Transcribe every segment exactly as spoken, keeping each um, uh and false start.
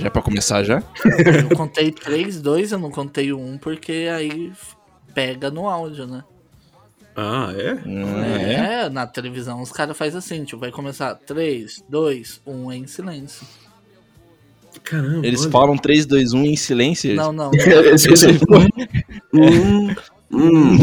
Já é pra começar já? Eu contei três, dois, eu não contei um, porque aí pega no áudio, né? Ah, é? Ah, É, é? na televisão os caras fazem assim, tipo, vai começar três, dois, um em silêncio. Caramba. Eles olha. falam três, dois, um em silêncio? Não, não, não. Eles hum, hum.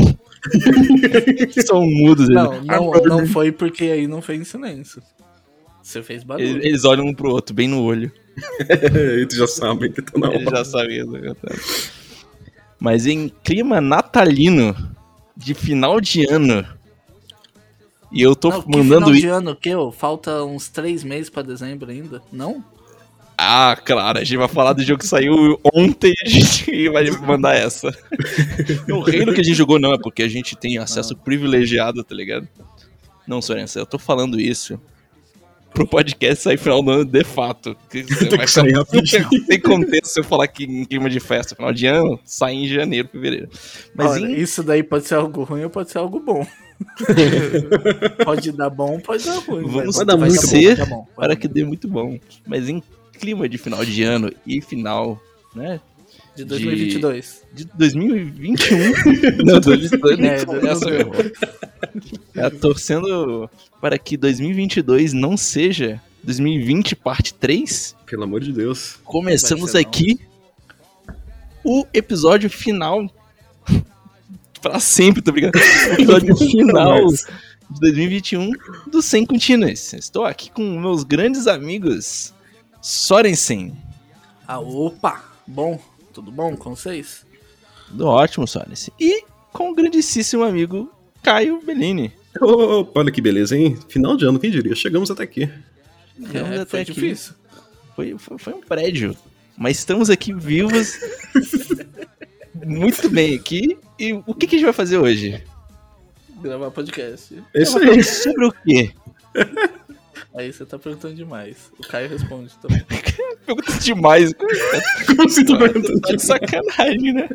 São mudos. Não, eles... não, não foi porque aí não foi em silêncio. Você fez barulho. Eles, eles olham um pro outro, bem no olho. Eles já sabem que tá na Eles hora. já sabiam. Mas em clima natalino, de final de ano, e eu tô não, que mandando final isso... de ano, que eu? Falta uns três meses pra dezembro ainda, não? Ah, claro, a gente vai falar do jogo que saiu ontem e a gente vai mandar essa. O reino que a gente jogou não, é porque a gente tem acesso privilegiado, tá ligado? Não, Sorensen, eu tô falando isso pro podcast sair final do ano de fato. Que você vai sair rapidinho. Tem contexto se eu falar que em clima de festa, final de ano, sai em janeiro, fevereiro. Mas Olha, em... isso daí pode ser algo ruim ou pode ser algo bom. Pode dar bom, pode dar ruim. Vamos vai dar vai muito dar ser bom, vai dar bom, vai para dar que dê muito bom. Mas em clima de final de ano e final, né? De dois mil e vinte e dois. De dois mil e vinte e um. Não, dois mil e vinte e dois nem É, começa, meu irmão. Tá torcendo para que dois mil e vinte e dois não seja dois mil e vinte parte três. Pelo amor de Deus. Começamos Vai ser, aqui o episódio final. Pra sempre, tô brincando. O episódio final de dois mil e vinte e um do Sem Contínuas. Estou aqui com meus grandes amigos Sorensen. Ah, opa! Bom, tudo bom com vocês? Do ótimo, Sorensen. E com o grandíssimo amigo Caio Bellini. Opa, olha que beleza, hein? Final de ano, quem diria? Chegamos até aqui. Chegamos É, até foi aqui. difícil. Foi, foi, foi um prédio. Mas estamos aqui vivos. Muito bem aqui. E o que, que a gente vai fazer hoje? Gravar podcast. É isso aí. Sobre o quê? Aí você tá perguntando demais. O Caio responde também. Pergunta demais. Como assim tu perguntando? Tá de sacanagem, né?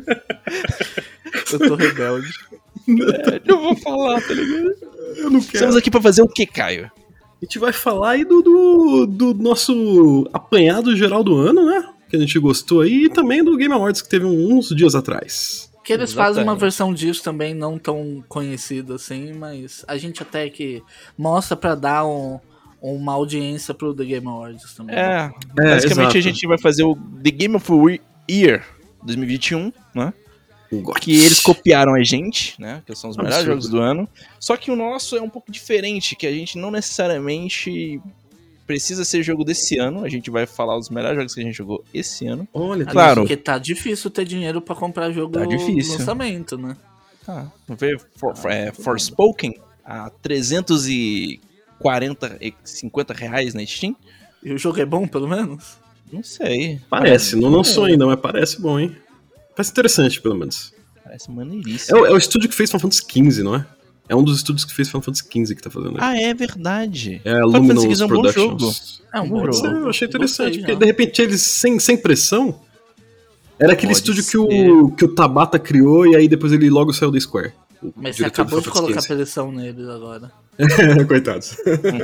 Eu tô rebelde. É, eu vou falar, tá ligado? Eu não quero. Estamos aqui pra fazer o que, Caio? A gente vai falar aí do, do, do nosso apanhado geral do ano, né? Que a gente gostou aí. E também do Game Awards que teve uns dias atrás. Que eles Exatamente. fazem uma versão disso também, não tão conhecida assim, mas a gente até que mostra pra dar um, uma audiência pro The Game Awards também. É, É, basicamente exato. a gente vai fazer o The Game of the Year dois mil e vinte e um, né? Um gote. Que eles copiaram a gente, né? Que são os melhores Absurdo. jogos do ano. Só que o nosso é um pouco diferente, que a gente não necessariamente precisa ser jogo desse ano. A gente vai falar os melhores jogos que a gente jogou esse ano. Olha, Até claro. Porque tá difícil ter dinheiro pra comprar jogo Tá difícil. no lançamento, né? Tá. Vamos ver For, for, é, Forspoken a trezentos e quarenta, cinquenta reais na Steam? E o jogo é bom, pelo menos? Não sei. Parece, não lançou ainda, mas parece bom, hein? Parece interessante, pelo menos. Parece É, maneiríssimo. o- é o estúdio que fez Final Fantasy quinze, não é? É um dos estúdios que fez Final Fantasy quinze que tá fazendo. Ah, é verdade. É a Final Luminous Fantasy quinze é um bom Productions. É um Bom bom jogo. jogo. Eu achei interessante, Gostei, porque já. de repente eles, sem, sem pressão, era aquele Pode estúdio que ser. o, que o Tabata criou e aí depois ele logo saiu da Square. o Mas você diretor do acabou de Final colocar Fantasy pressão neles agora. quinze. Coitados.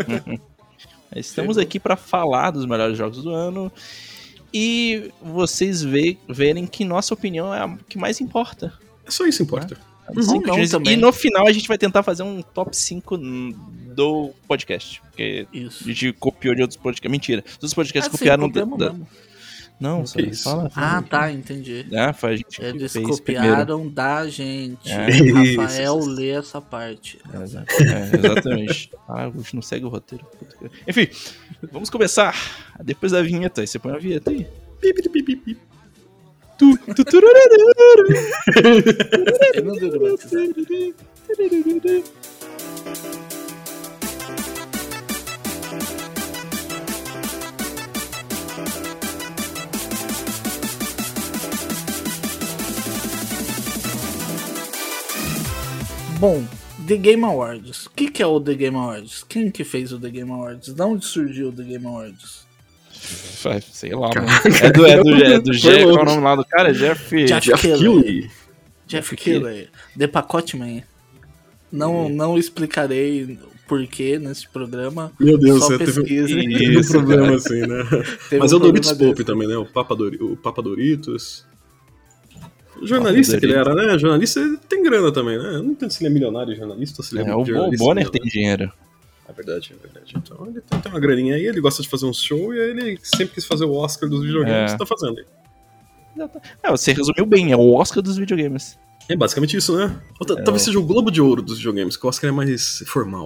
Estamos aqui pra falar dos melhores jogos do ano e vocês vê, verem que nossa opinião é a que mais importa. É só isso que importa. Sim, não, gente, também. e no final a gente vai tentar fazer um top cinco do podcast. Porque Isso. a gente copiou de outros podcasts. Mentira. Os outros podcasts Ah, sim, copiaram. copiamos da- mesmo. Não, Que só isso? fala. Ah, tá, entendi. É, foi a gente que Eles fez copiaram da gente. É. Rafael Isso. lê essa parte. primeiro. Exato. É, exatamente. Ah, a gente não segue o roteiro. Enfim, vamos começar. Depois da vinheta. Aí você põe a vinheta aí. Tu, tu, turururu. Eu não duro batizar. Bom, The Game Awards. O que, que é o The Game Awards? Quem que fez o The Game Awards? De onde surgiu o The Game Awards? Sei lá, mano. É do, é do, é do Foi Jeff, qual é o longe. nome lá do cara? É Jeff. Jeff Jeff Keighley. Keighley. Jeff Jeff Keighley. Keighley. The Pacote Man. Não, não explicarei porquê nesse programa. Meu Deus, Só você teve, pesquisa. teve um problema assim, né? Teve Mas um é o Doritos problema Pope desse. também, né? O Papa, Dori, o Papa Doritos. O jornalista que ele era, né? Jornalista ele tem grana também, né? Eu não entendo se ele é milionário jornalista ou se ele é, É, o jornalista Bonner milionário. tem dinheiro. É verdade, é verdade. Então ele tem, tem uma graninha aí, ele gosta de fazer um show e aí ele sempre quis fazer o Oscar dos videogames, É. tá fazendo. É, você resumiu bem, é o Oscar dos videogames. É basicamente isso, né? Ou t- Talvez seja o Globo de Ouro dos videogames, que o Oscar é mais formal.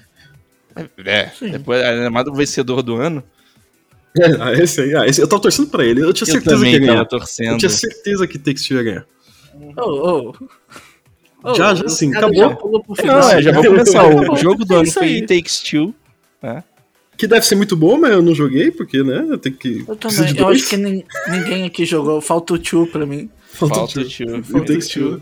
É, depois, ainda mais do vencedor do ano. É, ah, esse aí, ah, esse, eu tava torcendo pra ele, eu tinha Eu certeza também que ia ganhar. tava torcendo. Eu tinha certeza que Takes Two ia ganhar. Oh, oh. Já, Oh, já os sim, caras acabou. já pulam pro final. Não, é, já vou começar. Acabou. O jogo do É ano isso foi aí. It Takes Two. Né? Que deve ser muito bom, mas eu não joguei, porque, né, eu tenho que... Eu preciso também. de Eu dois. acho que nin- ninguém aqui jogou. Falta o Tio pra mim. Falta Falta o o Two. Two. It Falta o Takes Two.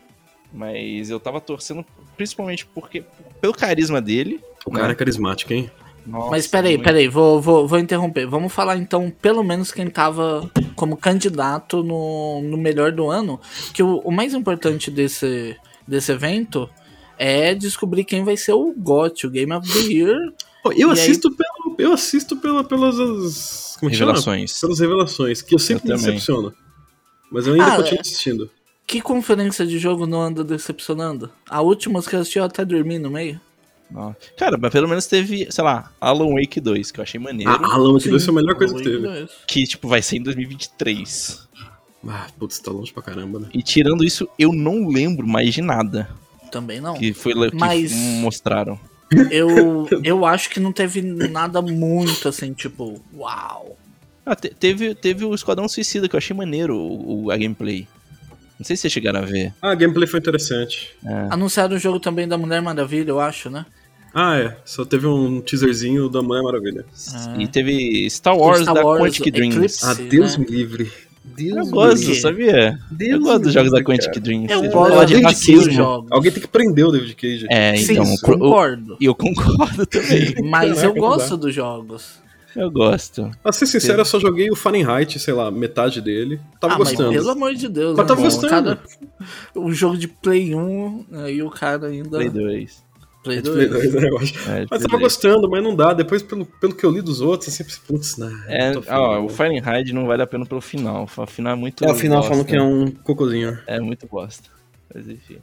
Mas eu tava torcendo principalmente porque pelo carisma dele. O cara é carismático, hein? Nossa, Mas peraí, muito. peraí, vou, vou, vou interromper. Vamos falar então, pelo menos, quem tava como candidato no, no melhor do ano. Que o, o mais importante desse, desse evento é descobrir quem vai ser o G O T Y, o Game of the Year. Pô, Eu E assisto, pelo, eu assisto pela, pelas as, como é que chama? Revelações. Pelas revelações, que eu sempre Eu me também. decepciono. Mas eu ainda Ah, continuo é. assistindo. Que conferência de jogo não anda decepcionando? A última que eu assisti eu até dormi no meio. Nossa. Cara, mas pelo menos teve, sei lá, Alan Wake dois, que eu achei maneiro. Ah, Alan Wake Sim, dois foi a melhor coisa que Alan Wake teve. dois. Que, tipo, vai ser em dois mil e vinte e três. Ah, putz, tá longe pra caramba, né? E tirando isso, eu não lembro mais de nada Também não. que foi que Mas- mostraram. Eu, eu acho que não teve nada muito assim, tipo, uau. Ah, te- teve, teve o Esquadrão Suicida, que eu achei maneiro o, o- a gameplay. Não sei se vocês chegaram a ver. Ah, a gameplay foi interessante. Anunciaram o jogo também da Mulher Maravilha, eu acho, né? Ah, é. Só teve um teaserzinho da Mulher Maravilha. E teve Star Wars Star da Wars Quantic Dreams. Eclipse. Ah, Sim, Deus né? me livre. Deus Eu me gosto, livre. sabia? Deus eu gosto me dos jogos da livre, Quantic cara. Dreams. Eu Eles gosto falam de de David racismo. Cage. jogos. Alguém tem que prender o David Cage. É, Sim, então. pro- eu- concordo. E eu, concordo também. Mas Caraca, eu não gosto dá. dos jogos. Eu gosto. Pra ser sincero, eu só joguei o Fahrenheit, sei lá, metade dele. Tava ah, gostando. mas pelo amor de Deus, Mas tava irmão, gostando. O, cara, o jogo de Play um, aí o cara ainda... Play dois. Play É de Play dois. dois, né, eu acho. É, de Mas Play tava dois. gostando, mas não dá. Depois, pelo, pelo que eu li dos outros, eu sempre, putz, não. É, não tô ó, afim, o não. Fahrenheit não vale a pena pelo final. O final é muito É, o final bosta. falam que é um cocôzinho. É muito bosta. Mas enfim.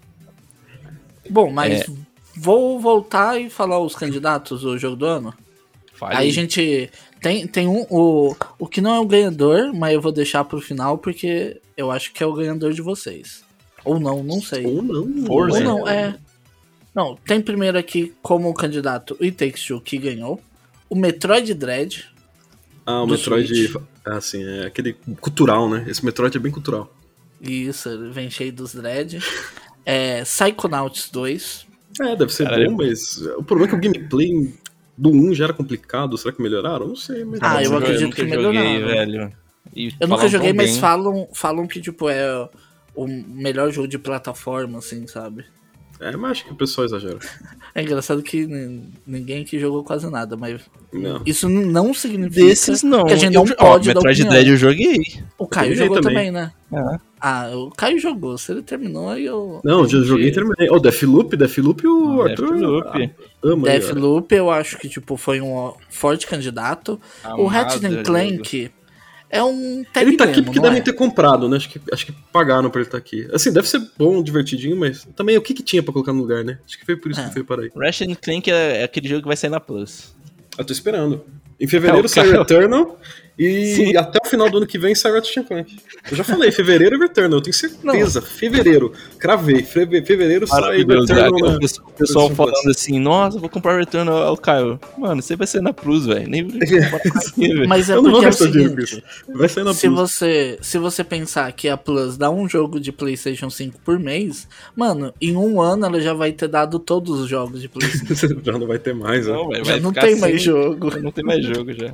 Bom, mas É. vou voltar e falar os candidatos do jogo do ano. Fale. Aí a gente tem, tem um, o, o que não é o ganhador, mas eu vou deixar pro final porque eu acho que é o ganhador de vocês. Ou não, não sei. Ou não. Forza. Ou não, é. Não, tem primeiro aqui como candidato o It Takes Two, que ganhou. O Metroid Dread. Ah, o do Metroid. Switch. Ah, sim, é aquele cultural, né? Esse Metroid é bem cultural. Isso, ele vem cheio dos Dread. É, Psychonauts dois. É, deve ser Caralho. bom, mas o problema é que o gameplay do um já era complicado. Será que melhoraram? Não sei, mas. Ah, eu nunca- acredito nunca que joguei, melhoraram. velho. E Eu nunca falam joguei, tão mas bem. falam, falam que tipo é o melhor jogo de plataforma, assim, sabe? É, mas acho que o pessoal exagera. É engraçado que n- ninguém aqui jogou quase nada, mas Não. isso n- não significa Desses não. que a gente Eu- não ó, pode dar Metroid opinião. Dread eu joguei. O Caio joguei jogou também. também, né? Ah, Ah, o Caio jogou. Se ele terminou, aí eu... Não, já gente- joguei e terminei. Ô, Deathloop, Deathloop o Arthur Deathloop. ama. aí, ó. Deathloop, eu acho que tipo, foi um ó, forte candidato. o Amado Ratchet and jogo. Clank é um tag Ele tá aqui demo, porque não devem é? ter comprado, né? Acho que, acho que pagaram pra ele estar aqui. Assim, deve ser bom, divertidinho, mas também o que que tinha pra colocar no lugar, né? Acho que foi por isso É. que foi para aí. Ratchet and Clank é, é aquele jogo que vai sair na Plus. Eu tô esperando. Em fevereiro É, o sai cara- Returnal e Sim. até o final do ano que vem sai Ratchet and Clank. Eu já falei, fevereiro é Returnal, eu tenho certeza. Fevereiro, cravei. Feve- Fevereiro sai Maravilhoso. Returnal, O né? pessoal- o pessoal Plus. falando assim, nossa, vou comprar Returnal ao Caio. Mano, você vai ser na Plus, velho. Nem vou comprar aqui, velho. Mas é Eu não vou porque é o gastar dinheiro com seguinte, isso. Vai sair na se Plus. você, se você pensar que a Plus dá um jogo de PlayStation cinco por mês, mano, em um ano ela já vai ter dado todos os jogos de PlayStation. Já não vai ter mais, né? Não, velho, Já vai não ficar tem sem- mais jogo. Não tem mais jogo já.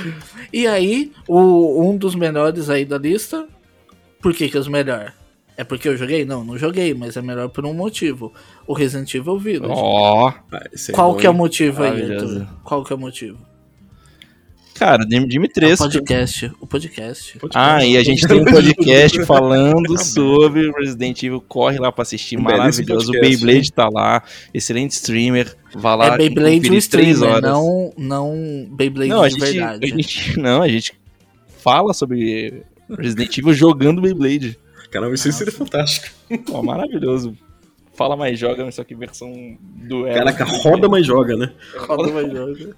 E aí, o, um dos melhores aí da lista, por que que é os melhores? É porque eu joguei? Não, não joguei, mas é melhor por um motivo. O Resident Evil Village. Ó. Ah, esse é Qual bom, que é o hein? motivo aí, Maravilhoso. Arthur? Qual que é o motivo? Cara, O Dimitrescu. podcast, o podcast. Ah, e a gente tem um podcast falando sobre Resident Evil. Corre lá pra assistir, Um belíssimo maravilhoso. O podcast, Beyblade tá lá, excelente streamer. Vá lá, É Beyblade conferir o streamer, três horas. não, não Beyblade Não, a de gente, verdade. a gente. Não, a gente fala sobre Resident Evil jogando Beyblade. Caramba, isso aí seria fantástico. Ó, maravilhoso. Fala mais joga, só que versão duelo. Caraca, roda, mas joga, né? Roda mais joga.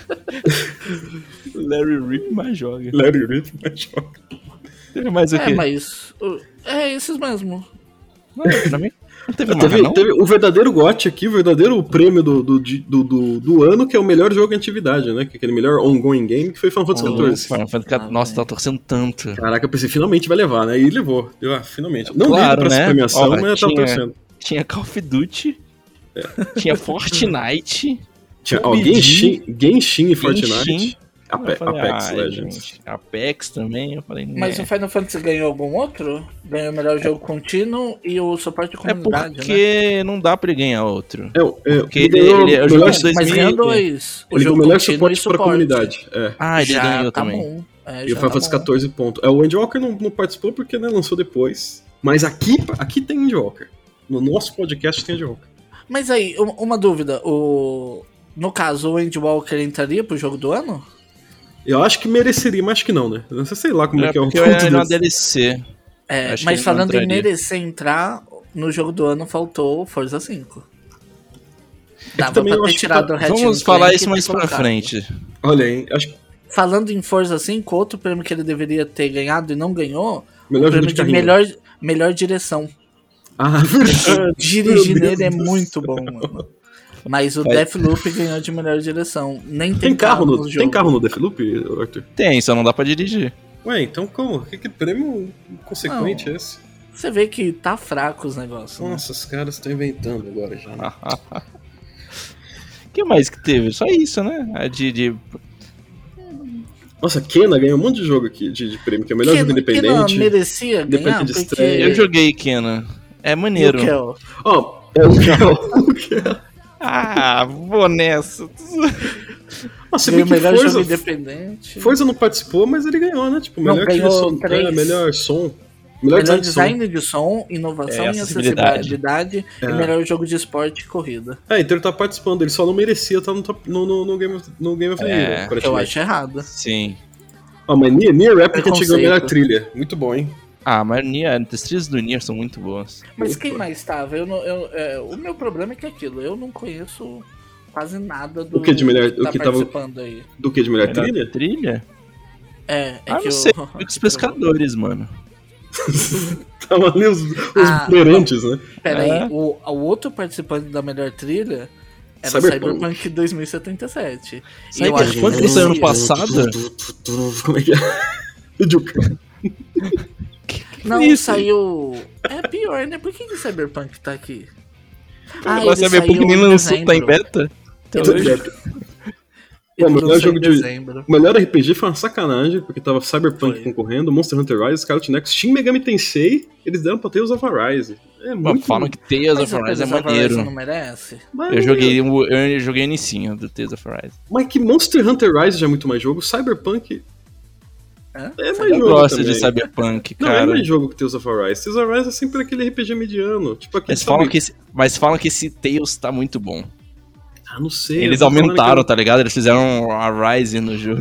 Larry Rip mais joga. Larry Rip, mas joga. Teve mais o quê? É, mas... o- É esses mesmo. Não, pra mim não teve mais, Teve, não? teve o verdadeiro G O T aqui, o verdadeiro prêmio do, do, do, do, do ano, que é o melhor jogo em atividade, né? Que é aquele melhor ongoing game, que foi Final Fantasy quatorze. Final Fantasy quatorze. Nossa, tá torcendo tanto. Caraca, eu pensei, finalmente vai levar, né? E levou. Deu, ah, finalmente. Não Claro, ligo pra né? essa premiação, Ó, mas eu tava tinha- torcendo. Tinha Call of Duty, tinha Fortnite, Tinha, P ó, U B G, Genshin, Genshin e Fortnite. Genshin. Ape- Eu falei, Apex ai, Legends. gente, Apex também, eu falei, Mas né. o Final Fantasy ganhou algum outro? Ganhou o melhor jogo contínuo e o suporte de É comunidade, né? porque não dá pra ele ganhar outro. É, é, Porque ele ele- ganhou ele é o o jogo melhor, de dois Mas mil ganhou e- dois. O ele ganhou jogo o melhor contínuo suporte e pra suporte. comunidade. É. Ah, ele Já ganhou tá também. bom. É, E o já Final tá Fantasy bom. quatorze pontos. É, o Endwalker não, não participou porque né, lançou depois. Mas aqui, aqui tem Endwalker. No nosso podcast tem Endwalker. Mas aí, um- uma dúvida. O... No caso, o Endwalker entraria pro jogo do ano? Eu acho que mereceria, mas acho que não, né? Eu não sei, sei lá como é, É que é o porque ponto é uma desse. D L C. É, Acho que mas ele falando não em entraria. merecer entrar, no jogo do ano faltou Forza cinco. Dava também pra eu ter acho que tirado tá- o Ratchet Vamos and falar Clank isso e mais ter pra colocado. frente. Olha aí, acho que Falando em Forza cinco, outro prêmio que ele deveria ter ganhado e não ganhou, melhor o jogo prêmio de de carrinho. melhor, melhor direção. Ah, verdade. Dirigir Meu nele é Deus do muito céu. bom, mano. Mas o Vai. Deathloop ganhou de melhor direção. Nem tem, Tem carro, no, jogo. tem carro no Deathloop, Arthur? Tem, só não dá pra dirigir. Ué, então como? Que, que prêmio consequente Não. é esse? Você vê que tá fraco os negócios. né? Nossa, os caras estão inventando agora já. né? O que mais que teve? Só isso, né? A de, de- Nossa, Kena ganhou um monte de jogo aqui de, de prêmio, que é o melhor Que- jogo que não independente. merecia ganhar, Independente de porque... estreia. Eu joguei Kena. É E o maneiro. Kel? Ó, é o o que é? Ah, vou nessa. Nossa, se Ganhou bem o que melhor jogo Forza, independente. Forza não participou, mas ele ganhou, né? Tipo, Não, melhor ganhou trilha son- três. é, melhor som. Melhor, Melhor design, de som. design de som, inovação É, e acessibilidade. acessibilidade É. e melhor jogo de esporte e corrida. É, então ele tá participando, ele só não merecia estar no, top, no, no, no Game of, no Game of the É, Year, Que eu aparentemente. acho errado. Sim. Ó, mas Nier, Nier Replicant chegou a melhor Preconceito. trilha. Muito bom, hein? Ah, mas Nier, as trilhas do Nier são muito boas. Mas quem mais tava? Eu não, eu, é, o meu problema é que é aquilo, eu não conheço quase nada do O que de melhor- que o tá que tava- participando aí. Do que de melhor Melhor trilha? Trilha? É, é Ah, que não eu- sei. Fica os pescadores, mano. Tava ali os, os Ah, inerentes, né? Pera aí, É. o, o outro participante da melhor trilha era Cyberpunk. Cyberpunk dois mil e setenta e sete. E eu Cyberpunk acho que não saiu ano merecia. passado? Como é que é? Juca. Não, Isso. saiu. É pior, né? Por que, que Cyberpunk tá aqui? Ah, Agora ele Cyberpunk saiu nem em lançou, tá em dezembro. beta? Eu- Tá ele ligado? Pô, mas lançou é jogo em de- dezembro. O melhor R P G foi uma sacanagem, porque tava Cyberpunk Foi. concorrendo, Monster Hunter Rise, Scarlet Nexus, Shin Megami Tensei, eles deram pra Tales of Arise. É Mano, muito... falam que Tales Mas of o Arise é Tales of Arise maneiro. não merece? Mas, Eu joguei, o- eu joguei o inicinho do Tales of Arise. Mas que Monster Hunter Rise já é muito mais jogo, Cyberpunk Hã? é mais Eu jogo gosto também. de Cyberpunk, Não, é cara. mais jogo que Tales of Arise. Tales of Arise é sempre aquele R P G mediano. Tipo aquele, Mas sabe- falam, que esse, mas falam que esse Tales tá muito bom. Ah, não sei. Eles eu tô falando aumentaram, que tá ligado? Eles fizeram a Rise no jogo.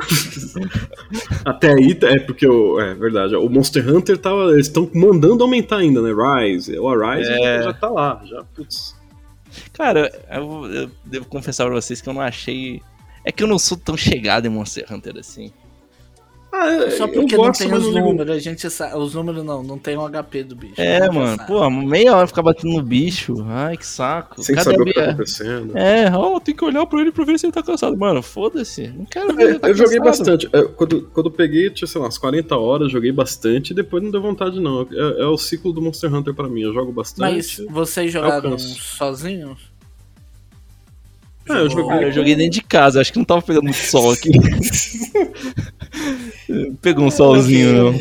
Até aí, é porque o, é verdade, o Monster Hunter tava, eles estão mandando aumentar ainda, né? Rise, o Arise É. já tá lá, já, putz. Cara, eu, eu devo confessar pra vocês que eu não achei. É que eu não sou tão chegado em Monster Hunter assim. Ah, é, Só eu porque não gosto, tem mas os não ligo. números, a gente sabe. Os números não, não tem o H P do bicho. É, a gente mano. sabe. Pô, meia hora ficar batendo no bicho. Ai, que saco. Sem Cadê saber a o que tá Bia? acontecendo. É, ó, tem que olhar pra ele pra ver se ele tá cansado. Mano, foda-se. Não quero ver. ele tá Eu joguei cansado. bastante. É, Quando, quando eu peguei, tinha, sei lá, umas quarenta horas, joguei bastante e depois não deu vontade, não. É, é o ciclo do Monster Hunter pra mim. Eu jogo bastante. Mas vocês jogaram Alcanço. sozinhos? Ah, eu Jogou- joguei. Cara, eu joguei dentro de casa. Acho que não tava pegando muito sol aqui. Pegou um solzinho, não.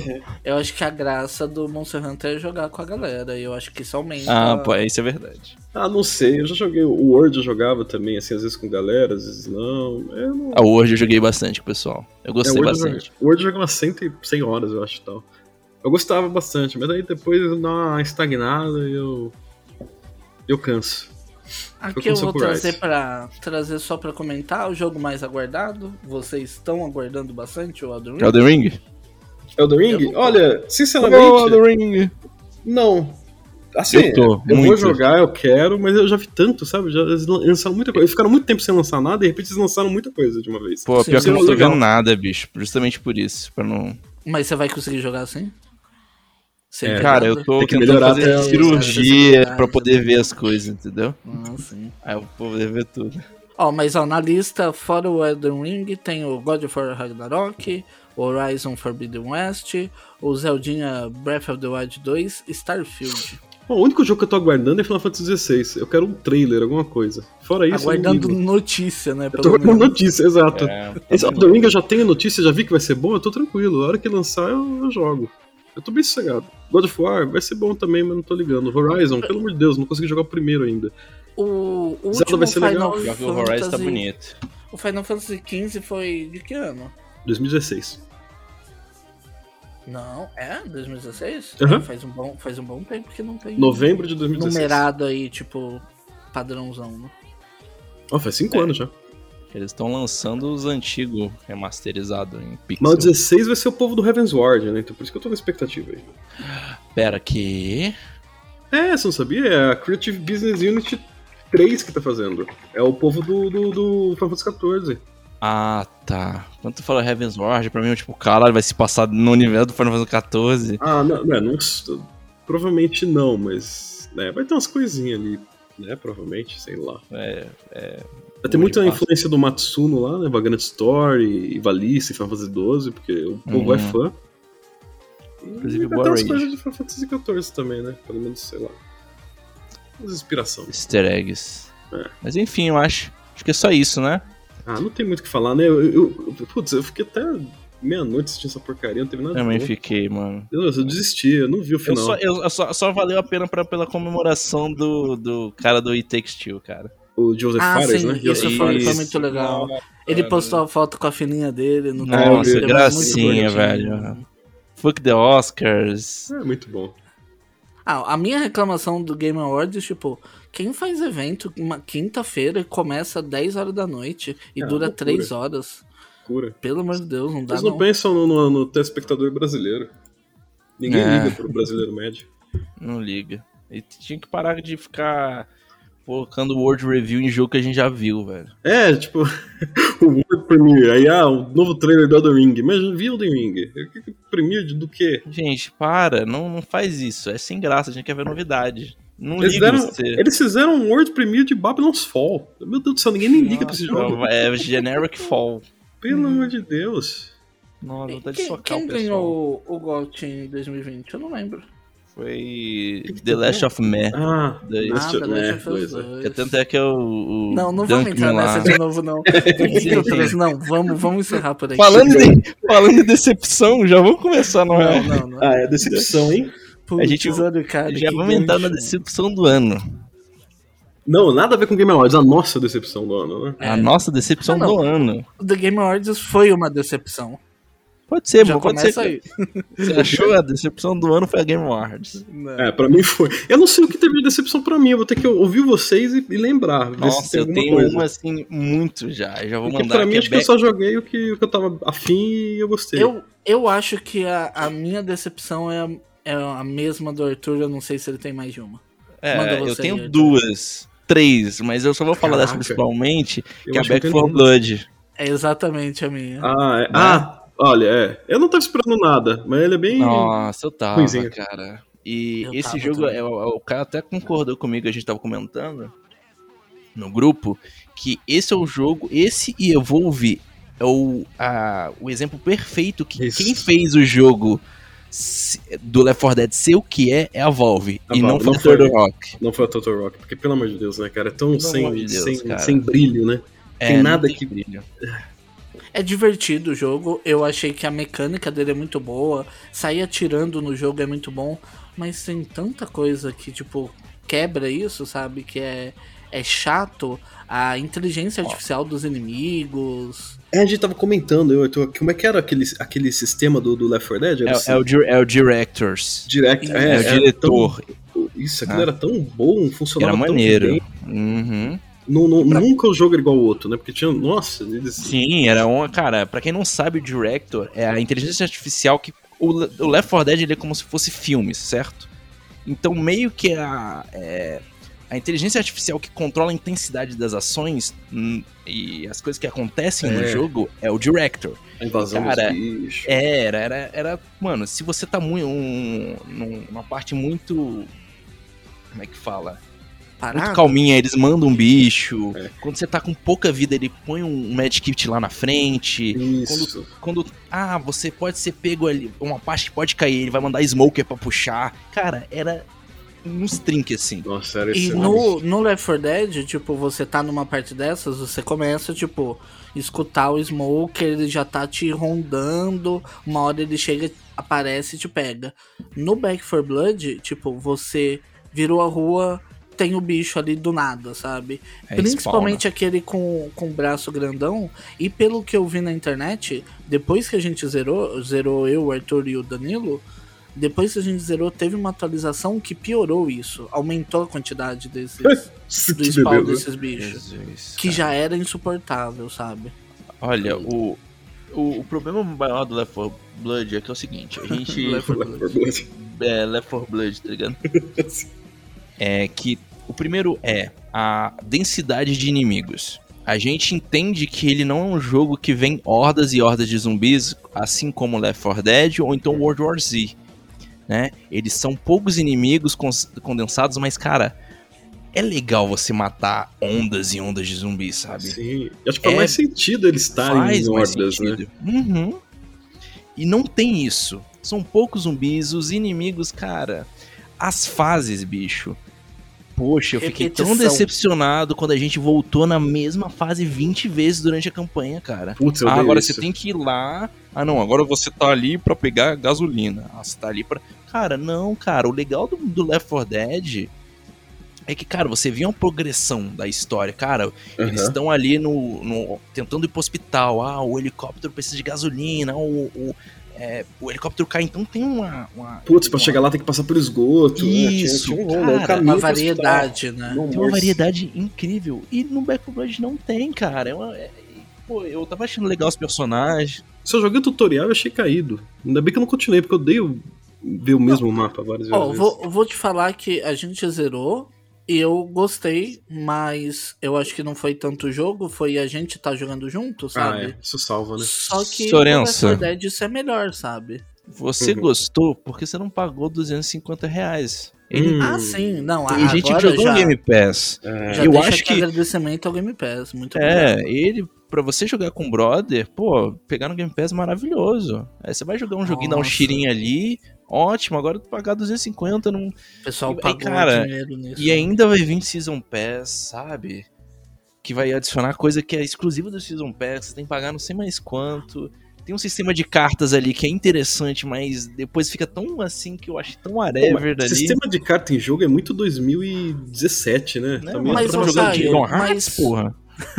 Eu acho que a graça do Monster Hunter é jogar com a galera. E eu acho que isso aumenta. Ah, pô, isso é verdade. Ah, não sei, eu já joguei. O World eu jogava também, assim, às vezes com galera, às vezes não. Eu não... A World eu joguei bastante com o pessoal. Eu gostei é, o World bastante. O World eu joguei umas cem, cem horas, eu acho, tal. Eu gostava bastante, mas aí depois dá uma estagnada e eu. Eu canso. Aqui eu vou trazer para trazer só pra comentar o jogo mais aguardado. Vocês estão aguardando bastante o Elden Ring? Elden Ring? Elden Ring? Olha, sinceramente. Oh, Elden Ring! Não. Assim, eu, tô, eu muito. vou jogar, eu quero, mas eu já vi tanto, sabe? Já, eles lançaram muita coisa. Eles ficaram muito tempo sem lançar nada e de repente eles lançaram muita coisa de uma vez. Pô, Sim, pior que eu não tô legal. vendo nada, bicho. Justamente por isso. Pra não... Mas você vai conseguir jogar assim? Sem É, Cara, eu tô Tem que tentando melhorar fazer até cirurgia a pra poder ver as coisas, entendeu? Ah, sim. Aí eu vou poder ver tudo. Ó, mas ó, na lista, fora o Elden Ring, tem o God of War Ragnarok, o Horizon Forbidden West, o Zeldinha Breath of the Wild dois, Starfield. Bom, o único jogo que eu tô aguardando é Final Fantasy dezesseis. Eu quero um trailer, alguma coisa. Fora isso, Aguardando eu não ligo. notícia, né? Eu Pelo tô aguardando menos. notícia, exato. É, tá Esse bom. Elden Ring eu já tenho notícia, já vi que vai ser bom, eu tô tranquilo. A hora que lançar, eu, eu jogo. Eu tô bem sossegado. God of War vai ser bom também, mas não tô ligando. Horizon, pelo amor de Deus, não consegui jogar o primeiro ainda. O, o Zelda último vai ser legal. Final Pior que o Horizon tá Fantasy... bonito. O Final Fantasy quinze foi de que ano? dois mil e dezesseis. Não, é? dois mil e dezesseis? Aham. É, faz, um bom, faz um bom tempo que não tem Novembro de dois mil e dezesseis. numerado aí, tipo, padrãozão, né? Ó, faz cinco É. anos já. Eles estão lançando os antigos remasterizados em pixel. Mas o dezesseis vai ser o povo do Heavensward, né? Então por isso que eu tô na expectativa aí. Pera, que... É, você não sabia? É a Creative Business Unit três que tá fazendo. É o povo do, do, do Final Fantasy quatorze. Ah, tá. Quando tu fala Heavensward, pra mim, eu, tipo, caralho, vai se passar no universo do Final Fantasy quatorze. Ah, não, não, não, provavelmente não, mas né, vai ter umas coisinhas ali, né? Provavelmente, sei lá. É, é... Vai ter Bom muita de passo. influência do Matsuno lá, né? Vagrant Story, Ivalice, Final Fantasy doze, porque o povo Uhum. é fã. Inclusive, E vai boa ter umas Rage. coisas de Final Fantasy quatorze também, né? Pelo menos, sei lá. Umas inspiração. Easter eggs. É. Mas enfim, eu acho. Acho que é só isso, né? Ah, não tem muito o que falar, né? Eu, eu, eu- putz, eu fiquei até meia-noite assistindo essa porcaria, não teve nada Também de bom. fiquei, mano. Eu, eu desisti, eu não vi o Eu final. só, eu, eu só, só valeu a pena pra, pela comemoração do, do cara do It Takes Two, cara. O Joseph Ah, Fares, sim, né? isso Joseph foi, Fares. foi muito legal. Ele postou a foto com a filhinha dele no Ah, eu Nossa, vi. Twitter, gracinha, muito velho. bonitinho. Fuck the Oscars. É, muito bom. Ah, a minha reclamação do Game Awards, tipo, quem faz evento uma quinta-feira e começa dez horas da noite e É, dura loucura. três horas? Cura. Pelo amor de Deus, não dá Eles não, não. pensam no, no, no telespectador brasileiro. Ninguém É. liga pro brasileiro médio. Não liga. E tinha que parar de ficar colocando World Review em jogo que a gente já viu, velho. É, tipo, o World Premiere, aí, ah, o novo trailer do Elden Ring. Mas eu vi o Elden Ring. Que- que Premiere do quê? Gente, para, não, não faz isso. É sem graça, a gente quer ver novidade. Não Eles, liga deram, você. eles fizeram um World Premiere de Babylon's Fall. Meu Deus do céu, ninguém nem liga pra esse jogo. Não, é Generic Fall. Pelo amor de Deus. Nossa, vontade de Quem, socar quem o pessoal. ganhou o, o G O T em dois mil e vinte? Eu não lembro. Foi The Last of Me. Ah, Daí- Last Ah, of- The Last é, of Us dois, é. dois. Que tanto é que é o. o Não, não vamos Dunk entrar lá. nessa de novo, não. não, vamos, vamos encerrar por aqui. Falando de, falando de decepção, já vamos começar, não é? Não, não, não. Ah, é decepção, hein? Putz, a gente- olha, cara, Já que vamos entrar na gancho. decepção do ano. Não, nada a ver com Game Awards, a nossa decepção do ano, né? É. A nossa decepção Ah, não. do ano. O The Game Awards foi uma decepção. Pode ser, Já pode começa ser. aí. Você achou a decepção do ano foi a Game Awards. É, pra mim foi. Eu não sei o que teve de decepção pra mim, eu vou ter que ouvir vocês e, e lembrar. Ver se Nossa, tem eu alguma tenho coisa. uma assim, muito já. Eu já vou Porque mandar pra aqui mim, a acho que eu back- só joguei o que, o que eu tava afim e eu gostei. Eu, eu acho que a, a minha decepção é a, é a mesma do Arthur, eu não sei se ele tem mais de uma. Manda É, você eu tenho aí, Arthur. duas, três, mas eu só vou falar dessa Caraca. um principalmente, Eu que é a acho que eu Back tenho for Blood. É exatamente a minha. Ah, é. Né? ah, olha, é. Eu não tava esperando nada, mas ele é bem. Nossa, eu tava, ruinzinho. cara. E Eu esse tava jogo, também. é, o, o cara até concordou comigo, a gente tava comentando no grupo, que esse é o jogo, esse e Evolve é o, a, o exemplo perfeito que Isso. quem fez o jogo se- do Left four Dead ser o que é, é a Valve, A e não Valve, foi não a Turtle foi. Rock. Não foi a Total Rock, porque pelo amor de Deus, né, cara? É tão Pelo sem, amor de Deus, sem, cara. sem brilho, né? É, Tem não nada tem que- brilho. É divertido o jogo, eu achei que a mecânica dele é muito boa, sair atirando no jogo é muito bom, mas tem tanta coisa que, tipo, quebra isso, sabe? Que é, é chato, a inteligência artificial dos inimigos... É, a gente tava comentando, eu, eu, como é que era aquele, aquele sistema do, do Left four Dead? É, é, o, é o Directors. Direct, é, é o diretor. Tão, isso, aquilo ah. era tão bom, funcionava era tão maneiro. bem. Uhum. No, no, pra... Nunca o jogo era igual ao outro, né? Porque tinha. Nossa, eles... Sim, era uma. Cara, pra quem não sabe, o Director é a inteligência artificial que. O, o Left four Dead ele é como se fosse filmes, certo? Então, meio que a. É, a inteligência artificial que controla a intensidade das ações hum, e as coisas que acontecem é. no jogo é o Director. A invasão cara, dos bichos. Era, era, era. Mano, se você tá muito. Um, numa parte muito. Como é que fala? Parado. Muito calminha, eles mandam um bicho. É. Quando você tá com pouca vida, ele põe um medkit lá na frente. Isso. Quando, quando. Ah, você pode ser pego ali. Uma parte que pode cair, ele vai mandar smoker pra puxar. Cara, era uns trinques assim. Nossa, era E no, no Left four Dead, tipo, você tá numa parte dessas, você começa, tipo, escutar o smoker, ele já tá te rondando. Uma hora ele chega, aparece e te pega. No Back four Blood, tipo, você virou a rua. Tem o bicho ali do nada, sabe? É Principalmente spawn, né? aquele com, com o braço grandão. E pelo que eu vi na internet, depois que a gente zerou, zerou eu, o Arthur e o Danilo, depois que a gente zerou, teve uma atualização que piorou isso. Aumentou a quantidade desses, do spawn desses bichos. Jesus, que já era insuportável, sabe? Olha, o, o, o problema maior do Left four Blood é que é o seguinte, a gente... Left four Blood. É, Left four Blood, tá ligado? É que o primeiro é a densidade de inimigos. A gente entende que ele não é um jogo que vem hordas e hordas de zumbis, assim como Left four Dead ou então World War Z, né? Eles são poucos inimigos condensados, mas, cara, é legal você matar ondas e ondas de zumbis, sabe? Sim, acho que faz é, mais sentido eles estarem em hordas, né? Uhum. E não tem isso. São poucos zumbis, os inimigos, cara... As fases, bicho... Poxa, eu fiquei Repetição. tão decepcionado quando a gente voltou na mesma fase vinte vezes durante a campanha, cara. Putz, eu ah, agora isso. você tem que ir lá... Ah, não, agora você tá ali pra pegar gasolina. Ah, você tá ali pra... Cara, não, cara, o legal do, do Left four Dead... É que, cara, você via uma progressão da história. Cara, uhum. eles estão ali no, no... tentando ir pro hospital. Ah, o helicóptero precisa de gasolina. O, o, é, o helicóptero cai, então tem uma... uma Putz, pra uma... chegar lá tem que passar por esgoto. Isso, né? Tinha, tinha um, cara, um uma variedade, né? Tem uma variedade incrível. E no Back four Blood não tem, cara. É uma, é... Pô, eu tava achando legal os personagens. Se eu joguei o tutorial, eu achei caído. Ainda bem que eu não continuei, porque eu odeio ver o mesmo não. mapa várias oh, vezes. Vou, vou te falar que a gente zerou... E eu gostei, mas eu acho que não foi tanto jogo, foi a gente tá jogando junto, sabe? Ah, é. Isso salva, né? Só que Sorença, o Left four Dead isso é melhor, sabe? Você uhum. gostou porque você não pagou duzentos e cinquenta reais. Ele... Hum. Ah, sim. Não, Tem agora gente que jogou já, no Game Pass. É. Já eu deixa acho que agradecimento ao Game Pass, muito É, obrigado. ele, pra você jogar com o brother, pô, pegar no Game Pass é maravilhoso. Aí você vai jogar um joguinho, dar um tirinho ali... Ótimo, agora tu pagar duzentos e cinquenta não... O pessoal e, pagou cara, dinheiro nisso. E ainda vai vir Season Pass, sabe? Que vai adicionar coisa que é exclusiva do Season Pass, você tem que pagar não sei mais quanto. Tem um sistema de cartas ali que é interessante, mas depois fica tão assim que eu acho tão whatever dali. O sistema de carta em jogo é muito dois mil e dezessete, né? Não, Também mas eu tô jogando Kingdom Hearts, porra.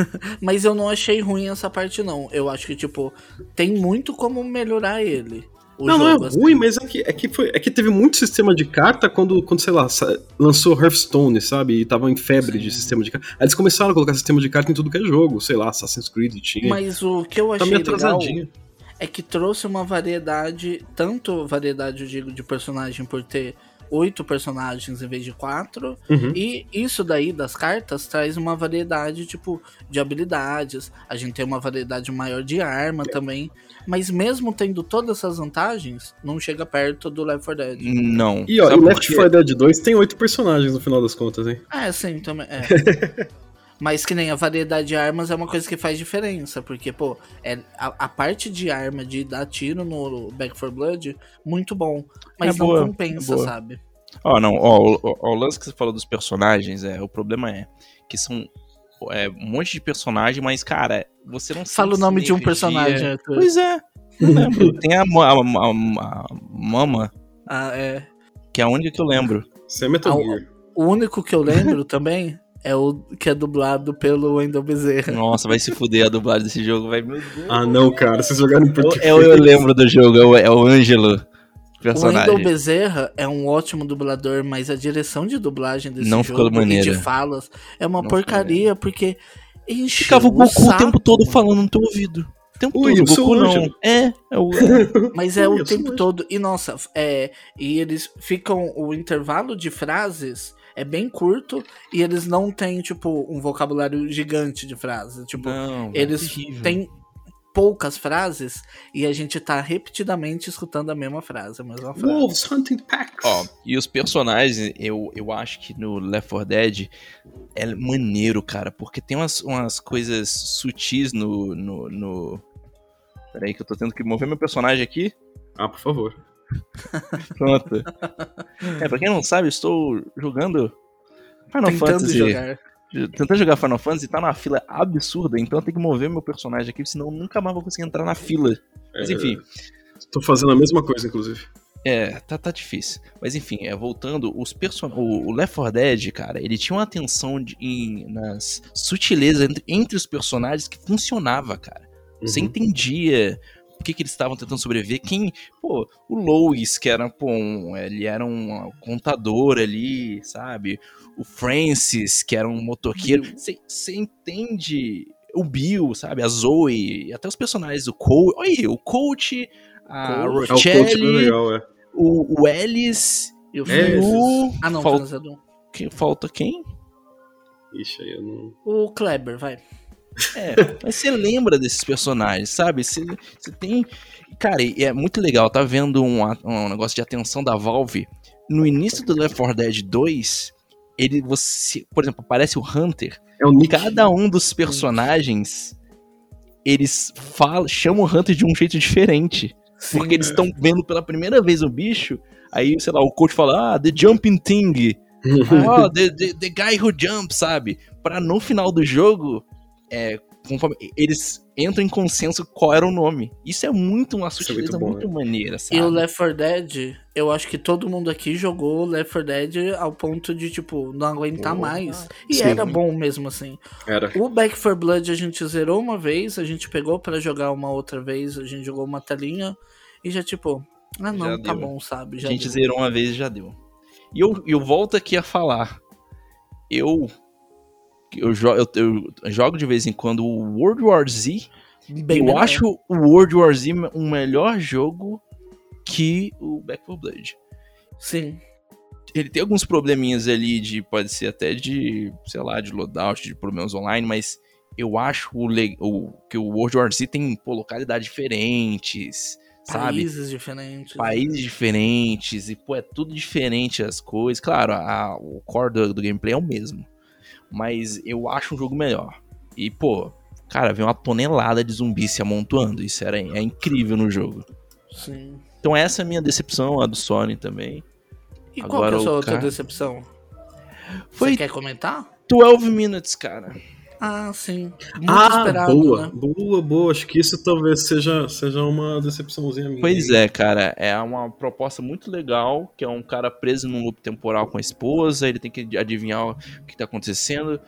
Mas eu não achei ruim essa parte, não. Eu acho que, tipo, tem muito como melhorar ele. Não, jogo, não é assim. ruim, mas é que, é, que foi, é que teve muito sistema de carta quando, quando sei lá, lançou Hearthstone, sabe? E tava em febre Sim. de sistema de carta. Aí eles começaram a colocar sistema de carta em tudo que é jogo, sei lá, Assassin's Creed tinha. Mas o que eu tá achei legal é que trouxe uma variedade, tanto variedade, eu digo, de personagem por ter oito personagens em vez de quatro, uhum. e isso daí das cartas traz uma variedade, tipo, de habilidades. A gente tem uma variedade maior de arma é. também. Mas mesmo tendo todas essas vantagens, não chega perto do Left four Dead. Não. E ó, o Left four Dead dois tem oito personagens no final das contas, hein? É, sim, também. É. Mas que nem a variedade de armas é uma coisa que faz diferença. Porque, pô, é, a, a parte de arma de dar tiro no Back four Blood, muito bom. Mas é não boa, compensa, é sabe? Ó, oh, não, ó, oh, o, o lance que você falou dos personagens, é, o problema é que são é, um monte de personagem, mas, cara, você não Fala o sente nome de um sinergia. personagem, Arthur. Pois é, não lembro. Tem a, a, a, a Mama, Ah, é. que é a única que eu lembro. Isso é Metal Ah, Gear. O único que eu lembro também é o que é dublado pelo Wendell Bezerra. Nossa, vai se fuder a dublagem desse jogo, vai. Meu Deus. Ah, não, cara, vocês jogaram em Eu, português. eu, eu lembro do jogo, é o, é o Ângelo, O personagem. Wendell Bezerra é um ótimo dublador, mas a direção de dublagem desse Não jogo ficou maneira. e de falas é uma Não porcaria, porque enche Ficava o Goku o saco. tempo todo falando no teu ouvido. O tempo Ui, todo, eu o sou Goku o não. Ângelo. É, é o... Mas é Ui, o eu sou tempo anjo. todo. E nossa, é, e eles ficam. O intervalo de frases é bem curto e eles não têm, tipo, um vocabulário gigante de frases. Tipo, Não, eles é terrível. têm poucas frases e a gente tá repetidamente escutando a mesma frase, a mesma frase. Wolves Hunting Packs. Ó, e os personagens, eu, eu acho que no Left four Dead é maneiro, cara, porque tem umas, umas coisas sutis no, no, no... Peraí que eu tô tendo que mover meu personagem aqui. Ah, por favor. Pronto. É, pra quem não sabe, eu estou jogando Final Tentando Fantasy. jogar. Tentando jogar Final Fantasy, tá numa fila absurda, então eu tenho que mover meu personagem aqui, senão eu nunca mais vou conseguir entrar na fila. Mas É, enfim, Tô fazendo a mesma coisa, inclusive. é, tá, tá difícil. Mas enfim, é, voltando, os person... o, o Left four Dead, cara, ele tinha uma atenção de, em, nas sutilezas entre, entre os personagens que funcionava, cara. Você Uhum. entendia por que, que eles estavam tentando sobreviver. Quem, pô, o Lois, que era, pô, um, ele era um contador ali, sabe? O Francis, que era um motoqueiro. Você entende o Bill, sabe? A Zoe, e até os personagens, o Coach, olha aí, o Coach, a Coach. É o coach bem Rochelle, legal, é. o, o Ellis, E o É, o... Ah, não, Falta, Franzadon. quem, falta quem? Ixi, aí eu não... O Kleber, vai. É, mas você lembra desses personagens, sabe? Você, você tem... Cara, e é muito legal, tá vendo um, um negócio de atenção da Valve. No início do Left four Dead dois, ele, você, por exemplo, aparece o Hunter. É o Nick. Cada um dos personagens, eles falam, chamam o Hunter de um jeito diferente. Porque eles estão vendo pela primeira vez o bicho, aí, sei lá, o coach fala, ah, the jumping thing. Ah, oh, the, the, the guy who jumps, sabe? Pra no final do jogo, é, conforme eles entram em consenso qual era o nome. Isso é muito uma Isso é sutileza muito bom, muito né? maneira, sabe? E o Left four Dead, eu acho que todo mundo aqui jogou Left four Dead ao ponto de, tipo, não aguentar Porra. mais. E Sim. era bom mesmo, assim. Era. O Back four Blood a gente zerou uma vez, a gente pegou pra jogar uma outra vez, a gente jogou uma telinha e já, tipo, ah não, Já tá deu. bom, sabe? A Já gente deu. zerou uma vez e já deu. E eu, eu volto aqui a falar. Eu, eu, jo- eu, eu jogo de vez em quando o World War Z. Bem eu melhor. acho o World War Z um melhor jogo que o Back four Blood. Sim. Ele tem alguns probleminhas ali de, pode ser até de, sei lá, de loadout, de problemas online, mas eu acho o, le- o, que o World War Z tem, pô, localidades diferentes, sabe? Países diferentes. Países diferentes, e pô, é tudo diferente as coisas. Claro, a- o core do, do gameplay é o mesmo, mas eu acho um jogo melhor. E, pô, cara, vem uma tonelada de zumbis se amontoando, isso era, é incrível no jogo. Sim. Então essa é a minha decepção, a do Sony também. E qual Agora que é a sua o outra cara- decepção? Foi Você quer comentar? doze minutes, cara. Ah, sim. Muito Ah, esperado, boa, né? boa, boa. Acho que isso talvez seja, seja uma decepçãozinha minha. Pois é, cara, é uma proposta muito legal, que é um cara preso num loop temporal com a esposa, ele tem que adivinhar o que tá acontecendo.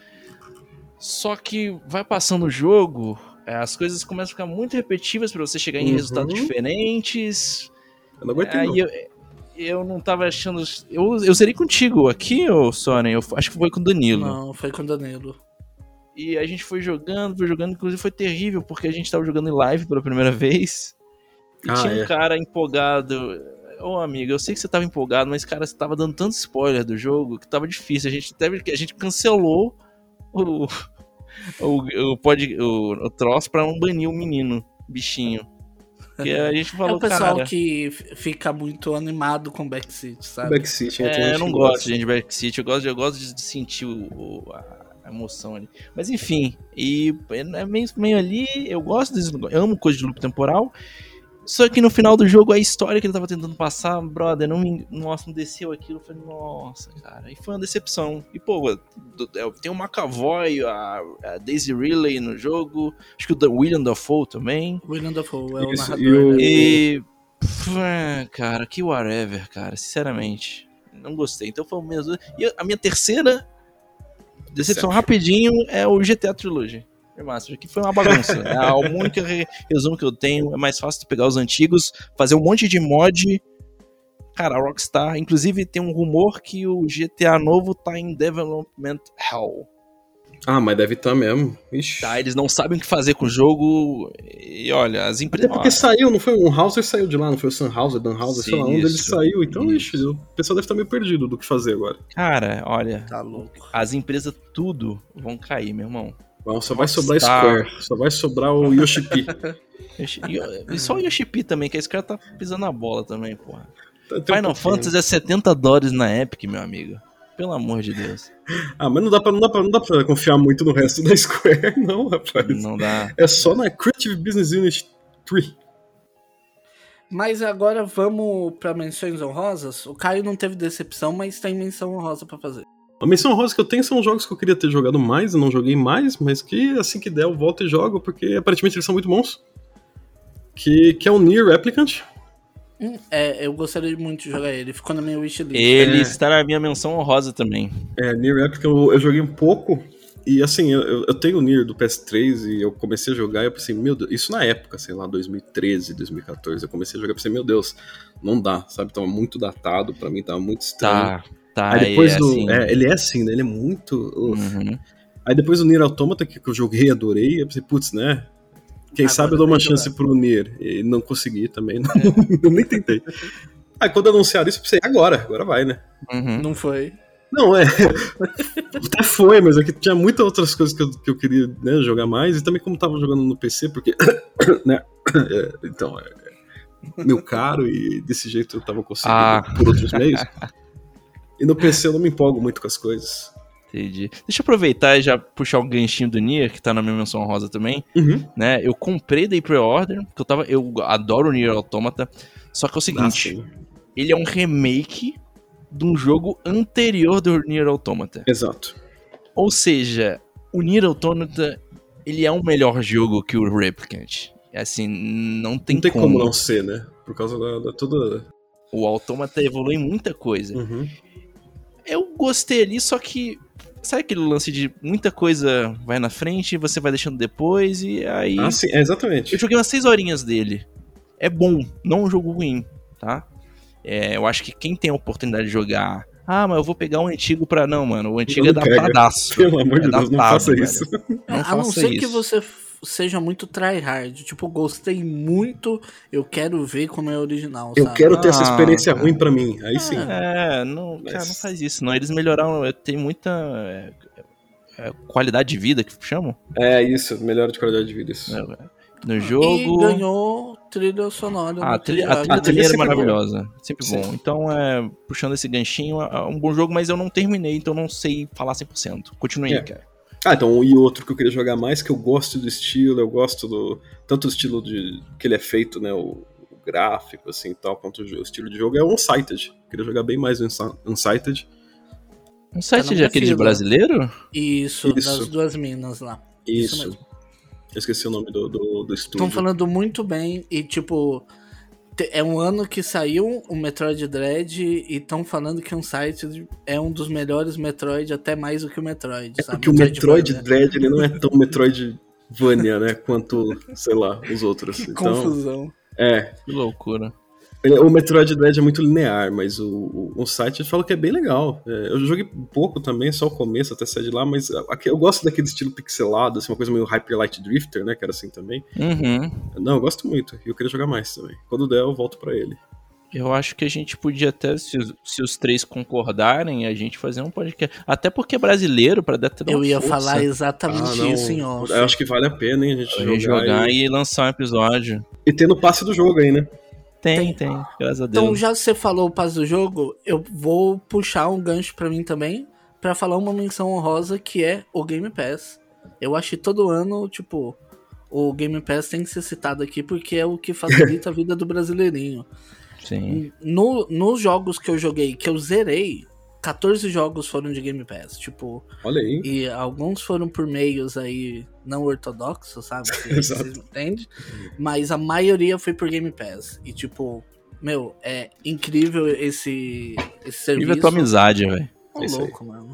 Só que vai passando o jogo, é, as coisas começam a ficar muito repetitivas pra você chegar em Uhum. resultados diferentes. Eu não aguentei, não. Aí eu, eu não tava achando... Eu, eu zerei contigo aqui, ô Sony, eu acho que foi com o Danilo. Não, foi com o Danilo. E a gente foi jogando, foi jogando, inclusive foi terrível, porque a gente tava jogando em live pela primeira vez. E Ah, tinha um é. cara empolgado. Ô, amigo, eu sei que você tava empolgado, mas, cara, você tava dando tanto spoiler do jogo que tava difícil. A gente teve, a gente cancelou o, o, o, pod, o, o troço pra não banir o menino, bichinho. Porque a gente É falou, o pessoal cara... que f- fica muito animado com Backseat, sabe? Backseat, né? Tem É, gente eu não que gosto gosta. de gente, de Backseat, eu gosto, de- eu gosto de, de sentir o, o- a a emoção ali. Mas enfim, e é meio, meio ali, eu gosto desse, eu amo coisa de loop temporal, Só que no final do jogo, a história que ele tava tentando passar, brother, não me, nossa, não desceu aquilo. Eu falei, nossa, cara. E foi uma decepção. E, pô, tem o McAvoy, a, a Daisy Ridley no jogo. Acho que o William Dafoe também. William Dafoe é o Isso, narrador. e o- né? E... pff, cara, que whatever, cara. Sinceramente, não gostei. Então foi o mesmo. E a minha terceira decepção, Certo. rapidinho, é o G T A Trilogy. Remaster, que foi uma bagunça. É a única re- resumo que eu tenho. É mais fácil tu pegar os antigos, fazer um monte de mod. Cara, a Rockstar, inclusive tem um rumor que o G T A novo tá em development hell. Ah, mas deve estar mesmo. Ixi. Tá, eles não sabem o que fazer com o jogo. E olha, as Até empresas. porque saiu, não foi? Um Hauser saiu de lá, não foi o Sunhauser, Dunhauser, sei lá, um deles Isso, saiu. Então, isso. ixi, o pessoal deve estar meio perdido do que fazer agora. Cara, olha, Tá louco. as empresas tudo vão cair, meu irmão. Bom, só vai sobrar Rockstar. Square, só vai sobrar o Yoshi-P. Yoshi- E só o Yoshi-P também, que esse cara tá pisando na bola também, porra. Tem um Final pouquinho. Fantasy é setenta dólares na Epic, meu amigo. Pelo amor de Deus. Ah, mas não dá, pra, não, dá pra, não dá pra confiar muito no resto da Square, não, rapaz. Não dá. É só na Creative Business Unit três. Mas agora vamos pra menções honrosas. O Caio não teve decepção, mas tem menção honrosa pra fazer. A menção rosa que eu tenho são jogos que eu queria ter jogado mais, eu não joguei mais, mas que assim que der eu volto e jogo, porque aparentemente eles são muito bons. Que, que é o Nier Replicant. Hum, é, eu gostaria muito de jogar ele. Ficou na minha wishlist. Ele É. está na minha menção honrosa também. É, Nier Replicant eu, eu joguei um pouco, e assim, eu, eu tenho o Nier do P S três e eu comecei a jogar e eu pensei, meu Deus, isso na época, sei lá, dois mil e treze, dois mil e quatorze, eu comecei a jogar e pensei, meu Deus, não dá, sabe, tava muito datado, pra mim tava muito estranho. Tá, tá. Aí depois é do. assim. É, ele é assim, né? Ele é muito. uf. Uhum. Aí depois do Nier Automata, que eu joguei e adorei, eu pensei, putz, né? Quem Agora sabe eu dou uma tem que chance jogar. pro Nier. E não consegui também, não, eu nem tentei. Aí quando anunciaram isso, eu pensei, agora, agora vai, né? Uhum. Não foi. Não, é. Até foi, mas é que tinha muitas outras coisas que eu, que eu queria né, jogar mais, e também como tava jogando no P C, porque. né? É, então, é. é Meu caro, e desse jeito eu tava conseguindo Ah. por outros meios. E no P C eu não me empolgo muito com as coisas. Entendi. Deixa eu aproveitar e já puxar o ganchinho do Nier, que tá na minha menção rosa também. Uhum. Né? Eu comprei daí pre-order, porque eu tava. Eu adoro o Nier Automata. Só que é o seguinte, Ah, sim. ele é um remake de um jogo anterior do Nier Automata. Exato. Ou seja, o Nier Automata, ele é um melhor jogo que o Replicant. Assim, não tem, Não tem como. como não ser, né? Por causa da, da toda. O Automata evolui muita coisa. Uhum. Eu gostei ali, só que... Sabe aquele lance de muita coisa vai na frente e você vai deixando depois e aí... Ah, sim, é exatamente. Eu joguei umas seis horinhas dele. É bom, não é um jogo ruim, tá? É, eu acho que quem tem a oportunidade de jogar... Ah, mas eu vou pegar um antigo pra... Não, mano, o antigo Não é pega. datadaço. Pelo amor É de Deus, não datado, faça velho. isso. Não a não faça ser que isso. você f- seja muito tryhard. Tipo, gostei muito, eu quero ver como é original, Eu sabe? quero ter essa Ah, experiência cara. ruim pra mim. Aí sim. É, não, Mas- cara, não faz isso, não. Eles melhoraram, tem muita é, é, qualidade de vida, que chamam, É isso, melhora de qualidade de vida isso. né, no E jogo. ganhou trilha sonora. Ah, a no trilha, a T G A. trilha A trilha dele era sempre é boa. maravilhosa, sempre Sim. bom. Então, é, puxando esse ganchinho, é um bom jogo, mas eu não terminei, então não sei falar cem por cento. Continue É. aí, cara. Ah, então, e outro que eu queria jogar mais, que eu gosto do estilo, eu gosto do. Tanto o estilo de que ele é feito, né? O, o gráfico, assim e tal, quanto o, jo- o estilo de jogo, é o Unsighted. Eu queria jogar bem mais o Unsi- Unsighted. Um site na de minha aquele de fila. brasileiro? Isso, Isso. das duas minas lá. Isso. Isso mesmo. Eu esqueci o nome do, do, do estúdio. Estão falando muito bem e, tipo, te- é um ano que saiu o Metroid Dread e estão falando que um site é um dos melhores Metroid, até mais do que o Metroid, É sabe? porque o Metroid Metroidvania. Dread ele não é tão Metroidvania, né? Quanto, sei lá, os outros. Que Então, confusão. é. Que loucura. Ele- O Metroid Dread é muito linear, mas o, o, o site fala que é bem legal. É, eu joguei pouco também, só o começo até sair de lá, mas aqui, eu gosto daquele estilo pixelado, assim, uma coisa meio Hyper Light Drifter, né? Que era assim também. Uhum. Não, eu gosto muito, e eu queria jogar mais também. Quando der, eu volto pra ele. Eu acho que a gente podia até, se, os- se os três concordarem, a gente fazer um podcast. Até porque é brasileiro, pra dar até dar Eu uma ia força. falar exatamente isso em off. eu acho que vale a pena, hein, a gente Pra jogar, gente jogar e... e lançar um episódio. e ter no passe do jogo aí, né? Tem, Tem. tem, graças a Deus. Então, já que você falou o passo do jogo, eu vou puxar um gancho pra mim também, pra falar uma menção honrosa que é o Game Pass. Eu acho que todo ano, tipo, o Game Pass tem que ser citado aqui porque é o que facilita a vida do brasileirinho. Sim. No, nos jogos que eu joguei, que eu zerei, catorze jogos foram de Game Pass, tipo... Olha aí. E alguns foram por meios aí não ortodoxos, sabe? Que Exato. vocês entendem? Mas a maioria foi por Game Pass. E tipo, meu, é incrível esse, esse serviço. Viva a tua amizade, velho. Ô, É isso aí. louco, mano.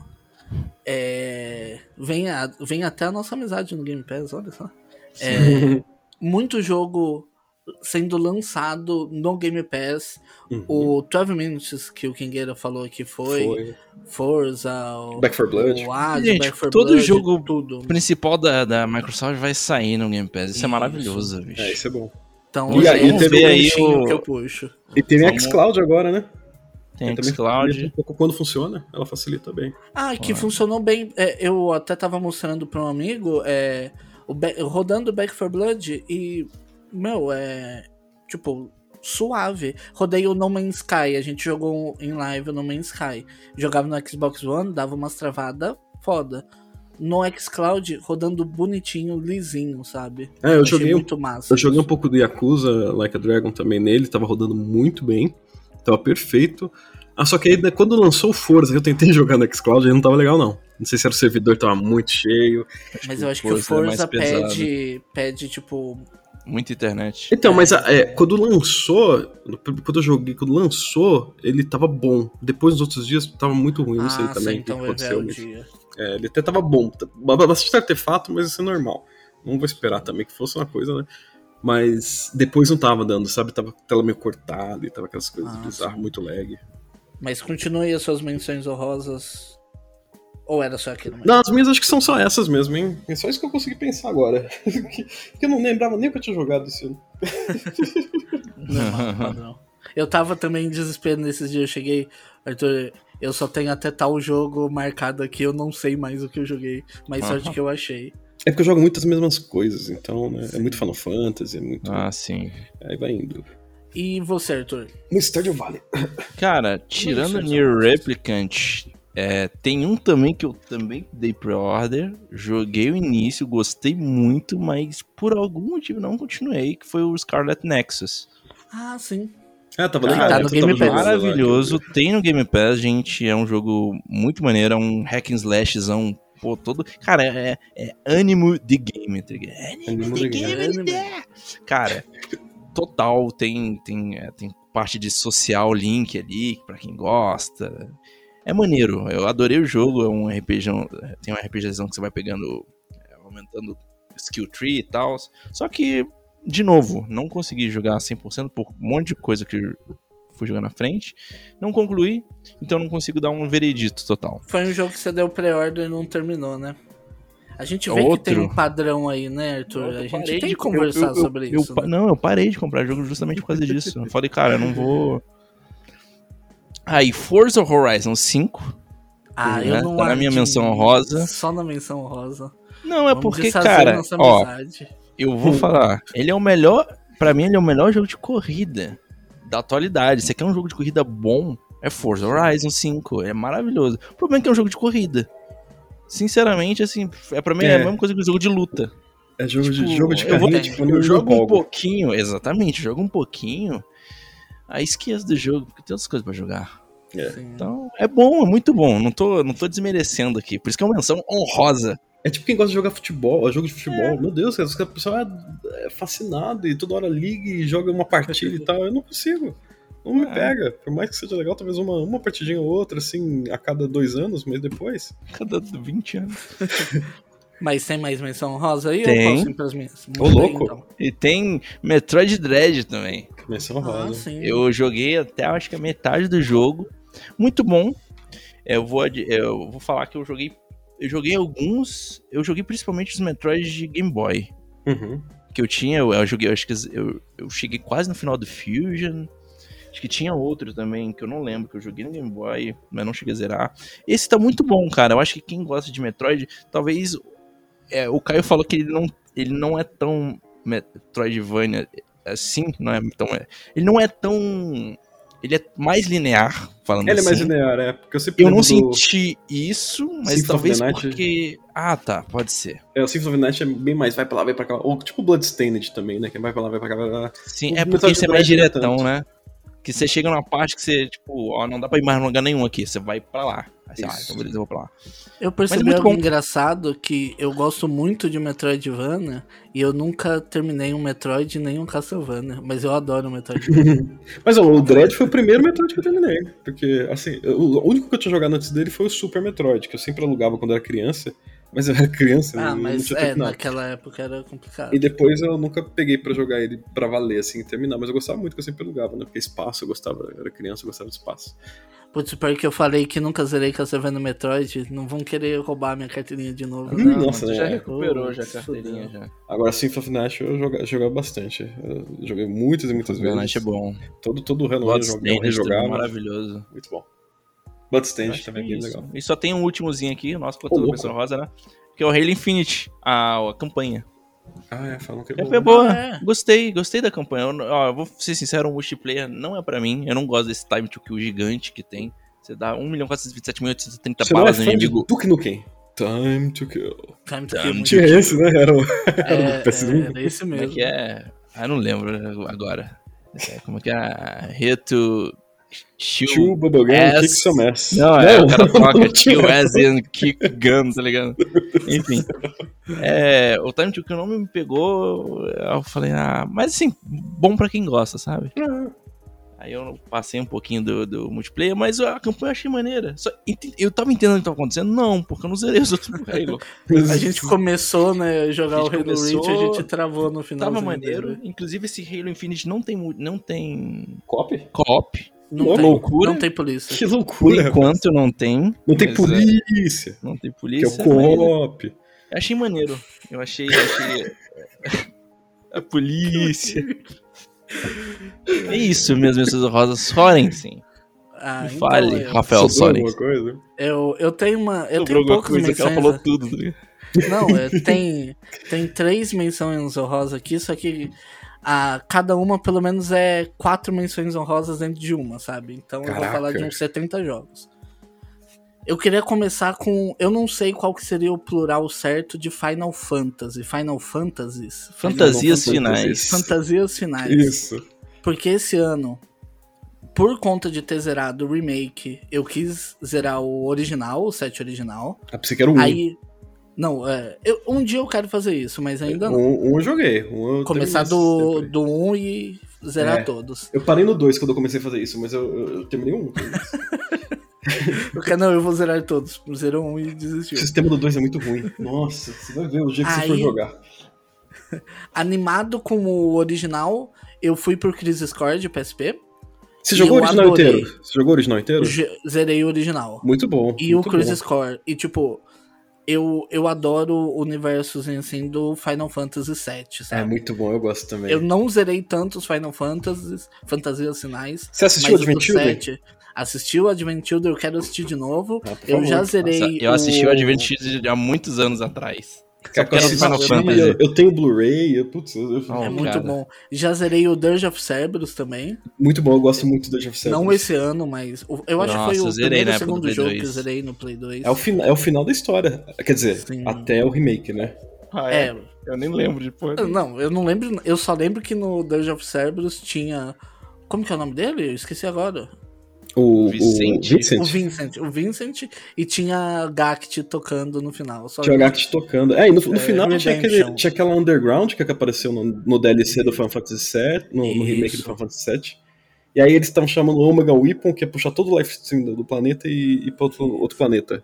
É, vem, a, vem até a nossa amizade no Game Pass, olha só. É, muito jogo sendo lançado no Game Pass. Uhum. O doze Minutes que o Kingueira falou aqui foi, Foi. Forza, o Back four Blood. o Hades, Gente, Back four todo Blood, jogo tudo. O principal da, da Microsoft vai sair no Game Pass. Isso, é Isso. maravilhoso, bicho. É, isso é bom. Então, E aí, vamos teve ver aí aí o- que eu puxo. E tem Vamos- xCloud agora, né? Tem Que também xCloud. facilita um pouco. Quando funciona, ela facilita bem. Ah, que Ah. funcionou bem. É, eu até tava mostrando pra um amigo, é, o Ba- rodando Back four Blood e, meu, é, tipo, suave. Rodei o No Man's Sky, a gente jogou em live o No Man's Sky. Jogava no Xbox One, dava umas travadas foda. No xCloud, rodando bonitinho, lisinho, sabe? É, eu Achei joguei, um- muito massa. eu joguei um isso. pouco do Yakuza Like a Dragon também nele, tava rodando muito bem, tava perfeito. Ah, só que aí né, quando lançou o Forza, eu tentei jogar no xCloud, aí não tava legal não. Não sei se era o servidor tava muito cheio. Mas que eu o acho que o Forza é mais Forza pesado. pede, pede, tipo, Muita internet. Então, mas é, quando lançou, quando eu joguei, quando lançou, ele tava bom. Depois nos outros dias tava muito ruim, não sei ah, também sim, o que então vai ver aconteceu. o Mas, dia. é, ele até tava bom. Bastante artefato, mas isso é normal. Não vou esperar também que fosse uma coisa, né? Mas depois não tava dando, sabe? Tava a tela meio cortada e tava aquelas coisas Ah, bizarras, sim. muito lag. Mas continue as suas menções honrosas. Ou era só aquilo mesmo? Não, as minhas acho que são só essas mesmo, hein? É só isso que eu consegui pensar agora. que eu não lembrava nem que eu tinha jogado esse ano. Normal, padrão. Eu tava também em desespero nesses dias. Eu cheguei, Arthur, eu só tenho até tal jogo marcado aqui, eu não sei mais o que eu joguei. Mas sorte Aham. que eu achei. É porque eu jogo muitas mesmas coisas, então, né? É muito Final Fantasy, é muito. Ah, sim. Aí vai indo. E você, Arthur? No Stardew Valley. Cara, tirando Isso, Nier isso. Replicant, é, tem um também que eu também dei pre-order, joguei o início, gostei muito, mas por algum motivo não continuei, que foi o Scarlet Nexus. Ah, sim. Ah, tava Cara, legal. tá no tu tava Game Pass. jogando lá, Maravilhoso, que tem no Game Pass, gente, é um jogo muito maneiro, é um hack and slashzão, pô, todo... Cara, é, é ânimo de game, tá ligado? Ânimo Ânimo de de game, game. né? Cara, total, tem, tem, é, tem parte de social link ali, pra quem gosta. É maneiro, eu adorei o jogo, é um RPGão, tem um RPGzão que você vai pegando, é, aumentando skill tree e tal. Só que, de novo, não consegui jogar cem por cento por um monte de coisa que eu fui jogar na frente. Não concluí, então não consigo dar um veredito total. Foi um jogo que você deu pré-order e não terminou, né? A gente vê Outro. que tem um padrão aí, né, Arthur? Eu A gente parei tem de- que conversar eu- eu- sobre eu- isso. eu- né? Não, eu parei de comprar jogo justamente por causa disso. Eu falei, cara, eu não vou... Aí, Forza Horizon cinco. Ah, né? eu não Tá na minha admito. menção honrosa. Só na menção honrosa. Não, é Vamos porque, desfazer cara, nossa ó, amizade. eu vou falar, ele é o melhor, pra mim ele é o melhor jogo de corrida da atualidade. Você quer um jogo de corrida bom, é Forza Horizon cinco, é maravilhoso. O problema é que é um jogo de corrida. Sinceramente, assim, é pra mim é, É. a mesma coisa que o jogo de luta. É jogo, de, Tipo, jogo de eu carrinho, vou- tipo, Eu no jogo um jogo. pouquinho, exatamente, jogo um pouquinho, aí esqueço do jogo, porque tem outras coisas pra jogar. É. Sim. Então, é bom, é muito bom, não tô, não tô desmerecendo aqui, por isso que é uma menção honrosa. É tipo quem gosta de jogar futebol, jogo de futebol. Meu Deus, cara, o pessoal é, é fascinado e toda hora liga e joga uma partida e tal. Eu não consigo. Não me É. pega. Por mais que seja legal, talvez uma, uma partidinha ou outra, assim, a cada dois anos, mas depois. Cada vinte anos. Mas tem mais menção honrosa aí? Tem. Ou eu posso ir pras minhas? Ô, Muito bem, louco. então. E tem Metroid Dread também. Menção Ah, rosa. sim. Eu joguei até acho que a metade do jogo. Muito bom. Eu vou, ad- eu vou falar que eu joguei. Eu joguei alguns. Eu joguei principalmente os Metroid de Game Boy. Uhum. Que eu tinha. Eu, eu joguei. Eu acho que eu, eu cheguei quase no final do Fusion. Acho que tinha outro também, que eu não lembro, que eu joguei no Game Boy, mas não cheguei a zerar. Esse tá muito bom, cara. Eu acho que quem gosta de Metroid, talvez. É, o Caio falou que ele não, ele não é tão Metroidvania assim, não é tão. Ele não é tão ele é mais linear, falando Ele assim. é mais linear, é. Porque eu sempre Eu não lembro do- senti isso, mas Symphony talvez of the Night. porque... Ah, tá, pode ser. É, o Symphony of the Night é bem mais, vai pra lá, vai pra cá. Ou tipo Bloodstained também, né? Que vai pra lá, vai pra cá, vai pra lá. Sim, O é porque Metroid isso é mais Dread não é diretão, tanto. né? Que você chega numa parte que você, tipo, ó, não dá pra ir mais em lugar nenhum aqui, você vai pra lá. Aí você, ah, Isso. então beleza, eu vou pra lá. Eu percebi muito algo bom. engraçado, que eu gosto muito de Metroidvania e eu nunca terminei um Metroid nem um Castlevania, mas eu adoro Metroidvania. Mas ó, o Dread foi o primeiro Metroid que eu terminei. Porque, assim, o o único que eu tinha jogado antes dele foi o Super Metroid, que eu sempre alugava quando eu era criança. Mas eu era criança, Ah, eu não mas tinha é, terminado. naquela época era complicado. E depois eu nunca peguei pra jogar ele pra valer, assim, terminar. Mas eu gostava muito, que eu sempre alugava, né? Porque espaço, eu gostava, eu era criança, eu gostava de espaço. Putz, pior que eu falei que nunca zerei Castlevania Metroid, não vão querer roubar minha carteirinha de novo. Hum, não. nossa, Tu já é. recuperou já a Putz, carteirinha fudeu. já. Agora, Symphony of the Night eu jogava, jogava bastante. Eu joguei muitas e muitas O vezes. Night é bom. Todo, todo o Halloween eu jogava, eu Bloodstained também, rejogava. maravilhoso. Muito bom. Eu Bloodstained acho também é que é bem isso. legal. E só tem um últimozinho aqui, nossa, Ô, botou a louco. pessoa rosa, né? Que é o Halo Infinite, a, a campanha. Ah, é, falam que é É, bom. foi boa, Ah, é? gostei, gostei da campanha. Eu, ó, eu vou ser sincero, o multiplayer não é pra mim. Eu não gosto desse time to kill gigante que tem. Você dá um milhão quatrocentos e vinte e sete mil oitocentos e trinta Você não é balas no fã de inimigo. Duke Nukem? Time to Kill. Time to Time Kill to muito Tinha bom. esse, né? Era o, era É, o P S um. era esse Como é mesmo. que é? Ah, eu não lembro agora. É, como é que é? Reto... Chew Bubblegum, ass- Kick Some Ass. Não, é, o cara não troca tinha Kill essa. As and Kick Gun, tá ligado? Enfim. É, o Time to Kill não me pegou. Eu falei, ah, mas assim, bom pra quem gosta, sabe? Aí eu passei um pouquinho do, do multiplayer, mas a campanha eu achei maneira. Só, ente- eu tava entendendo o que tava acontecendo? Não, porque eu não zerei os outros Halo. A gente começou, né, a jogar A o gente Halo começou, Reach, a gente travou no final. Tava maneiro. Inclusive esse Halo Infinite não tem, mu- não tem Cop? co-op. Não Uma tem, loucura. não tem polícia. Que Por loucura. enquanto não tem. Não tem mas, polícia. é, não tem Que é polícia. o mas co-op. eu achei maneiro. Eu achei. Eu achei... a polícia. É isso, minhas menções rosas. Sorensen. Ah, Me então, fale, eu, Rafael Sobrou Sorensen. alguma coisa? eu, eu tenho uma. Eu Sobrou tenho alguma poucas coisa que ela menções. falou né? tudo. tá ligado? Não, é, tem, tem três menções honrosas aqui, só que a, cada uma pelo menos é quatro menções honrosas dentro de uma, sabe? Então eu vou Caraca. falar de uns setenta jogos. Eu queria começar com. Eu não sei qual que seria o plural certo de Final Fantasy. Final Fantasies. Fantasias Final finais. Fantasies. Fantasias finais. Isso. Porque esse ano, por conta de ter zerado o remake, eu quis zerar o original, o set original. Ah, pensei que era um. Aí. Não, é, eu- um dia eu quero fazer isso, mas ainda não. Um, um eu joguei. Um eu Começar terminei do, sempre. do um e zerar É. todos. Eu parei no dois quando eu comecei a fazer isso, mas eu, eu, eu terminei um. Eu quero, não, eu vou zerar todos. Zerou um e O desistiu. sistema do dois é muito ruim. Nossa, você vai ver o dia que você for Aí- jogar. Animado com o original, eu fui pro Crisis Core de P S P. Você E jogou o eu original adorei. inteiro? Você jogou o original inteiro? Je- Zerei o original. Muito bom. E o muito Crisis bom. Core. E tipo, eu, eu adoro o universo assim do Final Fantasy sete, É sabe? muito bom, eu gosto também. Eu não zerei tanto os Final Fantasies, Fantasias Finais. Você assistiu mas o o do Advent Children? sete, assisti o Advent Children, eu quero assistir de novo. Ah, por eu favor. já zerei. Nossa, eu assisti o o Advent Children há muitos anos atrás. Só Cara, porque era do eu, Final assisti, Fantasy. eu, eu tenho Blu-ray, eu, putz, eu, eu- Oh, É muito cara. bom. Já zerei o Dirge of Cerberus também. muito bom, eu gosto muito do Jeff Não esse ano, mas. o- Eu acho Nossa, que foi eu o zerei primeiro na ou época do segundo Play jogo dois. que eu zerei no Play dois. É o, fina, é o final da história. Quer dizer, Sim. até o remake, né? Ah, É. Eu nem lembro de porra. Não, eu não lembro. Eu só lembro que no Dirge of Cerberus tinha. Como que é o nome dele? Eu esqueci agora. O Vicente. o Vincent. O Vincent. O Vincent e tinha Gact tocando no final. Só Tinha o Gact tocando. É, e no, no É, final tinha, Redemption. aquele, tinha aquela Underground que apareceu no, no D L C do Final Fantasy sete, no, no remake Isso. do Final Fantasy sete. E aí eles estavam chamando o Omega Weapon, que é puxar todo o lifestream do, do planeta e ir pra outro, outro planeta.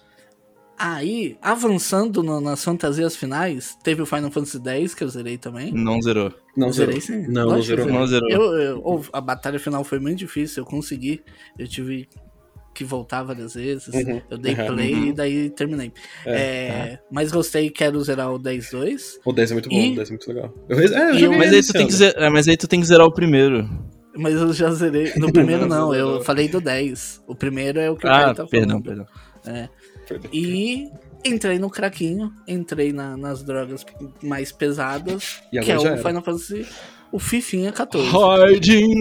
Aí, avançando no- nas fantasias finais, teve o Final Fantasy dez, que eu zerei também. Não zerou. Não Zerei zerou. sim. Não, não Lógico que zerou. eu Não zerou. Eu, eu- ou- a batalha final foi muito difícil, eu consegui. Eu tive que voltar várias vezes. Uhum, Eu dei uhum, play uhum. e daí terminei. É, É, Mas gostei, quero zerar o dez dois. O dez é muito bom, E- o dez é muito legal. Eu, é, eu e joguei eu- Mas ele aí, esse tu tem que ano. zerar, é, mas aí tu tem que zerar o primeiro. Mas eu já zerei. No primeiro Não, não, eu não. falei do dez. O primeiro é o que o Ah, cara tá perdão, falando. perdão. Perdão. E entrei no craquinho, entrei na- nas drogas mais pesadas, E que é agora o já era. Final Fantasy o Fifinha catorze. Hiding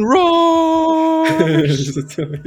Rush!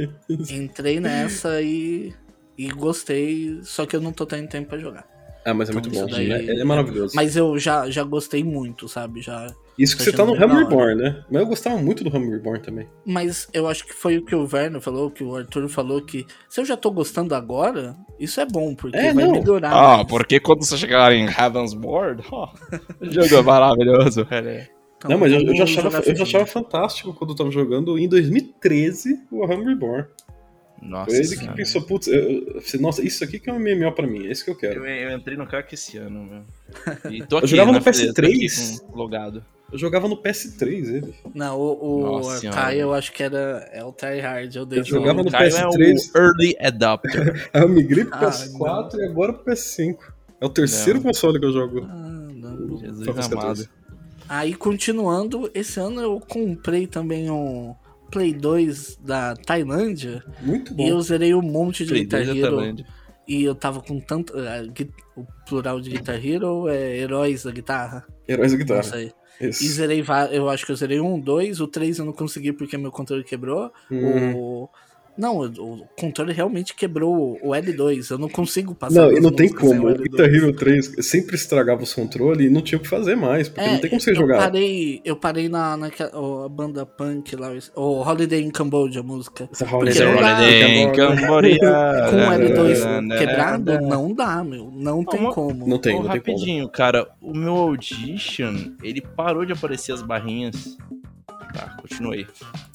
Entrei nessa e, e gostei, só que eu não tô tendo tempo pra jogar. Ah, mas é muito Então, bom, isso daí- né? Ele é maravilhoso. Mas eu já, já gostei muito, sabe? Já, Isso que tô você tá no achando bem Realm da hora. Reborn, né? Mas eu gostava muito do Realm Reborn também. Mas eu acho que foi o que o Werner falou, que o Arthur falou, que se eu já tô gostando agora, isso é bom, porque É, vai não. melhorar. Ah, mais. porque quando você chegar em Heaven's Board, ó, o jogo é maravilhoso, velho. Então, Não, mas eu, eu vamos já achava, jogar eu já Fifinha. achava fantástico quando eu tava jogando em dois mil e treze o Realm Reborn. Nossa Foi ele senhora. que pensou, putz, eu, eu, eu- nossa, isso aqui que é um M M O pra mim, é isso que eu quero. Eu, eu entrei no crack esse ano, meu. E tô aqui, jogava né, no P S filho? Tô três. aqui com logado. Eu jogava no P S três ele. Não, o, o Nossa senhora. Kai eu acho que era é o tryhard, eu dei Eu jogava O no Caio P S é três. o Early Adapter. Aí eu migrei pro Ah, P S quatro e agora pro P S cinco. É o terceiro Não. console que eu jogo. Ah, não. Jesus Final Fantasy amado. quatorze. Aí, continuando, esse ano eu comprei também um Play dois da Tailândia Muito e eu bom. zerei um monte de Play Guitar dois da Hero. Tailândia. E eu tava com tanto. ah, gui- o plural de Guitar Hero é heróis da guitarra. Heróis da Não guitarra. sei. E Isso. zerei vários. Eu acho que eu zerei um, dois, o três eu não consegui porque meu controle quebrou. Hum. O. Não, o, o controle realmente quebrou o L dois. Eu não consigo passar. Não, e das não tem músicas sem como. o O L dois. Guitar Hero três sempre estragava os controles e não tinha o que fazer mais, porque É, não tem como você eu jogar. Parei, eu parei na, naquela ó, a banda punk lá, o Holiday in Cambodia, a música. Essa Porque Holiday- não dá. Holiday in Cambodia. Com o L dois É, quebrado, é. não dá, meu. Não tem Uma- como. Não tem, Ô, não tem como. rapidinho, cara, o meu Audition, ele parou de aparecer as barrinhas. Tá, continue.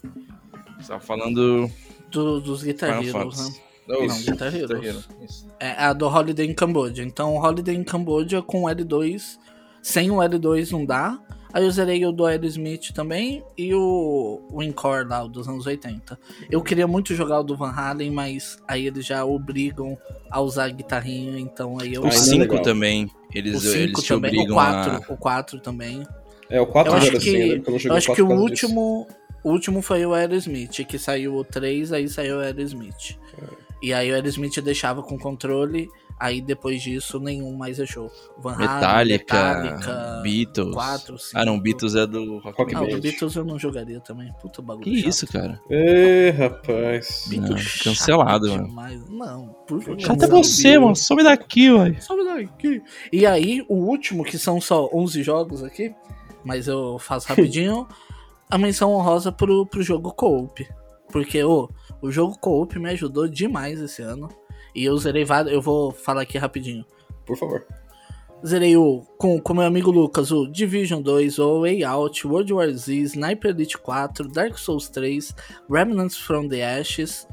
Você tava falando Do- dos Guitar Final Heroes, né? Fantasy. Não, Isso, Guitar Heroes. Guitar Hero, isso. É a do Holiday in Cambodia. Então, Holiday in Cambodia com o L dois. Sem o L dois não dá. Aí eu zerei o do Aerosmith também e o, o Encore lá, o dos anos oitenta. Eu queria muito jogar o do Van Halen, mas aí eles já obrigam a usar guitarrinha, então aí eu... O Ah, ainda é cinco legal. também, o eles, cinco eles te também, o obrigam quatro, a... o quatro também. É, o quatro Eu já acho era que, assim, né? Quando eu eu joguei acho o que quatro o por causa disso. último, o último foi o Aerosmith, que saiu o três, aí saiu o Aerosmith. E aí o Aerosmith deixava com controle, aí depois disso nenhum mais deixou. Van Halen, Metallica, Metallica, Beatles. quatro, cinco. Ah, não, Beatles é do Rock Rock Ah, Band. o Band. do Beatles eu não jogaria também. Puta bagulho Que chato. isso, cara? Ê, rapaz. Beatles Não, chato cancelado, mano. demais. Não, por favor. Chato Até Não, você, mano. Some daqui, ué. Sobe daqui. E aí, o último, que são só onze jogos aqui, mas eu faço rapidinho, a menção honrosa pro, pro jogo co-op. Porque ô, o jogo co-op me ajudou demais esse ano. E eu zerei vários. Eu vou falar aqui rapidinho. Por favor. Zerei o, com o meu amigo Lucas, o Division dois, o Way Out, World War Z, Sniper Elite quatro, Dark Souls três, Remnants from the Ashes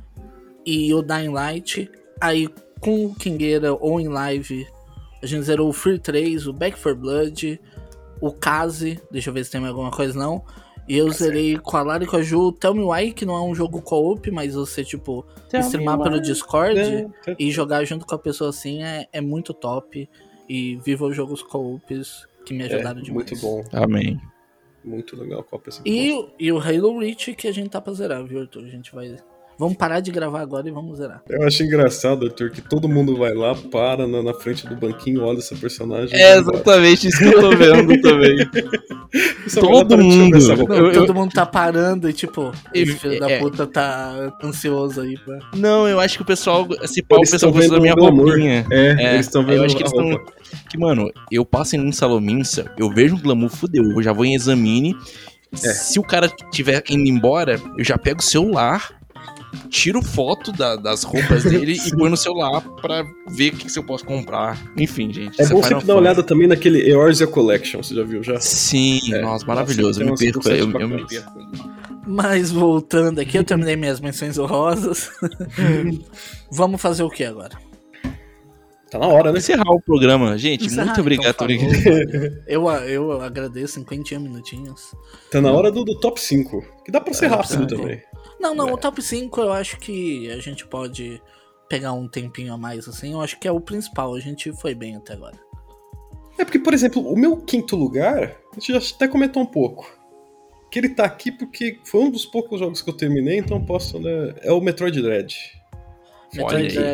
e o Dying Light. Aí com o Kingueira ou em live, a gente zerou o Free três, o Back four Blood, o Kaze, deixa eu ver se tem mais alguma coisa não. E eu zerei com a Lara e com a Ju, Tell Me Why, que não é um jogo co-op, mas você, tipo, Tell streamar me pelo why. Discord e jogar junto com a pessoa assim é, é muito top. E viva os jogos co-ops que me ajudaram É, demais. muito bom. Amém. Muito legal. Qual é E, e o Halo Reach que a gente tá pra zerar, viu, Arthur? A gente vai... Vamos parar de gravar agora e vamos zerar. Eu acho engraçado, Arthur, que todo mundo vai lá, para na, na frente do banquinho, olha essa personagem. É exatamente isso que eu tô vendo também. Só todo vai lá, para de mundo. jogar essa roupa. Não, Eu- todo mundo tá parando e, tipo, esse Eu- filho da é. puta tá ansioso aí pra... Não, eu acho que o pessoal, esse pau, o Eles pessoal estão gosta da vendo minha o glamour. roupinha. É, É, eles estão vendo eu acho que a eles estão. roupa. Que, mano, eu passo em um Salominsa, eu vejo um glamour, fudeu. Eu já vou em examine. É. Se o cara tiver indo embora, eu já pego o celular, tiro foto da- das roupas dele e põe no celular pra ver o que, que eu posso comprar. Enfim, gente. É isso bom Final sempre dar uma Fantasy. olhada também naquele Eorzea Collection, você já viu já? Sim, É, nossa, maravilhoso. nossa, eu me tem perco, uns eu, concetos eu me bacanas. perco. ali. Mas voltando aqui, eu terminei minhas menções honrosas. Vamos fazer o que agora? Tá na hora, né? Encerrar o programa, gente. Encerrar, muito obrigado. então, por- falou. eu, eu agradeço, cinquenta minutinhos. Tá na hora do, do top cinco. Que dá pra ser É, rápido tá. também. Não, não, É. o top cinco eu acho que a gente pode pegar um tempinho a mais, assim. Eu acho que é o principal, a gente foi bem até agora. É porque, por exemplo, o meu quinto lugar, a gente já até comentou um pouco. Que ele tá aqui porque foi um dos poucos jogos que eu terminei, então eu posso, né? É o Metroid Dread. Olha Metroid aí. Dread.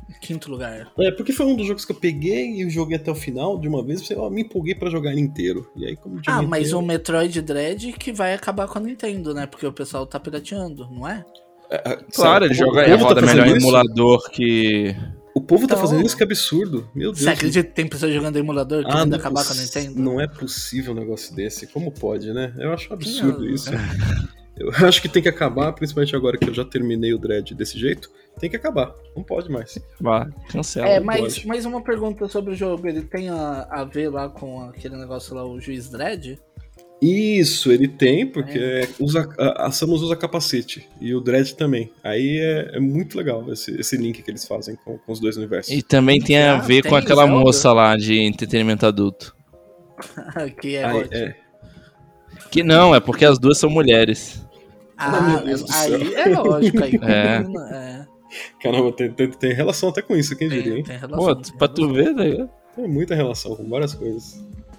quinto lugar. É, porque foi um dos jogos que eu peguei e joguei até o final de uma vez, eu me empolguei pra jogar ele inteiro. E aí, como Ah, mas inteiro... o Metroid Dread que vai acabar com a Nintendo, né? Porque o pessoal tá pirateando, não é? É, é, claro, ele joga e roda tá melhor em isso? emulador que... O povo Então, tá fazendo isso, que absurdo. Meu Deus. Você acredita que tem pessoa jogando emulador querendo não acabar é com a Nintendo? Não é possível um negócio desse. Como pode, né? Eu acho um absurdo Não. isso. Eu acho que tem que acabar, principalmente agora que eu já terminei o Dread desse jeito. Tem que acabar. Não pode mais. Vá, cancela. É, não mas, pode. mas uma pergunta sobre o jogo. Ele tem a, a ver lá com aquele negócio lá, o Juiz Dredd? Isso, ele tem, porque é. usa, a, a Samus usa capacete. E o Dread também. Aí é, é muito legal esse, esse link que eles fazem com, com os dois universos. E também tem a Ah, ver tem com aquela Zelda? moça lá de entretenimento adulto. que é Aí, ótimo. é. Que não, é porque as duas são mulheres. Ah, Oh, meu Deus do aí é lógico. Aí, É. é. Caramba, tem, tem, tem relação até com isso, quem diria, Tem, hein? tem relação. Pô, tem pra tu relação. ver, né? Tem muita relação com várias coisas.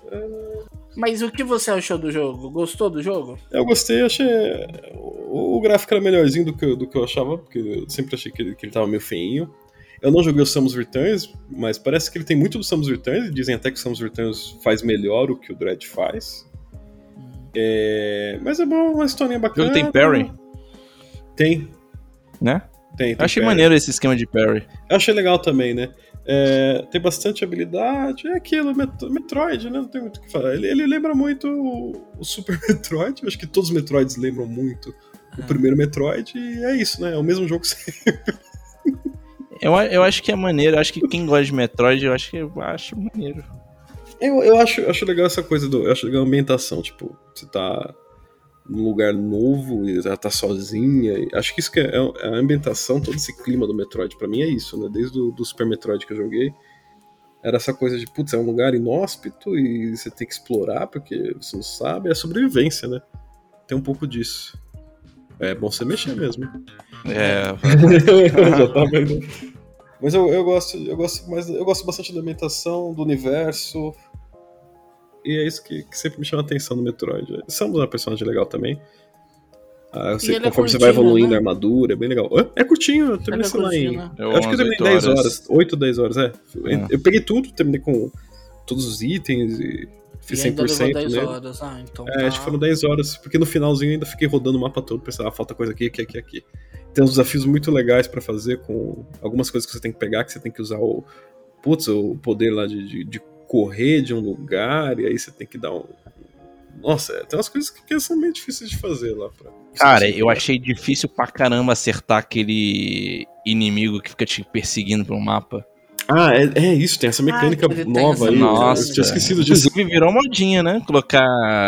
Mas o que você achou do jogo? Gostou do jogo? Eu gostei, achei. O, o gráfico era melhorzinho do que, eu- do que eu achava, porque eu sempre achei que ele, que ele tava meio feinho. Eu não joguei o Samus Returns, mas parece que ele tem muito do Samus Returns, e dizem até que o Samus Returns faz melhor o que o Dread faz. É, mas é bom, uma historinha O bacana. jogo tem parry, Tem, né? tem. Eu tem achei parry. maneiro esse esquema de parry. Eu achei legal também, né? É, tem bastante habilidade, é aquilo, Met- Metroid, né? Não tem muito o que falar. Ele, ele lembra muito o, o Super Metroid, eu acho que todos os Metroids lembram muito o primeiro Metroid, e é isso, né? É o mesmo jogo sempre. Eu, eu acho que é maneiro, eu acho que quem gosta de Metroid, eu acho que eu acho maneiro. Eu, eu acho, eu acho legal essa coisa do. Eu acho legal a ambientação, tipo, você tá num lugar novo e já tá sozinha. e acho que isso que é, é a ambientação, todo esse clima do Metroid, pra mim é isso, né? Desde o do Super Metroid que eu joguei. Era essa coisa de, putz, é um lugar inóspito e você tem que explorar porque você não sabe. É sobrevivência, né? Tem um pouco disso. É bom você mexer mesmo. É, Já tava indo. Mas eu, eu gosto, eu gosto mais, eu gosto bastante da ambientação, do universo. E é isso que, que sempre me chama a atenção no Metroid. Samus é uma personagem legal também. Ah, eu sei, ele é conforme você vai curtinho, evoluindo né? a armadura, é bem legal. Hã? É curtinho, eu terminei, Ele é sei lá, curtinho, em. né? Eu acho que eu terminei em onze dez horas. horas. oito, dez horas, é. Eu, É. eu peguei tudo, terminei com todos os itens e fiz E cem ainda por levou cento dez nele. horas. Ah, então É, tá... acho que foram dez horas, porque no finalzinho eu ainda fiquei rodando o mapa todo, pensando, ah, falta coisa aqui, aqui, aqui, aqui. Tem uns desafios muito legais pra fazer, com algumas coisas que você tem que pegar, que você tem que usar o, putz, o poder lá de, de, de correr de um lugar, e aí você tem que dar um... Nossa, é, tem umas coisas que, que são meio difíceis de fazer lá. Pra, cara, eu achei difícil pra caramba acertar aquele inimigo que fica te perseguindo pelo mapa. Ah, é, é isso, tem essa mecânica Ah, ele tem nova essa aí. Nossa, Eu tinha esquecido disso. Inclusive virou modinha, né? Colocar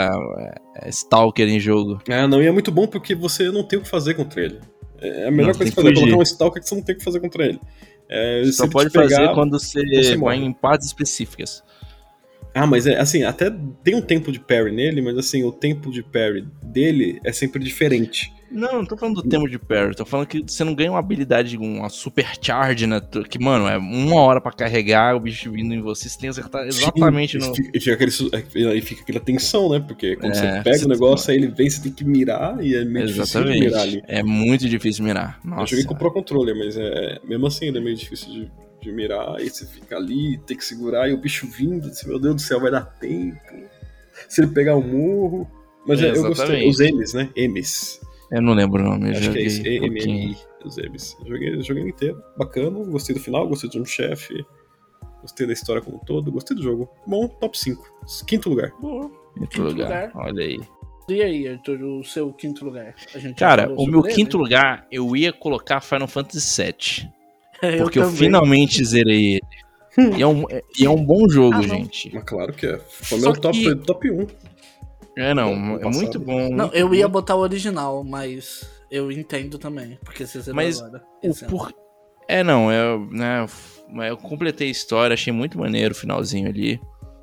é, Stalker em jogo. Ah, não, e é muito bom porque você não tem o que fazer contra ele. É a melhor Não, coisa tem que fazer, é que colocar fugir. um Stalker que você não tem o que fazer contra ele. É, se Só ele pode te pegar, fazer quando você, você vai morre. em partes específicas. Ah, mas é assim, até tem um tempo de parry nele, mas assim, o tempo de parry dele é sempre diferente. Não, não tô falando do tempo de parry, tô falando que você não ganha uma habilidade, uma supercharge, né? Que, mano, é uma hora pra carregar o bicho vindo em você, você tem que acertar exatamente Sim, no... E fica, e fica aquele su- aí fica aquela tensão, né? Porque quando É, você pega você- o negócio, aí ele vem, você tem que mirar, e é meio difícil de mirar ali. Exatamente. É muito difícil mirar. Eu Nossa. joguei com o Pro Controller, mas é, mesmo assim ele é meio difícil de, de mirar, aí você fica ali, tem que segurar, e o bicho vindo, assim, meu Deus do céu, vai dar tempo. Se ele pegar o murro. Mas É, é, eu gostei. exatamente. Os M's, né? M's. Eu não lembro o nome. Eu Acho que é joguei isso. um M M pouquinho. I. Os M's. Eu joguei, eu joguei ele inteiro. Bacana. Gostei do final, gostei do chefe. Gostei da história como um todo. Gostei do jogo. Bom, top cinco. Quinto lugar. Boa. Quinto Quinto lugar. lugar. Olha aí. E aí, Arthur, o seu quinto lugar? A gente já Cara, falou o sobre meu ele? quinto lugar, eu ia colocar Final Fantasy sete. Eu Porque eu, também. finalmente zerei ele. E é um, é- e é um bom jogo, Ah, não. gente. Mas claro que é. Foi Só meu top, que- top um. É, não, Ano é passado. muito bom. Não, muito eu ia bom. botar o original, mas eu entendo também, porque você zerou Mas agora. O esse ano. por... É, não, eu, né, f- eu completei a história, achei muito maneiro o finalzinho ali.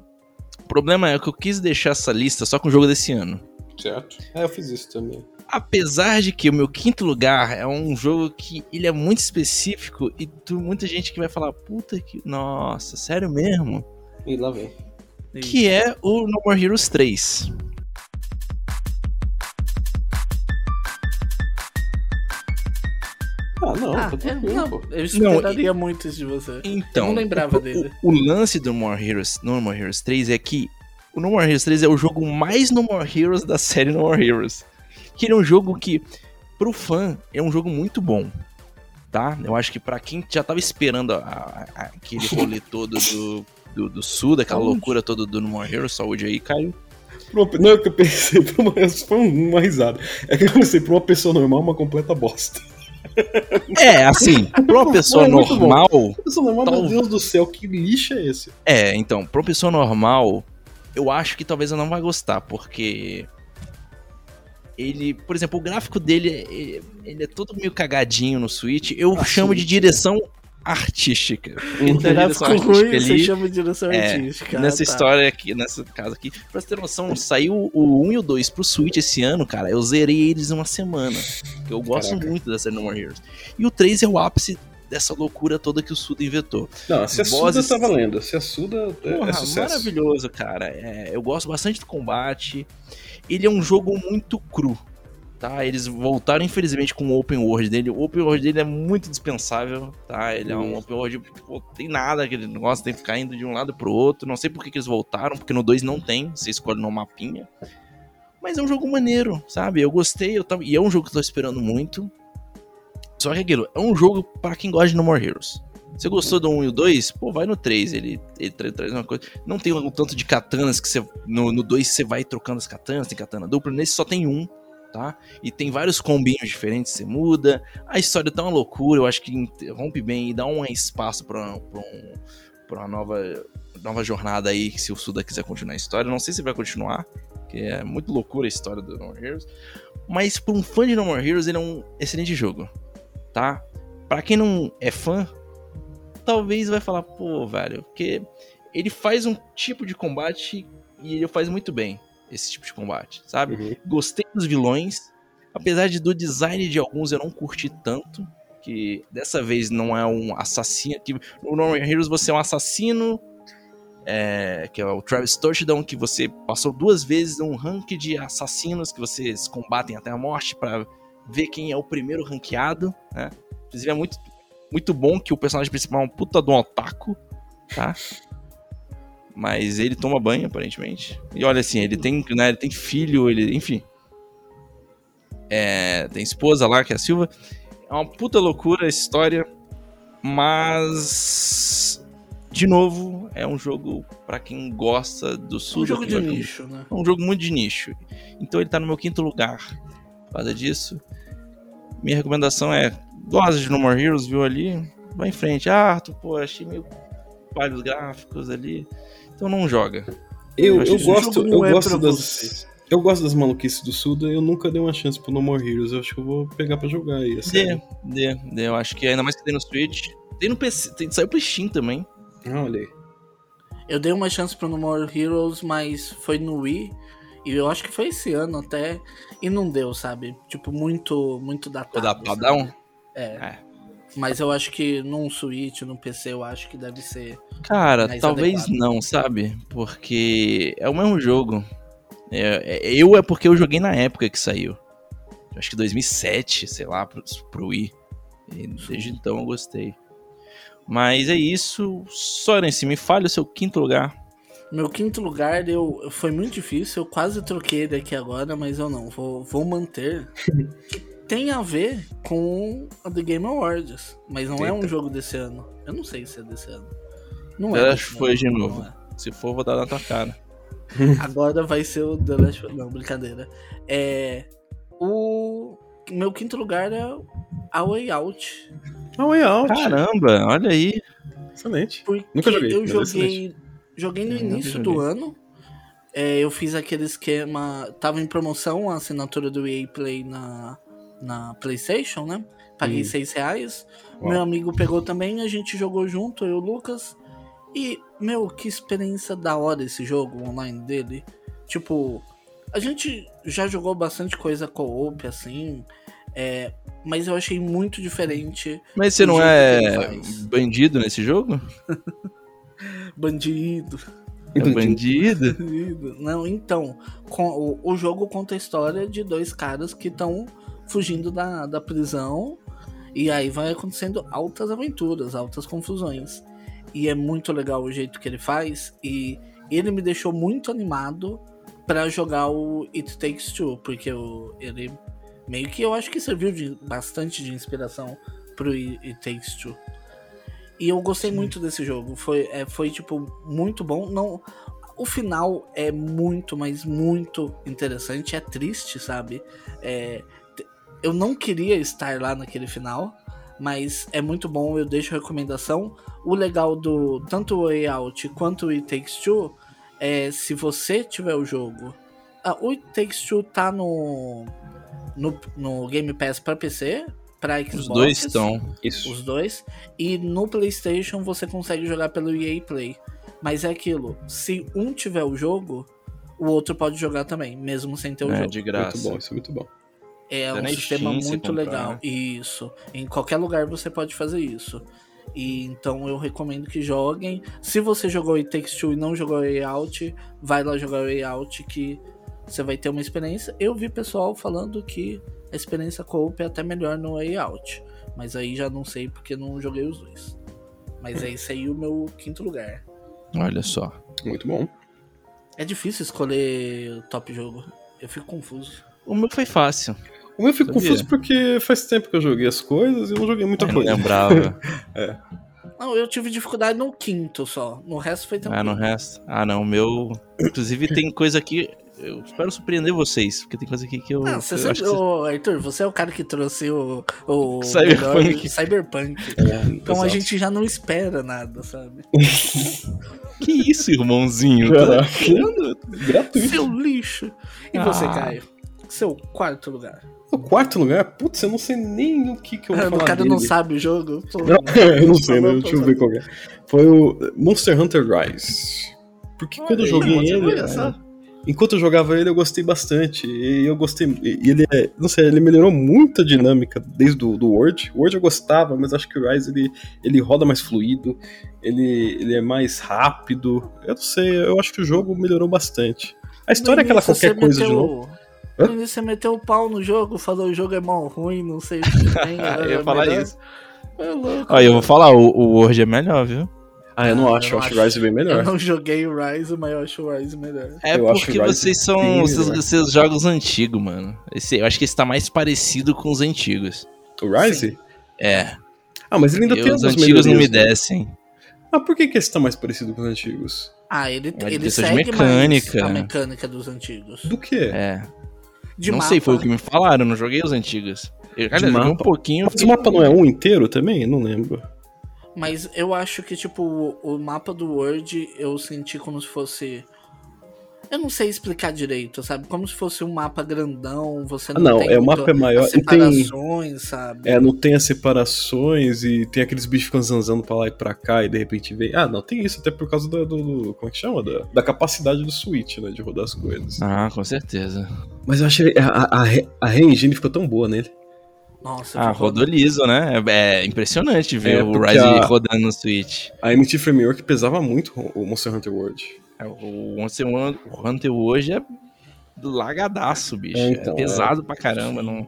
O problema é que eu quis deixar essa lista só com o jogo desse ano. Certo. É, eu fiz isso também. Apesar de que o meu quinto lugar é um jogo que ele é muito específico e tu, muita gente que vai falar, puta que... Nossa, sério mesmo? E lá vem. Que é o No More Heroes três. Ah, não, Ah, tá é, tranquilo, não, pô. eu esperaria muito isso de você. Então, Eu não lembrava o, dele. O, o lance do No More Heroes, No More Heroes três é que o No More Heroes três é o jogo mais No More Heroes da série No More Heroes. Que ele é um jogo que, pro fã, é um jogo muito bom, tá? Eu acho que pra quem já tava esperando a, a, aquele rolê todo do, do, do Sul, daquela Saúde. loucura toda do No More Heroes, saúde aí, Caio. Não é o que eu pensei, pra uma, foi uma risada. É que eu pensei, pra uma pessoa normal, uma completa bosta. É, assim, pra uma pessoa É muito bom. normal... Uma pessoa normal, Tal- meu Deus do céu, que lixo é esse? É, então, pra uma pessoa normal, eu acho que talvez eu não vai gostar, porque... Ele, por exemplo, o gráfico dele, ele, ele é todo meio cagadinho no Switch. Eu Ah, chamo de Switch, direção artística. Uhum. Tem a Gráfico direção ruim, artística você ali. chama de direção É, artística. nessa Ah, tá. história aqui, nessa casa aqui. Pra você ter noção, saiu o um e o dois pro Switch esse ano, cara. Eu zerei eles em uma semana. Eu gosto Caraca. muito da série No More Heroes. E o três é o ápice dessa loucura toda que o Suda inventou. Não, se a Vozes- Suda tá valendo. Se a Suda é, Porra, é sucesso. maravilhoso, cara. É, eu gosto bastante do combate. Ele é um jogo muito cru, tá? Eles voltaram, infelizmente, com o open world dele. O open world dele é muito dispensável, tá? Ele é um Hum. open world, pô, tem nada, aquele negócio tem que ficar indo de um lado pro outro. Não sei por que, que eles voltaram, porque no dois não tem, você escolhe no mapinha. Mas é um jogo maneiro, sabe? Eu gostei, eu tava... e é um jogo que eu tô esperando muito. Só que aquilo, é um jogo pra quem gosta de No More Heroes. Você gostou do um e o dois? Pô, vai no três, ele, ele tra- traz uma coisa. Não tem o tanto de katanas que você. No, no dois você vai trocando as katanas, tem katana dupla. Nesse só tem um, tá? E tem vários combinhos diferentes, você muda. A história tá uma loucura, eu acho que interrompe bem e dá um espaço pra, pra, um, pra uma nova, nova jornada aí, se o Suda quiser continuar a história. Não sei se vai continuar, porque é muito loucura a história do No More Heroes. Mas pra um fã de No More Heroes, ele é um excelente jogo, tá? Pra quem não é fã, talvez vai falar, pô, velho, porque ele faz um tipo de combate e ele faz muito bem esse tipo de combate, sabe? Uhum. Gostei dos vilões, apesar de do design de alguns eu não curti tanto, que dessa vez não é um assassino, que no No More Heroes você é um assassino, é, que é o Travis Touchdown, que você passou duas vezes um rank de assassinos que vocês combatem até a morte pra ver quem é o primeiro ranqueado, né? Inclusive é muito Muito bom que o personagem principal é um puta de um otaku, tá? Mas ele toma banho, aparentemente. E olha assim, ele tem, né, ele tem filho, ele, enfim. É, tem esposa lá, que é a Silva. É uma puta loucura a história, mas... De novo, é um jogo pra quem gosta do É sul. um jogo de nicho, né? É um jogo muito de nicho. Então ele tá no meu quinto lugar. Por causa disso, minha recomendação é... Gosta de No More Heroes, viu ali? Vai em frente. Ah, Arthur, pô, achei meio palhos gráficos ali. Então não joga. Eu, acho eu que esse gosto, jogo eu não é gosto pra das. você. Eu gosto das maluquices do Suda e eu nunca dei uma chance pro No More Heroes. Eu acho que eu vou pegar pra jogar aí. É Dê, sério. dê, dê. Eu acho que ainda mais que tem no Switch. Tem no P C, tem, saiu pro Steam também. Ah, olha aí. Eu dei uma chance pro No More Heroes, mas foi no Wii. E eu acho que foi esse ano até. E não deu, sabe? Tipo, muito, muito datado. Vou dar sabe? padrão. É. É. Mas eu acho que num Switch, no P C, eu acho que deve ser. Cara, Mais talvez adequado. não, sabe? Porque é o mesmo jogo. É, é- eu é porque eu joguei na época que saiu. Acho que dois mil e sete, sei lá, pro, pro Wii. E desde então eu gostei. Mas é isso. Sorense, me fale o seu quinto lugar. Meu quinto lugar eu, foi muito difícil, eu quase troquei ele aqui agora, mas eu não, vou, vou manter. Que tem a ver com a The Game Awards, mas não é um Eita. jogo desse ano. Eu não sei se é desse ano. Não The é. Last desse foi de ano, novo. não é. Se for, vou dar na tua cara. Agora vai ser o The Last of Us. Não, brincadeira. É. O meu quinto lugar é A Way Out. Ah, Way Out. Caramba, olha aí. Excelente. Porque Nunca joguei, eu mas é joguei. excelente. Joguei no Eu nunca início joguei. do ano. É, eu fiz aquele esquema. Tava em promoção a assinatura do E A Play na, na PlayStation, né? Paguei Hum. seis reais. Uau. Meu amigo pegou também, a gente jogou junto, eu e o Lucas. E, meu, que experiência da hora esse jogo online dele. Tipo, a gente já jogou bastante coisa co-op, assim. É, mas eu achei muito diferente. Mas você o não jeito é que ele faz. bandido nesse jogo? Bandido. É bandido? Bandido. Não, então, com- o, o jogo conta a história de dois caras que estão fugindo da, da prisão E aí vai acontecendo altas aventuras, altas confusões. E é muito legal o jeito que ele faz. E ele me deixou muito animado pra jogar o It Takes Two. Porque eu, ele meio que eu acho que serviu de, bastante de inspiração pro It Takes Two. E eu gostei Sim. muito desse jogo. Foi, é, foi tipo, muito bom. Não, o final é muito, mas muito interessante. É triste, sabe? É, eu não queria estar lá naquele final, mas é muito bom. Eu deixo a recomendação. O legal do tanto o Way Out quanto o It Takes Two é se você tiver o jogo. Ah, o It Takes Two tá no, no, no Game Pass pra P C, pra Xbox. Os dois estão. Isso. Os dois. E no PlayStation você consegue jogar pelo E A Play. Mas é aquilo, se um tiver o jogo, o outro pode jogar também, mesmo sem ter o é, jogo. De graça. Muito bom, isso é muito bom. É um sistema muito legal. Isso. Em qualquer lugar você pode fazer isso. E então eu recomendo que joguem. Se você jogou It Takes Two e não jogou Way Out, vai lá jogar Way Out que você vai ter uma experiência. Eu vi pessoal falando que a experiência co-op é até melhor no Way Out. Mas aí já não sei porque não joguei os dois. Mas é esse aí o meu quinto lugar. Olha só. Muito bom. É difícil escolher o top jogo. Eu fico confuso. O meu foi fácil. O meu eu fico Sabia? confuso porque faz tempo que eu joguei as coisas e eu não joguei muita eu coisa. Não lembrava. é. Não, eu tive dificuldade no quinto só. No resto foi tranquilo. Ah, no resto? Ah, não. O meu... Inclusive tem coisa aqui... Eu espero surpreender vocês, porque tem coisa aqui que eu... Ah, você eu sabe, acho ô, que... Arthur, você é o cara que trouxe o... o Cyberpunk. Cyberpunk. É, então exato. A gente já não espera nada, sabe? Que isso, irmãozinho? Gratuito. Seu lixo. E ah. você, Caio? Seu quarto lugar. O quarto lugar? Putz, eu não sei nem o que, que eu vou falar. O cara dele. não sabe o jogo? Pô, não, eu não sei, né? Deixa eu ver qual é. Foi o Monster Hunter Rise. Porque Olha quando eu joguei aí, ele. É, enquanto eu jogava ele, eu gostei bastante. E eu gostei. E ele é. Não sei, ele melhorou muito a dinâmica desde o do World. O World eu gostava, mas acho que o Rise ele, ele roda mais fluido. Ele, ele é mais rápido. Eu não sei, eu acho que o jogo melhorou bastante. A história é aquela qualquer coisa meteu... de novo. Quando você meteu o pau no jogo, falou o jogo é mal ruim, não sei o que tem. Eu ia falar melhor. Isso. É louco. Ó, eu vou falar, o, o Word é melhor, viu? Ah, eu não ah, acho, eu, eu acho o Rise bem melhor. Eu não joguei o Rise, mas eu acho o Rise melhor. É eu porque vocês são os seus, seus jogos antigos, mano. Esse, eu acho que esse tá mais parecido com os antigos. O Rise? Sim. É. Ah, mas ele ainda e tem os antigos não me descem. Ah, por que, que esse tá mais parecido com os antigos? Ah, ele, é ele segue mecânica. mais a mecânica dos antigos. Do quê? É. De não mapa. sei, foi o que me falaram, não joguei os antigos. Eu já joguei um pouquinho. Mas o mapa não é um inteiro também? Não lembro. Mas eu acho que, tipo, o, o mapa do World eu senti como se fosse... Eu não sei explicar direito, sabe? Como se fosse um mapa grandão, você não, ah, não tem é, o mapa é maior, as separações, e tem, sabe? É, não tem as separações e tem aqueles bichos ficando zanzando pra lá e pra cá e de repente vem... Ah, não, tem isso até por causa do... do, do como é que chama? Da, da capacidade do Switch, né? De rodar as coisas. Ah, com certeza. Mas eu achei... A, a, a re-engine ficou tão boa nele. Nossa, ah, rodou liso, né? É impressionante ver é, o Rise a, rodando no Switch. A M T Framework pesava muito o Monster Hunter World. O Monster Hunter hoje é lagadaço, bicho. É, então, é pesado é. pra caramba. Não...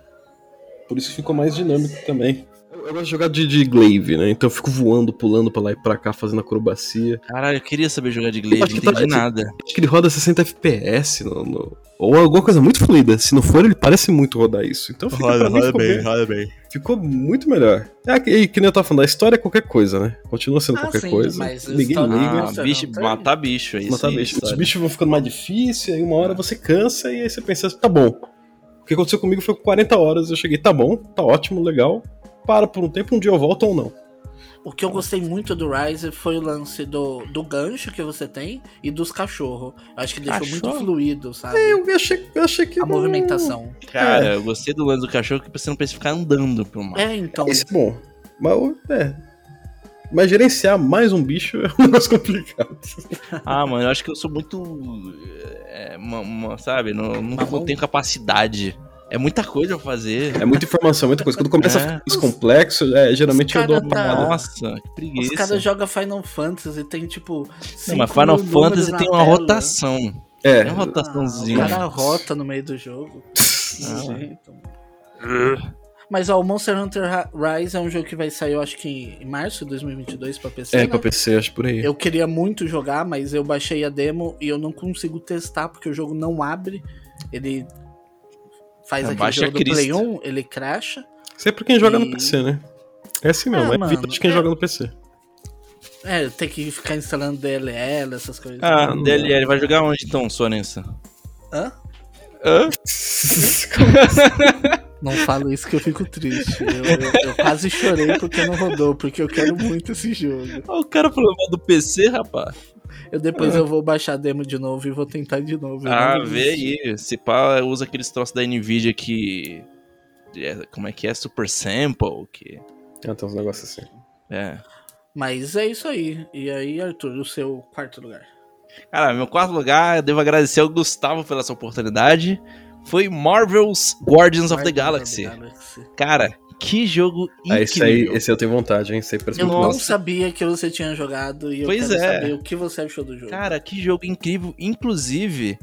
Por isso ficou mais dinâmico também. Eu, eu gosto de jogar de, de glaive, né? Então eu fico voando, pulando pra lá e pra cá, fazendo acrobacia. Caralho, eu queria saber jogar de glaive, não entendi tá, nada. Acho que ele roda sessenta F P S no, no... ou alguma coisa muito fluida. Se não for, ele parece muito rodar isso. Então fica roda, mim, roda bem, bem, roda bem. Ficou muito melhor. É, e que nem eu tava falando, a história é qualquer coisa, né? Continua sendo ah, qualquer sim, coisa. Ninguém liga. Ah, bicho, matar bicho aí. Matar bicho. Os bichos vão ficando mais difíceis, aí uma hora você cansa e aí você pensa, tá bom. O que aconteceu comigo foi com quarenta horas, eu cheguei, tá bom, tá ótimo, legal. Para por um tempo, um dia eu volto ou não. O que eu gostei muito do Rise foi o lance do, do gancho que você tem e dos cachorros. Eu acho que deixou Cachorro? muito fluido, sabe? É, eu achei, eu achei que... A não... movimentação. Cara, é. eu gostei do lance do cachorro que você não precisa ficar andando pro mapa. É, então... Isso é bom. Mas, é... Mas gerenciar mais um bicho é um negócio complicado. Ah, mano, eu acho que eu sou muito... É, uma, uma, sabe? Não, não, não tenho capacidade... É muita coisa pra fazer. É muita informação, muita coisa. Quando começa é. a ficar mais complexo, é, geralmente eu dou uma parada. Nossa, que preguiça. Os caras jogam Final Fantasy e tem tipo. Não, mas Final Fantasy tem uma tela. rotação. É. Tem uma rotaçãozinha. Ah, o cara rota no meio do jogo. Ah, Mas ó, o Monster Hunter Rise é um jogo que vai sair, eu acho que em março de dois mil e vinte e dois pra P C, É, né? pra P C, acho por aí. Eu queria muito jogar, mas eu baixei a demo e eu não consigo testar, porque o jogo não abre. Ele faz É, aquele baixa jogo do Cristo. Play um, ele crasha. Isso é pra quem joga E- no P C, né? É assim mesmo, Ah, é mano, vida de quem é- joga no P C. É, tem que ficar instalando D L L, essas coisas. Ah, não D L L, vai jogar onde então, Sorensa? Hã? Hã? Não falo isso que eu fico triste. Eu, eu- eu quase chorei porque não rodou, porque eu quero muito esse jogo. O cara falou mal do P C, rapaz. Eu depois eu vou baixar a demo de novo e vou tentar de novo. eu Ah, não vê desisto. aí. Se pá, usa aqueles troços da Nvidia que... é, como é que é? Super Sample, que... Ah, tem uns negócios assim. É. Mas é isso aí. E aí, Arthur, o seu quarto lugar? Cara, meu quarto lugar, eu devo agradecer ao Gustavo pela essa oportunidade. Foi Marvel's Guardians of the Galaxy. Galaxy. Cara, que jogo incrível. Ah, esse aí, esse eu tenho vontade, hein? Esse aí parece Eu muito não massa. sabia que você tinha jogado e eu Pois quero é. saber o que você achou do jogo. Cara, que jogo incrível. Inclusive,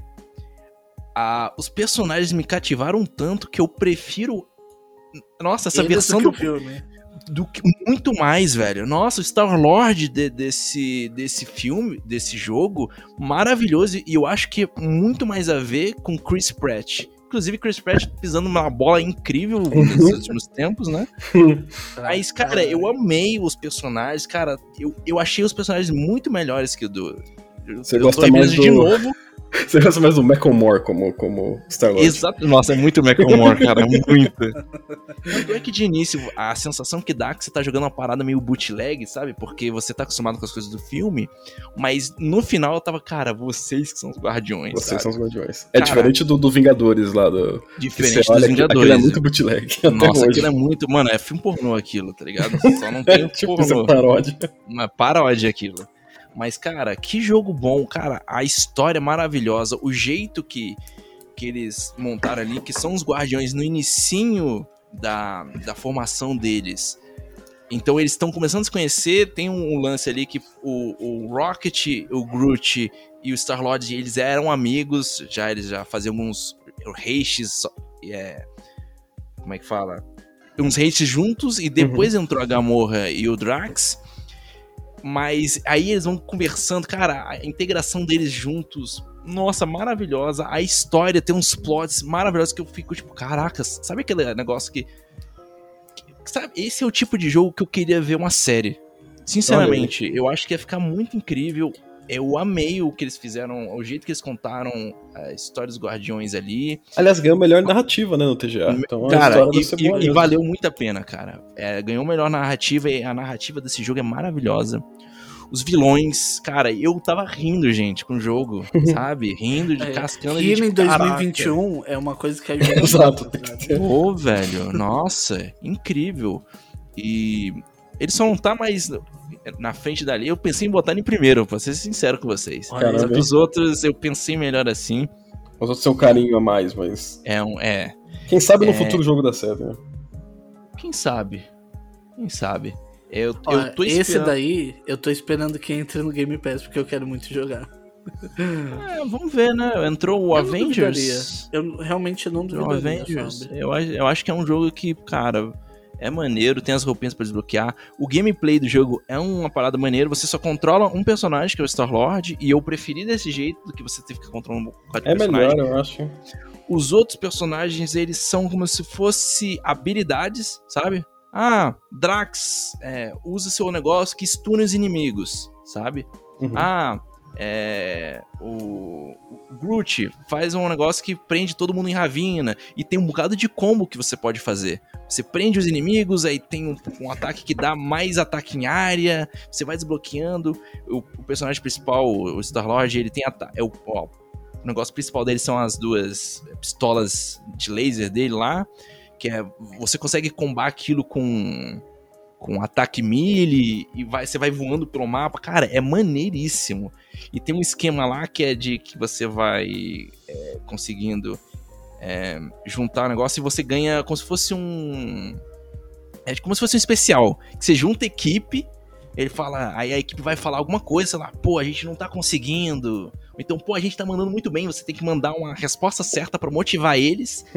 a- os personagens me cativaram tanto que eu prefiro... Nossa, essa Eles versão do do, que o filme. do que muito mais, velho. Nossa, o Star-Lord de- desse, desse filme, desse jogo, maravilhoso. E eu acho que é muito mais a ver com Chris Pratt. Inclusive, Chris Pratt pisando uma bola incrível nesses últimos tempos, né? Mas, cara, eu amei os personagens. Cara, eu, eu achei os personagens muito melhores que o do... Você eu gosta tô mais repetindo do- de novo. Você gosta mais do Macklemore como, como Star-Lord. Exato. Nossa, é muito Macklemore, cara, é muito. Tanto é que de início, a sensação que dá é que você tá jogando uma parada meio bootleg, sabe? Porque você tá acostumado com as coisas do filme, mas no final eu tava, cara, vocês que são os guardiões, Vocês sabe? são os guardiões. É Cara, diferente do, do Vingadores lá. Do, que Diferente você dos olha, Vingadores. Aquilo é muito bootleg. Até Nossa, hoje. aquilo é muito... Mano, é filme pornô aquilo, tá ligado? Só não tem É o tipo essa pornô. paródia. Uma paródia aquilo. Mas, cara, que jogo bom, cara. A história é maravilhosa. O jeito que, que eles montaram ali, que são os guardiões no inicinho da, da formação deles. Então eles estão começando a se conhecer. Tem um, um lance ali que o, o Rocket, o Groot e o Star-Lord, eles eram amigos. Já eles já faziam uns hastes, é, como é que fala? Uns hastes juntos. E depois uhum. entrou a Gamorra e o Drax. Mas aí eles vão conversando, cara, a integração deles juntos, nossa, maravilhosa. A história tem uns plots maravilhosos que eu fico tipo, caracas, sabe aquele negócio que, que... Sabe, esse é o tipo de jogo que eu queria ver uma série. Sinceramente, eu acho que ia ficar muito incrível. Eu amei o que eles fizeram, o jeito que eles contaram a história dos Guardiões ali. Aliás, ganhou melhor narrativa, né, no T G A. Então, cara, a e, e, boa e valeu muito a pena, cara. É, ganhou melhor narrativa e a narrativa desse jogo é maravilhosa. Os vilões, cara, eu tava rindo, gente, com o jogo, sabe? Rindo, de é, cascando. Rindo de em dois mil e vinte e um é uma coisa que ajuda. Exato. Pô, velho, nossa, incrível. E ele só não tá mais na frente dali. Eu pensei em botar ele em primeiro, pra ser sincero com vocês. Caramba, Só que os outros eu pensei melhor assim. Os outros são carinho a mais, mas... É um, é... Quem sabe no é... futuro jogo dá certo, né? Quem sabe? Quem sabe? Eu, Olha, eu tô esperando... Esse daí, eu tô esperando que entre no Game Pass, porque eu quero muito jogar. É, vamos ver, né? Entrou o eu Avengers. Eu realmente não duvidaria. O Avengers. Eu, eu acho que é um jogo que, cara, é maneiro, tem as roupinhas pra desbloquear. O gameplay do jogo é uma parada maneira. Você só controla um personagem, que é o Star-Lord, e eu preferi desse jeito do que você teve que controlar um quatro É personagens. melhor, eu acho. Os outros personagens, eles são como se fosse habilidades, sabe? Ah, Drax é, usa seu negócio que stuna os inimigos, sabe? Uhum. Ah, é, o, o Groot faz um negócio que prende todo mundo em ravina. E tem um bocado de combo que você pode fazer. Você prende os inimigos, aí tem um, um ataque que dá mais ataque em área. Você vai desbloqueando. O, o personagem principal, o Star-Lord, ele tem ataque. É o, ó, o negócio principal dele são as duas pistolas de laser dele lá. Que é, você consegue combar aquilo com, com ataque melee e vai, você vai voando pelo mapa. Cara, é maneiríssimo. E tem um esquema lá que é de que você vai é, conseguindo é, juntar o negócio e você ganha como se fosse um... É como se fosse um especial. Que você junta equipe, ele fala... Aí a equipe vai falar alguma coisa, sei lá, pô, a gente não tá conseguindo... Ou então, pô, a gente tá mandando muito bem, você tem que mandar uma resposta certa pra motivar eles...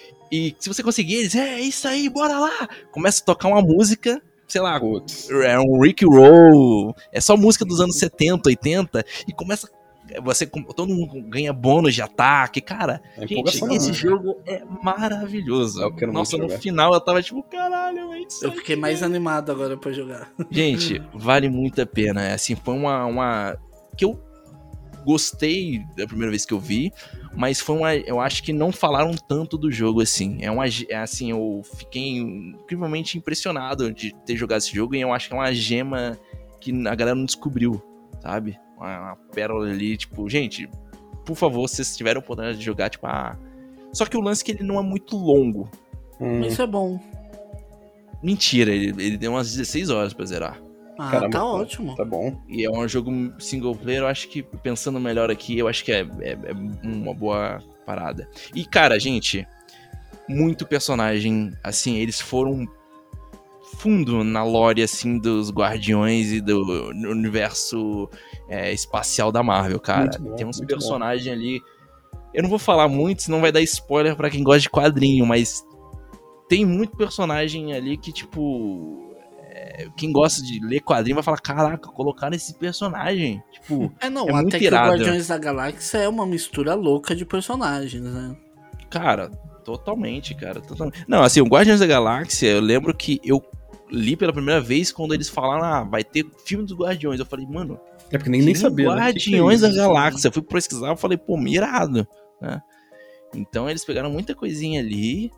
E se você conseguir, eles, é isso aí, bora lá! Começa a tocar uma música, sei lá, Putz. é um Rick Roll, é só música dos anos setenta, oitenta, e começa, você, todo mundo ganha bônus de ataque, cara, É gente, empolgação, esse né? jogo é maravilhoso. Eu quero Nossa, muito no jogar. final eu tava tipo, caralho, é isso Eu aí, fiquei mais velho. animado agora pra jogar. Gente, vale muito a pena, é assim, foi uma, uma, que eu gostei da primeira vez que eu vi, mas foi uma, eu acho que não falaram tanto do jogo assim. É uma, é assim, eu fiquei incrivelmente impressionado de ter jogado esse jogo e eu acho que é uma gema que a galera não descobriu, sabe? Uma, uma pérola ali, tipo, gente, por favor, se vocês tiverem a oportunidade de jogar, tipo, ah... Só que o lance é que ele não é muito longo. Hum, Isso é bom. Mentira, ele, ele deu umas dezesseis horas pra zerar. Ah, caramba, tá ótimo. Tá bom. E é um jogo single player, eu acho que, pensando melhor aqui, eu acho que é, é, é uma boa parada. E, cara, gente, muito personagem, assim, eles foram fundo na lore, assim, dos Guardiões e do universo é, espacial da Marvel, cara. Muito bom, Tem uns muito personagens ali... Eu não vou falar muito, senão vai dar spoiler pra quem gosta de quadrinho, mas tem muito personagem ali que, tipo... Quem gosta de ler quadrinho vai falar, caraca, colocaram esse personagem. Tipo, É, não, é muito até que irado. o Guardiões da Galáxia é uma mistura louca de personagens, né? Cara, totalmente, cara. Totalmente. Não, assim, o Guardiões da Galáxia, eu lembro que eu li pela primeira vez quando eles falaram, ah, vai ter filme dos Guardiões. Eu falei, mano, É porque nem, nem tem sabia, né? Guardiões Que que é da isso? Galáxia. Eu fui pesquisar, eu falei, pô, mirado, né? Então eles pegaram muita coisinha ali.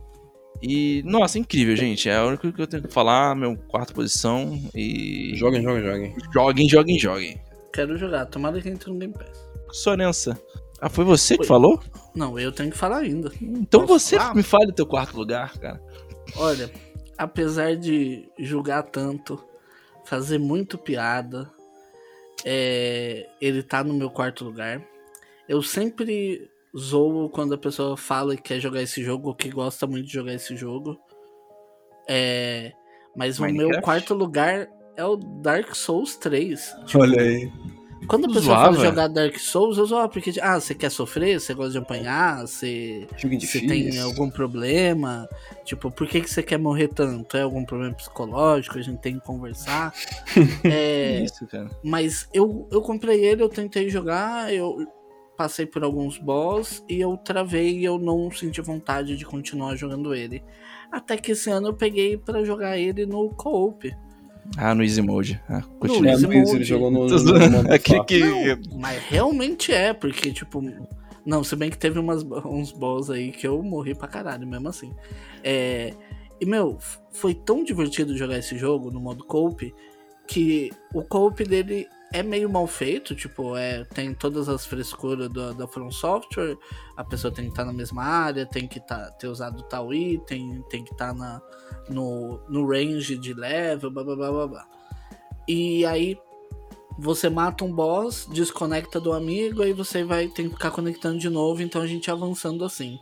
E, nossa, incrível, gente. É a única que eu tenho que falar, meu quarta posição. E. Joguem, joguem, joguem. Joguem, joguem, joguem. Quero jogar, tomara que entre no Game Pass. Sorença. Ah, foi você que Foi. falou? Não, eu tenho que falar ainda. Então Posso você falar? me fale do teu quarto lugar, cara. Olha, apesar de julgar tanto, fazer muito piada, é, ele tá no meu quarto lugar. Eu sempre zoo quando a pessoa fala que quer jogar esse jogo ou que gosta muito de jogar esse jogo. É, mas o Minecraft? meu quarto lugar é o Dark Souls três. Olha aí. Quando a pessoa Zoava? fala jogar Dark Souls, eu zoo porque, ah, você quer sofrer, você gosta de apanhar, você, Jogo você difícil. tem algum problema, tipo, por que, que você quer morrer tanto? É algum problema psicológico? A gente tem que conversar. É, Isso, cara. mas eu, eu comprei ele, eu tentei jogar, eu passei por alguns boss e eu travei e eu não senti vontade de continuar jogando ele. Até que esse ano eu peguei pra jogar ele no co-op. Ah, no Easy Mode. Ah, No continua. É, Easy no Easy, Mode. ele jogou no, Tô no, zoando. no modo Aqui fácil. que... Não, mas realmente é, porque, tipo... Não, se bem que teve umas, uns boss aí que eu morri pra caralho, mesmo assim. É, e, meu, foi tão divertido jogar esse jogo no modo co-op, que o co-op dele é meio mal feito, tipo, é, tem todas as frescuras da, da From Software, a pessoa tem que estar na mesma área, tem que tá, ter usado tal item, tem que estar na, no, no range de level, blá blá blá blá blá. E aí você mata um boss, desconecta do amigo, aí você vai ter que ficar conectando de novo, então a gente avançando assim.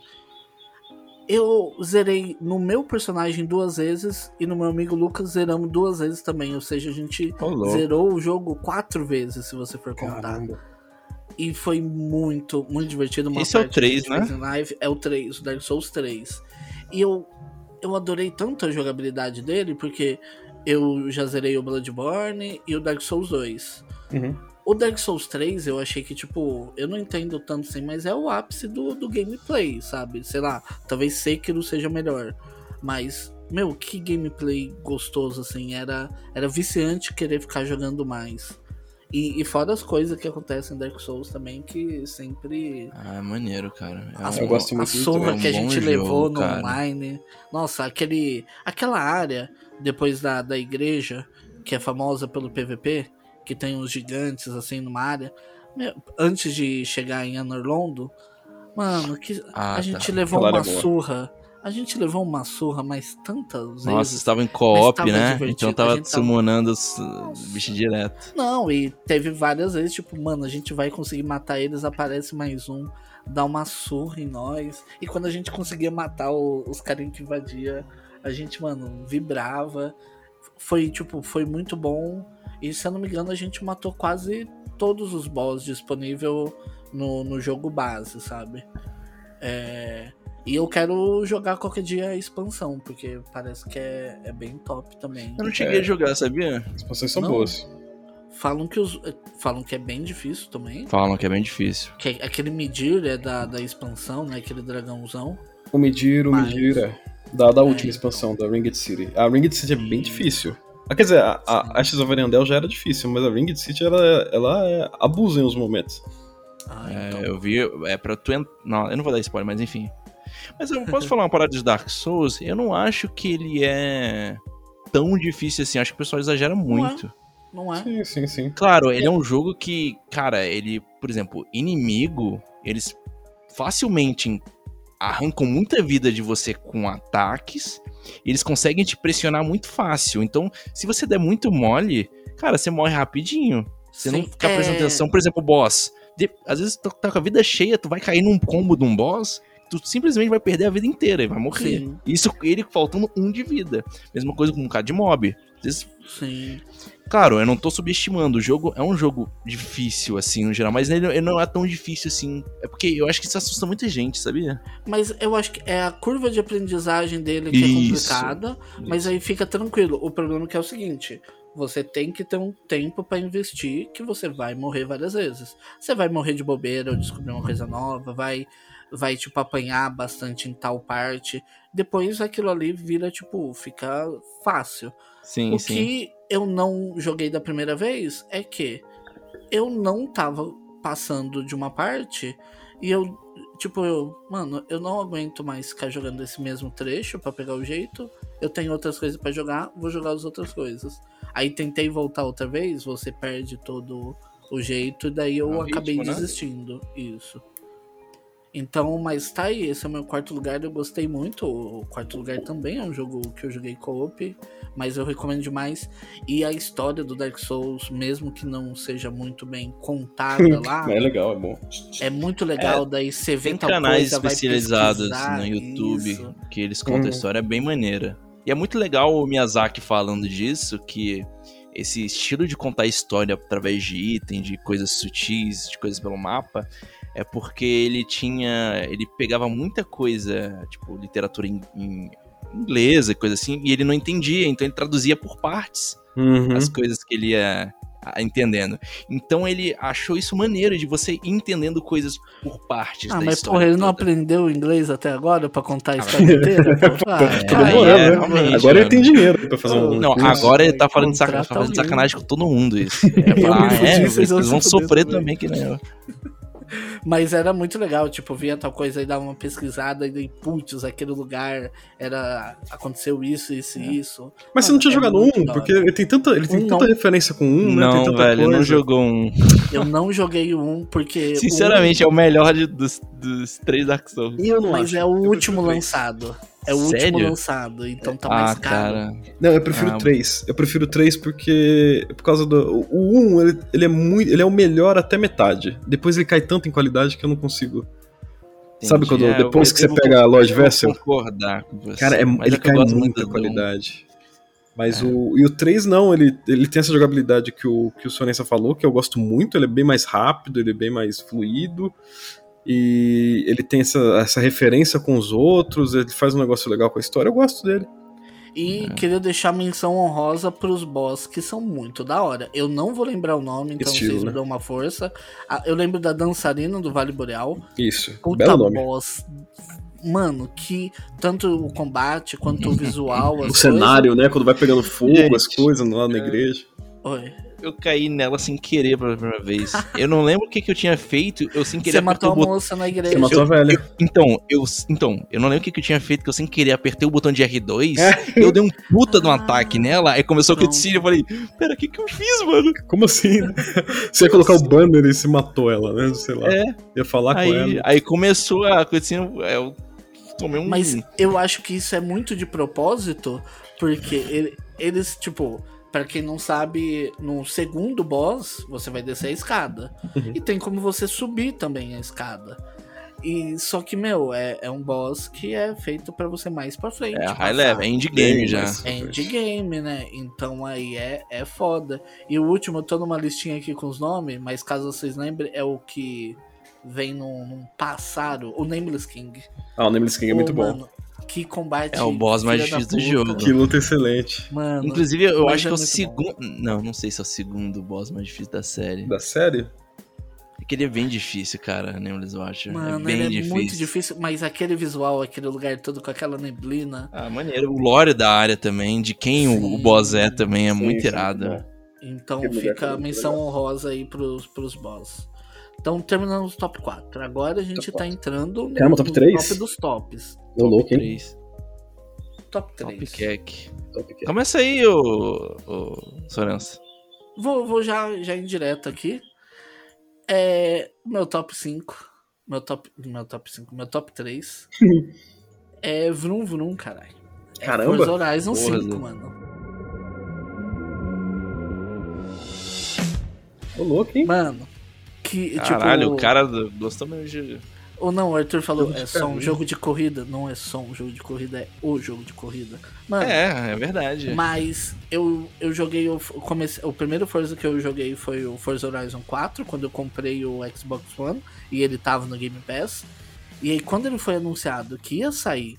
Eu zerei no meu personagem duas vezes e no meu amigo Lucas zeramos duas vezes também, ou seja, a gente Ô, louco. zerou o jogo quatro vezes, se você for contar. Caramba. E foi muito, muito divertido. Uma Esse é o parte que a três, gente né? fez em live é o três, o Dark Souls três. E eu, eu adorei tanto a jogabilidade dele, porque eu já zerei o Bloodborne e o Dark Souls dois. Uhum. O Dark Souls três, eu achei que, tipo, eu não entendo tanto assim, mas é o ápice do, do gameplay, sabe? Sei lá, talvez Sekiro seja melhor. Mas, meu, que gameplay gostoso, assim. Era, era viciante querer ficar jogando mais. E, e fora as coisas que acontecem em Dark Souls também, que sempre... Ah, maneiro, cara. É As, um- Eu gosto a muito de surra um que a bom gente jogo, levou no cara. online. Nossa, aquele, aquela área depois da, da igreja, que é famosa pelo P V P, que tem uns gigantes assim numa área. Meu, antes de chegar em Anorlondo, mano, que Ah, a tá. gente levou Aquela uma área é boa. surra. A gente levou uma surra, mas tantas vezes. Nossa, estava em Mas co-op, tava né? divertido, Então a tava gente tava- summonando os uh, bichos direto. Não, e teve várias vezes, tipo, mano, a gente vai conseguir matar eles, aparece mais um, dá uma surra em nós. E quando a gente conseguia matar o- os carinhos que invadia, a gente, mano, vibrava. Foi, tipo, foi muito bom. E se eu não me engano, a gente matou quase todos os boss disponíveis no, no jogo base, sabe? É... E eu quero jogar qualquer dia a expansão, porque parece que é, é bem top também. Eu não cheguei É. a jogar, sabia? As expansões são Não. boas. Falam que, os, falam que é bem difícil também. Falam que é bem difícil. Que é- aquele Midir é da, da expansão, né? Aquele dragãozão. O Midir, o Mas- Midir é da, da última É. expansão, da Ringed City. A Ringed City é bem difícil. Ah, quer dizer, a, a Ashes of Arendelle já era difícil, mas a Ringed City, ela, ela é, abusa em uns momentos. Ah, É, então. eu vi, é pra tu entrar. Não, eu não vou dar spoiler, mas enfim. Mas eu posso falar uma parada de Dark Souls? Eu não acho que ele é tão difícil assim. Acho que o pessoal exagera muito. Não é? Sim, sim, sim. Claro, ele é um jogo que, cara, ele, por exemplo, inimigo, eles facilmente arrancam muita vida de você com ataques. E eles conseguem te pressionar muito fácil. Então, se você der muito mole, cara, você morre rapidinho. Você não Sim, fica prestando é- atenção. Por exemplo, o boss. De- às vezes tu tá com a vida cheia, tu vai cair num combo de um boss, tu simplesmente vai perder a vida inteira e vai morrer. Sim. Isso ele faltando um de vida. Mesma coisa com um bocado de mob. Às vezes, Sim. claro, eu não tô subestimando. O jogo é um jogo difícil, assim, no geral, mas ele, ele não é tão difícil assim. É porque eu acho que isso assusta muita gente, sabia? Mas eu acho que é a curva de aprendizagem dele que é Isso. complicada, mas aí fica tranquilo. O problema é que é o seguinte: você tem que ter um tempo pra investir, que você vai morrer várias vezes. Você vai morrer de bobeira ou descobrir uma coisa nova, vai, vai tipo, apanhar bastante em tal parte. Depois aquilo ali vira, tipo, fica fácil. Sim, O sim. que eu não joguei da primeira vez é que eu não tava passando de uma parte e eu, tipo, eu, mano, eu não aguento mais ficar jogando esse mesmo trecho pra pegar o jeito. Eu tenho outras coisas pra jogar, vou jogar as outras coisas. Aí tentei voltar outra vez, você perde todo o jeito e daí eu É o acabei ritmo, né? desistindo. Isso. Então, mas tá aí, esse é o meu quarto lugar, eu gostei muito. O quarto lugar também é um jogo que eu joguei co-op, mas eu recomendo demais. E a história do Dark Souls, mesmo que não seja muito bem contada lá, É legal, é bom. é muito legal. Daí você vê Tem tal canais coisa, vai especializados pesquisar, no YouTube isso. que eles contam Uhum. a história bem maneira. E é muito legal o Miyazaki falando disso, que esse estilo de contar história através de item, de coisas sutis, de coisas pelo mapa, é porque ele tinha. Ele pegava muita coisa, tipo, literatura em, em inglesa e coisa assim, e ele não entendia, então ele traduzia por partes Uhum. as coisas que ele ia ah, entendendo. Então ele achou isso maneiro de você ir entendendo coisas por partes Ah, da mas história. porra, ele não toda. aprendeu inglês até agora pra contar a história inteira? Pô? Ah, Tá cara, demorando, é, né? realmente, Agora ele mano. tem dinheiro pra fazer um Não, curso. agora ele tá falando de, saca- Contrata fazendo alguém. sacanagem com todo mundo isso. É, Eu falar, me ah, fudi, é, vocês vocês vão vão se fuder sofrer também. também que nem eu. Mas era muito legal, tipo, via tal coisa e dava uma pesquisada e daí, putz, aquele lugar era. Aconteceu isso, isso e isso. Mas você não tinha Mano, é jogado muito um? da hora. Porque ele tem tanta, ele tem Um tanta não. referência com um, né? Tem Não, tanta velho, coisa. não jogou um. Eu não joguei o um porque. o Sinceramente, é o melhor de- dos, dos três Dark Souls. E eu um, não mas acho. é o Eu último prefiro três. lançado. É o Sério? último lançado, então tá ah, mais caro. cara. Não, eu prefiro Ah. três. Eu prefiro três porque. Por causa do. O um, ele, ele é muito. Ele é o melhor até metade. Depois ele cai tanto em qualidade que eu não consigo. Sabe Entendi. quando. É, eu Depois vou- que você eu vou- pega a Lord eu vou Vessel? concordar com você. Cara, é- Mas ele é que eu cai gosto muito a do- qualidade. Mas o, e o três não, ele, ele tem essa jogabilidade que o, que o Sonessa falou, que eu gosto muito, ele é bem mais rápido, ele é bem mais fluido, e ele tem essa, essa referência com os outros, ele faz um negócio legal com a história, eu gosto dele. E É. queria deixar menção honrosa pros boss que são muito da hora. Eu não vou lembrar o nome, então Estilo, vocês né? me dão uma força. Ah, eu lembro da dançarina do Vale Boreal. Isso, Puta belo nome. boss. Mano, que tanto o combate quanto o visual. as O coisas- cenário, né, quando vai pegando fogo, Gente, as coisas lá na igreja. Oi. Eu caí nela sem querer pela primeira vez. Eu não lembro o que, que eu tinha feito, eu sem querer Você matou apertei a o botão. moça na igreja. Você matou a velha. Então, eu, então, eu não lembro o que, que eu tinha feito, que eu sem querer apertei o botão de R dois, É. eu dei um puta de um Ah. ataque nela, aí começou a Pronto. cutscene, eu falei, pera, o que que eu fiz, mano? Como assim? Você ia colocar o banner e você matou ela, né? Sei lá. É. Ia falar com Aí, ela. aí começou a cutscene, eu tomei um... Mas eu acho que isso é muito de propósito, porque ele- eles, tipo, pra quem não sabe, no segundo boss, você vai descer a escada. Uhum. E tem como você subir também a escada. E só que, meu, é, é um boss que é feito pra você mais pra frente. É, high passar. level, é indie game Bem já. mais- É endgame, né? Então aí é, é foda. E o último, eu tô numa listinha aqui com os nomes, mas caso vocês lembrem, é o que vem num, num pássaro, o Nameless King. Ah, o Nameless King é muito Ô, bom. Mano, que combate. É o boss mais filha da difícil do puta. jogo. Que luta excelente. Mano, Inclusive, eu mas acho que é o muito segundo. Não, não sei se é o segundo boss mais difícil da série. Da série? É que ele é bem difícil, cara, Nameless Watcher. Mano, é bem ele é difícil. muito difícil, mas aquele visual, aquele lugar todo com aquela neblina. Ah, maneiro. O lore da área também, de quem o, o Sim. boss é também, é Sim, muito sim, irado. muito bom. Então Aquele lugar fica foi a muito menção legal. honrosa aí pros, pros boss. Então terminando os top quatro. Agora a gente Top tá entrando no, Caramba, top no três? top dos tops. Ô, louco, hein? três. Top Top três. Kek. Top que é. Começa aí, ô, ô Sorança. Vou, vou já, já em direto aqui. É, meu top cinco. Meu top, meu top cinco. Meu top três. É Vroom Vroom, caralho. É Caramba. Forza Horizon Porra, cinco, Zé. mano. Ô, louco, hein? Mano, que Caralho, tipo... o cara do- gostou mesmo de... Ou não, o Arthur falou, Jogo de é só um carrinho. jogo de corrida. Não é só um jogo de corrida, é o jogo de corrida. Mano, É, é verdade. mas eu, eu joguei o, comecei, o primeiro Forza que eu joguei foi o Forza Horizon quatro, quando eu comprei o Xbox One e ele tava no Game Pass. E aí quando ele foi anunciado que ia sair,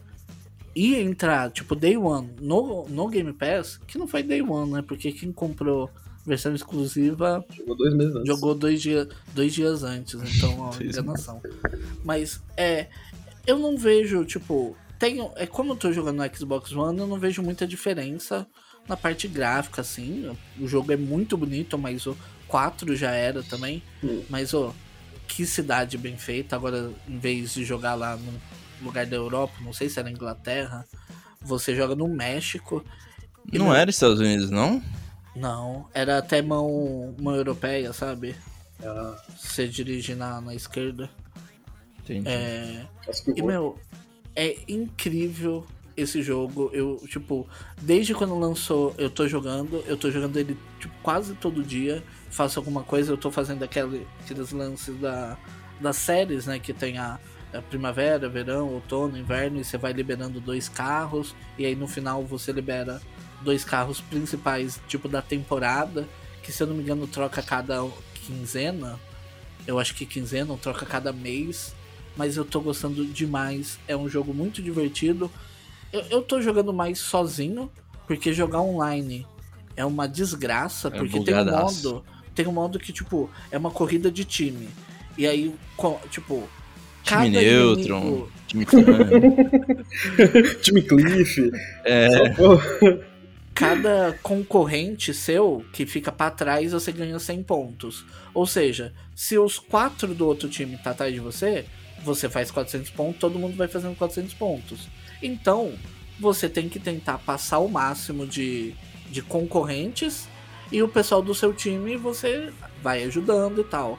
ia entrar, tipo, Day One no, no Game Pass, que não foi Day One, né? Porque quem comprou versão exclusiva Jogou dois meses antes. jogou dois, dia, dois dias antes, então, ó, Dois enganação. Mas, é, eu não vejo, tipo, tenho, é como eu tô jogando no Xbox One, eu não vejo muita diferença na parte gráfica, assim. O jogo é muito bonito, mas o quatro já era também. Hum. Mas, ó, que cidade bem feita. Agora, em vez de jogar lá no lugar da Europa, não sei se era Inglaterra, você joga no México. E Não meu- era Estados Unidos, não? Não, era até mão, mão europeia, sabe? Ah, Você dirige na, na esquerda. Entendi. É, acho que e, eu vou. meu, é incrível esse jogo. Eu, tipo, desde quando lançou, eu tô jogando. Eu tô jogando ele, tipo, quase todo dia. Faço alguma coisa, eu tô fazendo aquele, aqueles lances da, das séries, né? Que tem a, a primavera, verão, outono, inverno. E você vai liberando dois carros. E aí no final você libera dois carros principais, tipo, da temporada. Que, se eu não me engano, troca cada quinzena. Eu acho que quinzena, ou troca cada mês. Mas eu tô gostando demais. É um jogo muito divertido. Eu, eu tô jogando mais sozinho, porque jogar online é uma desgraça, É porque tem um bugadaço. modo. Tem um modo que, tipo, é uma corrida de time. E aí, co- tipo. cada Time Neutron, inimigo- time Clan. Time Cliff. É, Só, pô. Cada concorrente seu que fica pra trás, você ganha cem pontos. Ou seja, se os quatro do outro time tá atrás de você, você faz quatrocentos pontos, todo mundo vai fazendo quatrocentos pontos. Então, você tem que tentar passar o máximo de, de concorrentes e o pessoal do seu time você vai ajudando e tal.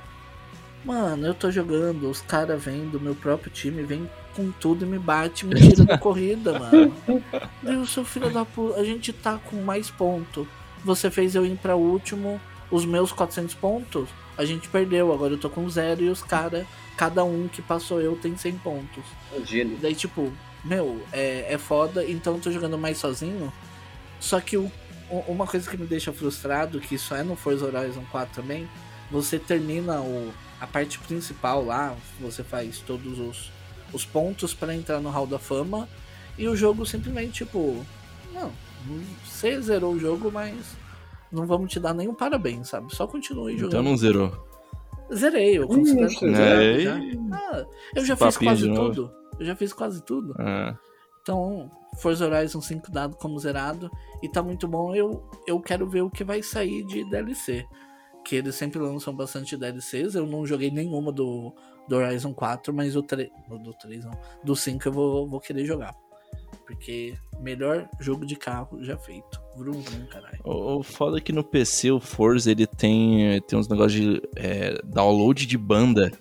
Mano, eu tô jogando, os caras vêm do meu próprio time, vêm com tudo e me bate, me tira da corrida, mano. Meu, seu filho da puta, a gente tá com mais ponto. Você fez eu ir pra último, os meus quatrocentos pontos, a gente perdeu, agora eu tô com zero e os caras, cada um que passou eu tem cem pontos. Gênio. Daí, tipo, meu, é, é foda, então eu tô jogando mais sozinho. Só que o, o- uma coisa que me deixa frustrado, que isso é no Forza Horizon quatro também, você termina o, a parte principal lá, você faz todos os, os pontos pra entrar no Hall da Fama, e o jogo simplesmente, tipo, não, você zerou o jogo, mas não vamos te dar nenhum parabéns, sabe? Só continue jogando. então não zerou. Zerei, eu considero Ixi, considerado é, já. e- Ah, eu esse já fiz papinho quase de novo. tudo. Eu já fiz quase tudo. Ah, Então, Forza Horizon cinco dado como zerado. E tá muito bom. Eu, eu quero ver o que vai sair de D L C. Que eles sempre lançam bastante D L Cs. Eu não joguei nenhuma do, do Horizon quatro, mas o três. Do três não. Do cinco eu vou, vou querer jogar. Porque melhor jogo de carro já feito. Vrum, vrum, caralho. o, o foda é que no P C o Forza ele tem, tem uns negócios de é, download de banda.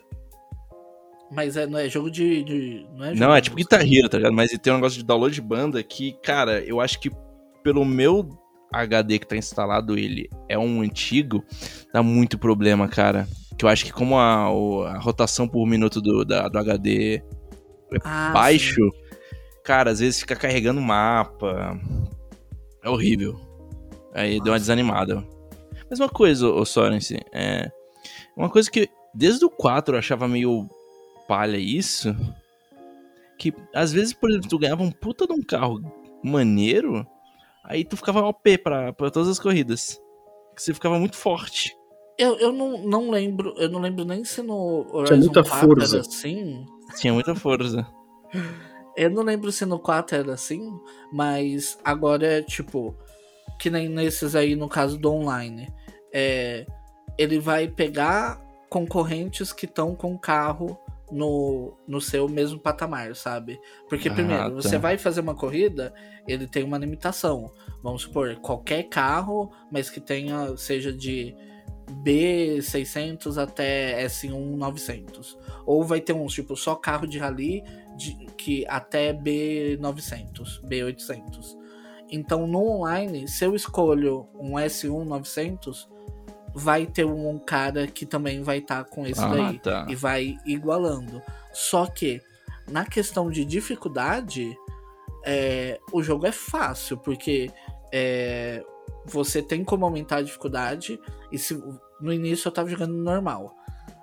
Mas é, não é jogo de. de- não é, jogo Não, é de tipo música. Guitar Hero, tá ligado? Mas ele tem um negócio de download de banda que, cara, eu acho que pelo meu H D que tá instalado, ele é um antigo, dá muito problema, cara. Que eu acho que como a, o- a rotação por minuto do, da- do H D é Ah, baixo, cara, às vezes fica carregando mapa. É horrível. Aí deu uma Nossa. desanimada. Mas uma coisa, ô Sorensen, é... Uma coisa que desde o quatro eu achava meio palha isso, que às vezes, por exemplo, tu ganhava um puta de um carro maneiro, aí tu ficava O P pra, pra todas as corridas, que você ficava muito forte. Eu, eu não, não lembro, eu não lembro nem se no Horizon Tinha muita quatro força. era assim. Tinha muita força. Eu não lembro se no quatro era assim, mas agora é tipo, que nem nesses aí no caso do online. É, ele vai pegar concorrentes que estão com carro no, no seu mesmo patamar, sabe? Porque Ah, primeiro, tá. você vai fazer uma corrida, ele tem uma limitação. Vamos supor, qualquer carro, mas que tenha, seja de B seiscentos até S um novecentos. Ou vai ter uns, tipo, só carro de rally de, que até B novecentos, B oitocentos. Então, no online, se eu escolho um S um novecentos, vai ter um cara que também vai estar tá com esse Ah, daí. tá. E vai igualando. Só que, na questão de dificuldade, é, o jogo é fácil, porque é, você tem como aumentar a dificuldade. E se, no início eu tava jogando normal.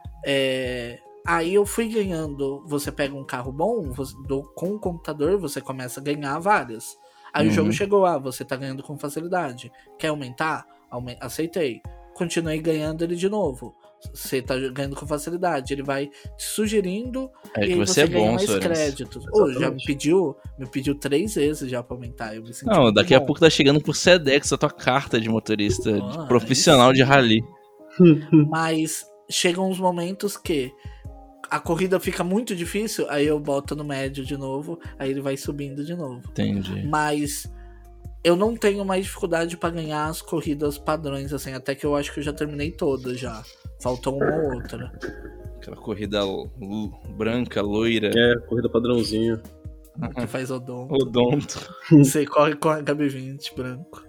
É, aí eu fui ganhando. Você pega um carro bom, você, do, com o computador você começa a ganhar várias. Aí Uhum. o jogo chegou, ah, você tá ganhando com facilidade. Quer aumentar? Aume- aceitei. Continuei ganhando ele de novo. Você tá ganhando com facilidade. Ele vai te sugerindo É e que aí você você é ganha bom, mais Soares. créditos. Ô, já me Exatamente. pediu, me pediu três vezes já pra aumentar. Eu me senti Não, muito daqui a bom. pouco tá chegando por Sedex a tua carta de motorista de Ah, profissional aí de sim. rally. Mas chegam uns momentos que a corrida fica muito difícil, aí eu boto no médio de novo, aí ele vai subindo de novo. Entendi. Mas eu não tenho mais dificuldade pra ganhar as corridas padrões, assim, até que eu acho que eu já terminei todas já. Faltou uma ou outra. Aquela corrida l- l- branca, loira, É, corrida padrãozinho. Que faz odonto. odonto. Você corre com H B vinte branco.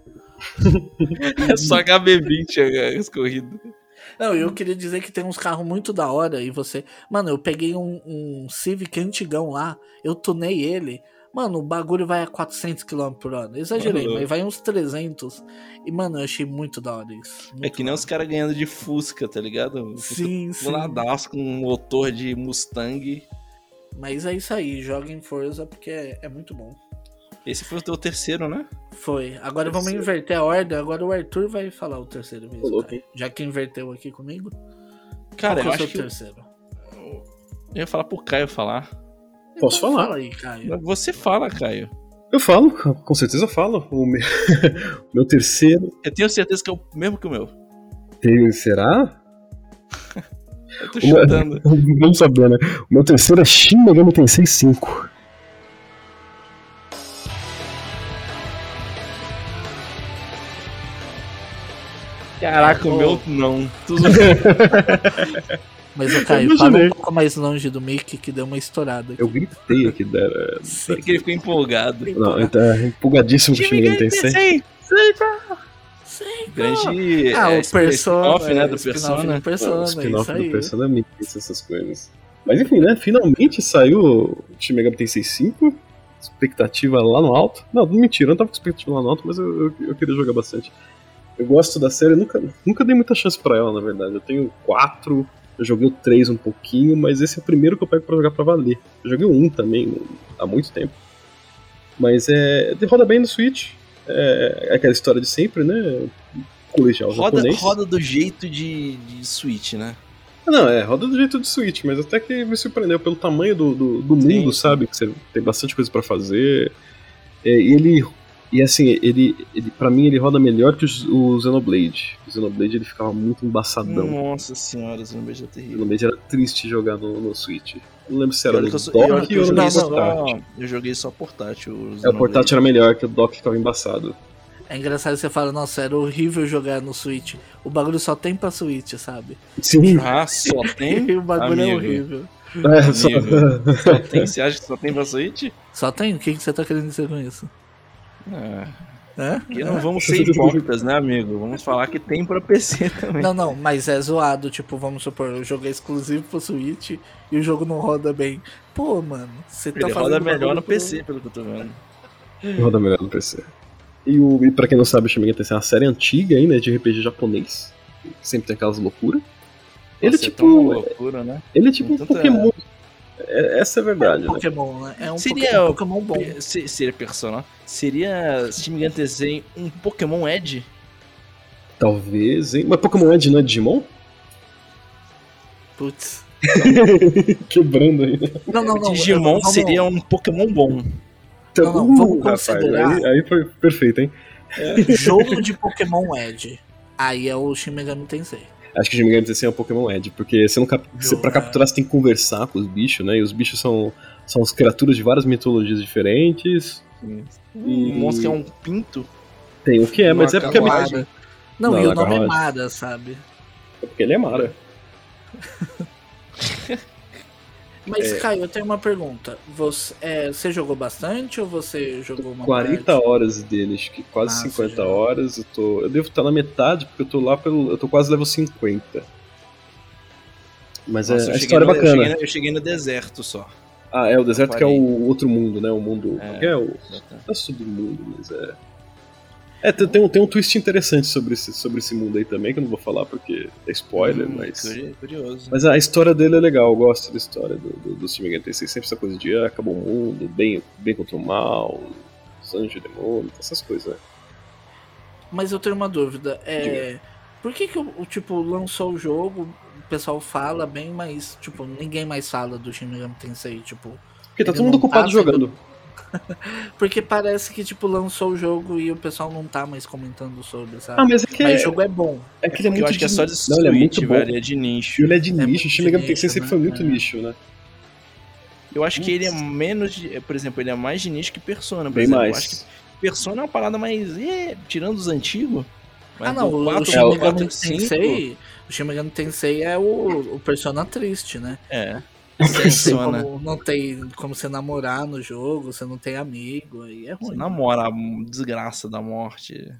É só H B vinte as corridas. Não, eu queria dizer que tem uns carros muito da hora e você... Mano, eu peguei um, um Civic antigão lá, eu tunei ele. Mano, o bagulho vai a quatrocentos quilômetros por hora. Exagerei, Uhum. mas vai uns trezentos. E, mano, eu achei muito da hora isso. É Muito que nem da os caras ganhando de Fusca, tá ligado? hora. Fusca Sim, sim. Planadaço com um motor de Mustang. Mas é isso aí, joguem Forza porque é, é muito bom. Esse foi o teu terceiro, né? Foi. Agora vamos Terceiro. inverter a ordem. Agora o Arthur vai falar o terceiro mesmo. Ô, louco, Caio. Já que inverteu aqui comigo. Cara, qual eu que é o acho seu que terceiro? eu ia falar pro Caio falar. Posso Então falar? Fala aí, Caio. Você fala, Caio. Eu falo, com certeza eu falo. O meu, o meu terceiro. Eu tenho certeza que é o mesmo que o meu. Tem- Será? Eu tô O meu- chutando. Vamos saber, né? O meu terceiro é Shin Megami Tensei cinco. Caraca, o Ô. meu não. Tudo... Mas o Caio, imaginei. fala um pouco mais longe do mic que deu uma estourada. aqui. Eu gritei aqui. Da... É que ele ficou empolgado. Não, ele tá empolgadíssimo com o Shin Megami Tensei. Grande Ah, é, o Persona. spin-off, né, é, do spin-off Persona. do Persona, Não, o é isso spin-off do aí. Persona Mix, essas coisas. Mas enfim, né? Finalmente saiu o Shin Megami Tensei cinco. Expectativa lá no alto. Não, mentira, eu não tava com expectativa lá no alto, mas eu, eu, eu queria jogar bastante. Eu gosto da série, eu nunca, nunca dei muita chance pra ela, na verdade. Eu tenho quatro, eu joguei o três um pouquinho, mas esse é o primeiro que eu pego pra jogar pra valer. Eu joguei o um também há muito tempo. Mas é. Roda bem no Switch. É, é aquela história de sempre, né? Colegial Roda, japonês. roda do jeito de, de Switch, né? Não, é, roda do jeito de Switch, mas até que me surpreendeu pelo tamanho do, do, do mundo, Sim. sabe? Que você tem bastante coisa pra fazer. É, e ele. E assim, ele, ele. Pra mim, ele roda melhor que os- o Xenoblade. O Xenoblade ele ficava muito embaçadão. Nossa senhora, esse beijo é O terrível. Xenoblade era triste jogar no, no Switch. Não lembro se era Olha no que eu, sou- dock eu- ou eu no joguei Não, só, portátil. eu joguei só portátil. o É, o portátil era melhor, que o dock ficava embaçado. É engraçado que você fala, nossa, era horrível jogar no Switch. O bagulho só tem pra Switch, sabe? Sim, Ah, só tem? E o bagulho é Amigo. horrível. é, só... Amigo. Só tem? Você acha que só tem pra Switch? Só tem? O que que você tá querendo dizer com isso? Ah, É? aqui não vamos ser hipócritas, né, amigo? Vamos falar que tem pra P C também. Não, não, mas é zoado, tipo, vamos supor, o jogo é exclusivo pro Switch e o jogo não roda bem. Pô, mano, você tá Ele fazendo roda melhor bagulho no pro- P C, pelo que eu tô vendo. roda melhor no P C. E, o, e pra quem não sabe, o Shin Megami Tensei é uma série antiga aí, né, de R P G japonês. Sempre tem aquelas loucuras. Ele é Nossa, tipo. é tão loucura, né? Ele é tipo um Tanta- Pokémon. É- essa é a verdade, É um né? Pokémon, né? É um Seria Pokémon, Pokémon bom. Se- Seria Persona. Seria Shin Megami Tensei um Pokémon Edge? Talvez, hein? Mas Pokémon Edge não é Digimon? Putz. Quebrando aí. Não, não, não. Digimon vamos- seria um Pokémon bom. Não, não, vamos considerar- Aí, aí foi perfeito, hein? Jogo de Pokémon Edge. Aí é o Shin Megami Tensei. Acho que o Shin Megami Tensei é um Pokémon Edge, porque você não cap... você, pra capturar você tem que conversar com os bichos, né? E os bichos são, são as criaturas de várias mitologias diferentes. Um E- monstro que é um pinto. Tem o que é, mas é Uma porque, é meio- Mara. Não, Não, e o nome é Nagarrod. Mara, sabe? é porque ele é Mara. Mas, É. Caio, eu tenho uma pergunta. Você, é, você jogou bastante ou você jogou uma quarenta parte? horas dele, acho que quase Nossa, cinquenta já. horas. Eu, tô, eu devo estar na metade, porque eu tô lá pelo. Eu tô quase level cinquenta. Mas Nossa, é, eu a cheguei história é no- eu bacana. cheguei no- Eu cheguei no deserto só. Ah, é, o deserto que é parei. o outro mundo, né? O mundo. É. que é o. Não é submundo, mas é. É, tem, tem um, tem um twist interessante sobre esse, sobre esse mundo aí também, que eu não vou falar porque é spoiler, Hum, mas. curi- Curioso. Mas a história dele é legal, eu gosto da história do, do, do Shin Megami Tensei. Sempre essa coisa de ah, acabou o mundo, bem, bem contra o mal, os anjos e demônios, essas coisas, né? Mas eu tenho uma dúvida. É, por que que o, o, tipo, lançou o jogo, o pessoal fala bem, mas, tipo, ninguém mais fala do Shin Megami Tensei, tipo... Porque tá Ele todo mundo não ocupado tá sendo- jogando. Porque parece que, tipo, lançou o jogo e o pessoal não tá mais comentando sobre, sabe? Ah, mas é que, Mas é, o jogo é bom. é que ele é muito eu acho que é só de Não, ele é muito Switch, bom. velho. É de E nicho. ele é de É nicho, muito o Shin Megami de Tensei nicho, sempre né? foi muito É. nicho, né? Eu acho que ele é menos de. Por exemplo, ele é mais de nicho que Persona. Por Bem exemplo. mais. Eu acho que Persona é uma parada mais. É, tirando os antigos. Mas Ah, não, do o, quatro, o Shin é, o Megami quatro, cinco, Tensei... O Shin Megami Tensei é o, o Persona triste, né? É. Não tem, Persona. como, não tem como você namorar no jogo, você não tem amigo, aí é ruim. Namora, a desgraça da morte.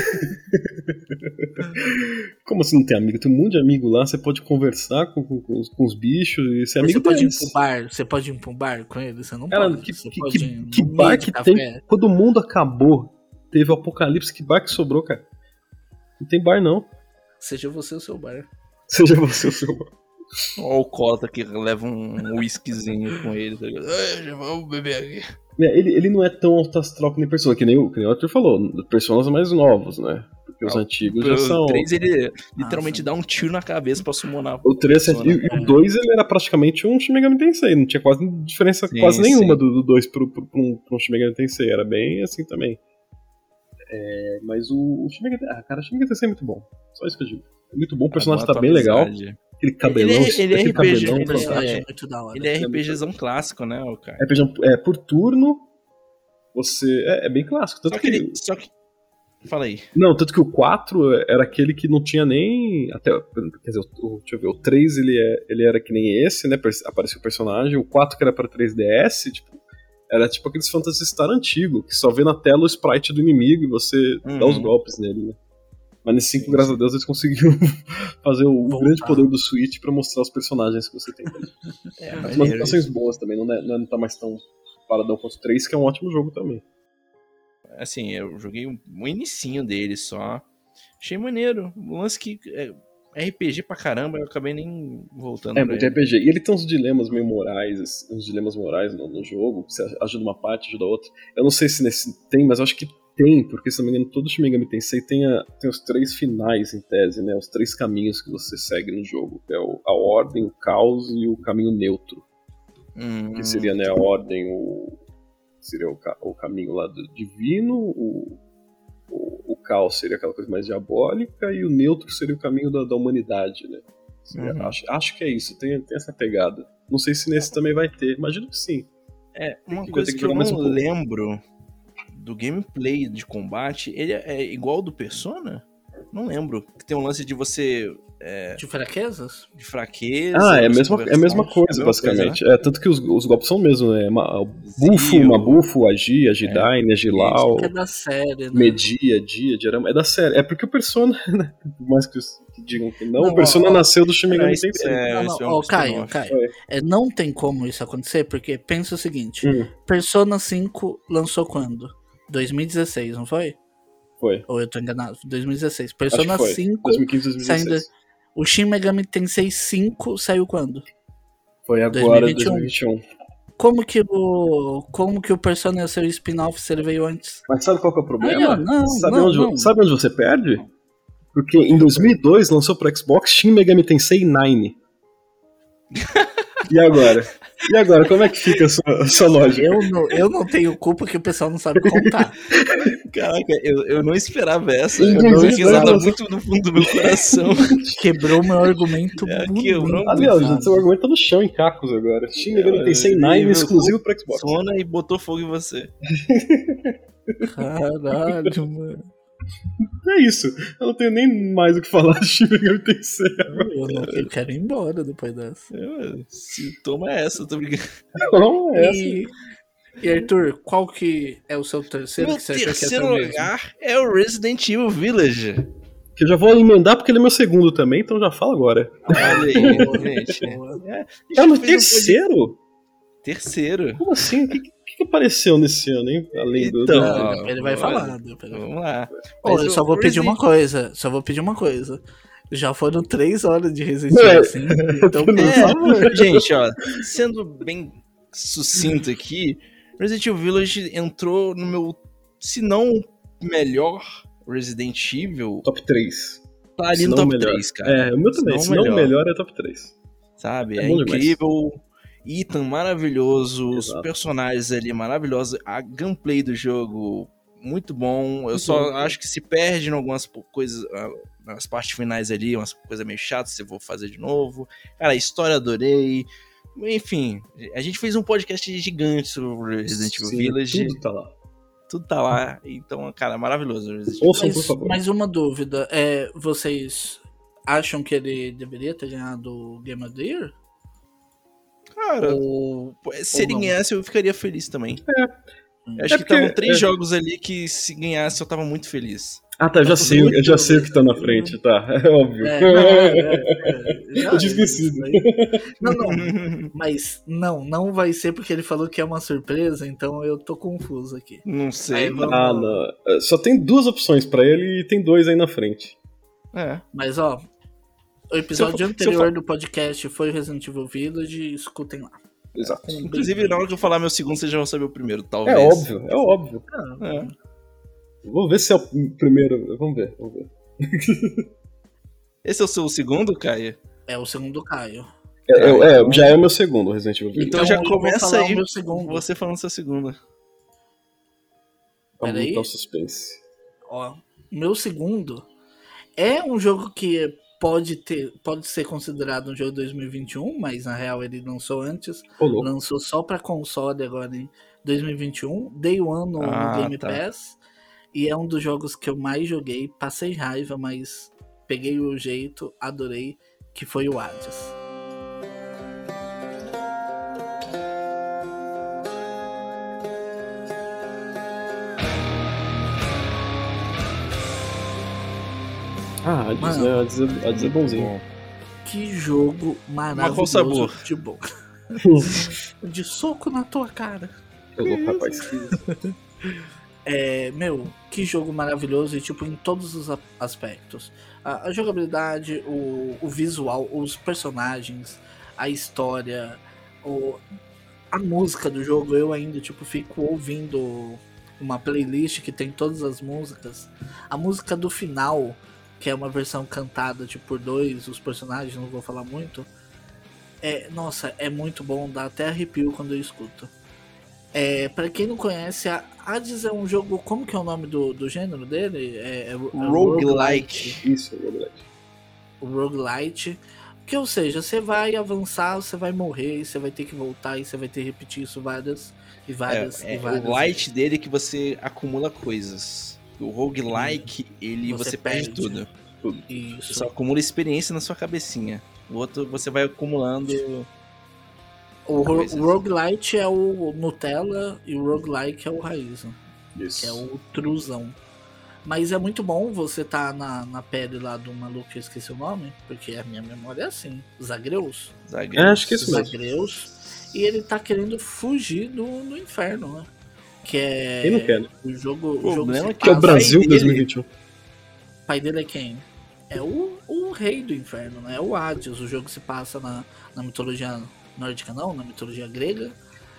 Como assim não tem amigo? Tem um monte de amigo lá, você pode conversar com, com, com os, com os bichos e ser Mas amigo você pode ir deles. pro bar, você pode ir pro bar com ele? Você não Cara, pode. que, você que, pode que, ir que no bar meio que de tem? café. Quando o mundo acabou, teve o apocalipse, que bar que sobrou, cara? Não tem bar, não. Seja você o seu bar. Seja você o seu bar. Olha o Cota que leva um whiskyzinho com ele. Tá ligado? "Ah, já vamos beber aqui." É, Ele, ele não é tão alto astral que nem Persona, que nem, o- que nem o Arthur falou. Personagens mais novos, né? Porque os Ah, antigos já O são. três ele literalmente sim. dá um tiro na cabeça pra summonar. O três, Persona. e, e o dois ele era praticamente um Shin Megami Tensei, não tinha quase diferença Sim, quase nenhuma sim. do, do dois pro, pro, pro, um, pro um Shin Megami Tensei, era bem assim também. É, mas o, o Shin Megami Tensei, ah, cara, o Shin Megami Tensei é muito bom, só isso que eu digo. É muito bom, o personagem Alguma tá bem legal, atualidade. aquele cabelão, Ele é- ele é aquele R P G, cabelão ele é- fantástico. É muito da hora. Ele é RPGzão clássico, né, o cara? R P G é por turno, você. É, é bem clássico. Tanto Só que que, ele. Só que. Fala aí. Não, tanto que o quatro era aquele que não tinha nem. Até, quer dizer, o, deixa eu ver, o três ele, é, ele era que nem esse, né? Apareceu o personagem. O quatro que era pra três D S, tipo, era tipo aqueles Phantasy Star antigo, que só vê na tela o sprite do inimigo e você Uhum. dá os golpes nele, né? Mas nesse cinco, Sim, graças sim. a Deus, eles conseguiram fazer o Voltar. grande poder do Switch pra mostrar os personagens que você tem. É, As maneiro movimentações isso. boas também, não, é, não, é- não tá mais tão paradão quanto o três, que é um ótimo jogo também. Assim, eu joguei um, um inicinho dele só. Achei maneiro. Um lance que é R P G pra caramba, eu acabei nem voltando É pra muito ele. R P G. E ele tem uns dilemas meio morais, assim, uns dilemas morais no, no jogo, que você ajuda uma parte, ajuda a outra. Eu não sei se nesse tem, mas eu acho que tem, porque se não me engano, todo Shin Megami Tensei tem, a, tem os três finais em tese, né? Os três caminhos que você segue no jogo. Que é o, a ordem, o caos e o caminho neutro. Hum, Que seria, né, a ordem, o. Seria o, ca- o caminho lá do divino, o, o, o caos seria aquela coisa mais diabólica, e o neutro seria o caminho da, da humanidade, né? Seria- Uhum. acho, acho que é isso, tem, tem essa pegada. Não sei se nesse também vai ter, imagino que sim. É, uma que- coisa tem que que eu jogar mais não um pouco. lembro do gameplay de combate, ele é igual ao do Persona? Não lembro. Que tem um lance de você. De fraquezas? De fraqueza. Ah, é a você mesma, é a conversar, mesma é a coisa, mesma basicamente. coisa, né? É, tanto que os, os golpes são mesmo, né? Ma- Bufo, Zio. Mabufu, Agi, Agidaine, Agilau, Que é da série, né? Media, Dia, Diarama. É da série. É porque o Persona, né? Por mais que, os- que digam que não, Não, o Persona ó, nasceu do Shin Megami é, Tensei. é, Não, não, isso é um ó, Caio, spin-off. Caio, É. é, não tem como isso acontecer, porque pensa o seguinte, Hum, Persona cinco lançou quando? dois mil e dezesseis, não foi? foi. Ou eu tô enganado? dois mil e dezesseis. Acho que Persona foi. cinco dois mil e quinze, dois mil e saindo... dezesseis. O Shin Megami Tensei cinco saiu quando? Foi agora, dois mil e vinte e um. dois mil e vinte e um. Como que o, como que o Persona ia ser o spin-off se ele veio antes? Mas sabe qual que é o problema? Ah, não, sabe, não, onde, não. sabe onde você perde? Porque em dois mil e dois lançou pro Xbox Shin Megami Tensei nove. E agora? E agora, como é que fica a sua, a sua lógica? Eu não, eu não tenho culpa que o pessoal não sabe contar. Caraca, eu, eu não esperava essa. Em Eu dou dois mil e dois risada lançou- muito no fundo do meu coração. Quebrou meu argumento. É, bonito, quebrou muito. Aliás, sabe? seu argumento tá no chão em cacos agora. Shin Megami Tensei nove Meu exclusivo pro Xbox. Sona e botou fogo em você. Caralho, mano. É isso. Eu não tenho nem mais o que falar de Shin Megami Tensei agora. Eu, não, eu quero ir embora depois dessa. Eu, se toma essa, tô brincando. Não, é essa. E, e Arthur, qual que é o seu terceiro Meu que você achou que é terceiro teu mesmo? lugar é o Resident Evil Village. Que eu já vou emendar porque ele é meu segundo também, então já fala agora. Olha aí, gente. Boa. É, a gente É no fez um terceiro? pod- Terceiro. Como assim? O que, que, que apareceu nesse ano, hein? Além do. Então, do- Não, ó, depois ele vai olha, falar. Depois ele vai Vamos lá. Ô, Mas eu o só vou pedir Resident- uma coisa. Só vou pedir uma coisa. Já foram três horas de Resident É. Evil cinco, então, por É, favor. gente, ó, sendo bem sucinto aqui, Resident Evil Village entrou no meu, se não melhor Resident Evil, Top três. tá ali Se no não top melhor. três, cara. É, o meu também. Se não melhor, é top três. Sabe? É É, bom demais. incrível. Ethan maravilhoso, os Exato. personagens ali maravilhosos, a gameplay do jogo muito bom. Eu Muito só bom. acho que se perde em algumas po- coisas, ah, nas partes finais ali, umas coisas meio chatas, se eu vou fazer de novo. Cara, a história adorei. Enfim, a gente fez um podcast gigante sobre Resident Evil Sim, Village. tudo tá lá. Tudo tá lá. Então, cara, maravilhoso. Resident Evil. Ouçam, por Mas, favor. mas uma dúvida. É, vocês acham que ele deveria ter ganhado o Game of the Year? Cara, Ou, se ou ele não? ganhasse, eu ficaria feliz também. Eu acho É que porque- estavam três é. jogos ali que se ganhasse eu tava muito feliz. Ah, tá, eu já Tá sei, muito eu já sei o que tá na bem. frente, tá. É óbvio. É, não, é, é, é, já Eu tinha esquecido. isso aí. Não, não. Mas não, não vai ser porque ele falou que é uma surpresa, então eu tô confuso aqui. Não sei. Aí, vamos- Ah, não. Só tem duas opções pra ele e tem dois aí na frente. É. Mas ó, o episódio Se eu for- se eu anterior for- do podcast foi Resident Evil Village, escutem lá. Exato. Inclusive, na hora que eu falar meu segundo, vocês já vão saber o primeiro, É talvez. óbvio, é óbvio. Ah, É. Vou ver se é o primeiro. Vamos ver, vamos ver. Esse é o seu segundo, Caio? É o segundo Caio. É, Ah, é, então- já é o meu segundo Resident Evil. Então, Então já eu vou começa falar aí o meu segundo. você falando seu segundo. Vamos peraí. botar o suspense. Ó, meu segundo é um jogo que pode ter, pode ser considerado um jogo de dois mil e vinte e um, mas na real ele lançou antes, Ô, louco. lançou só pra console agora em dois mil e vinte e um, Day One no, no Ah, Game tá. Pass, e é um dos jogos que eu mais joguei, passei raiva, mas peguei o jeito, adorei, que foi o Hades. Ah, Hades, Mano. né? Hades é, Hades é bonzinho. Que jogo maravilhoso qual sabor? de bom. De soco na tua cara. Ô, louco, rapaz. É, meu, que jogo maravilhoso e tipo em todos os a- aspectos. A, a jogabilidade, o, o visual, os personagens, a história, o, a música do jogo. Eu ainda tipo fico ouvindo uma playlist que tem todas as músicas. A música do final, que é uma versão cantada tipo por dois os personagens, não vou falar muito. É, nossa, é muito bom, dá até arrepio quando eu escuto. É, pra quem não conhece, a Hades é um jogo. Como que é o nome do, do gênero dele? É, é, é Roguelike. Isso, é verdade. O roguelite. Que, ou seja, você vai avançar, você vai morrer, você vai ter que voltar e você vai ter que repetir isso várias e várias É, e é, várias o light dele é que você acumula coisas. O roguelike, ele Você você, perde, perde. tudo. vezes. Você Isso. só acumula experiência na sua cabecinha. O outro você vai acumulando. O, ro- coisas. o roguelite é o Nutella e o roguelike é o raiz, Isso. que é o truzão. Mas é muito bom você tá na, na pele lá do maluco que eu esqueci o nome, porque a minha memória é assim, Zagreus. É, acho que é isso mesmo. Zagreus. E ele tá querendo fugir do, do inferno, né? Que é. Quem não quer, né? O jogo. O, O jogo problema se é Que é o passa- pai Brasil dele- dois mil e vinte e um. O pai dele é quem? é o, o rei do inferno, né? É o Hades. O jogo se passa na, na mitologia nórdica, não, na mitologia grega.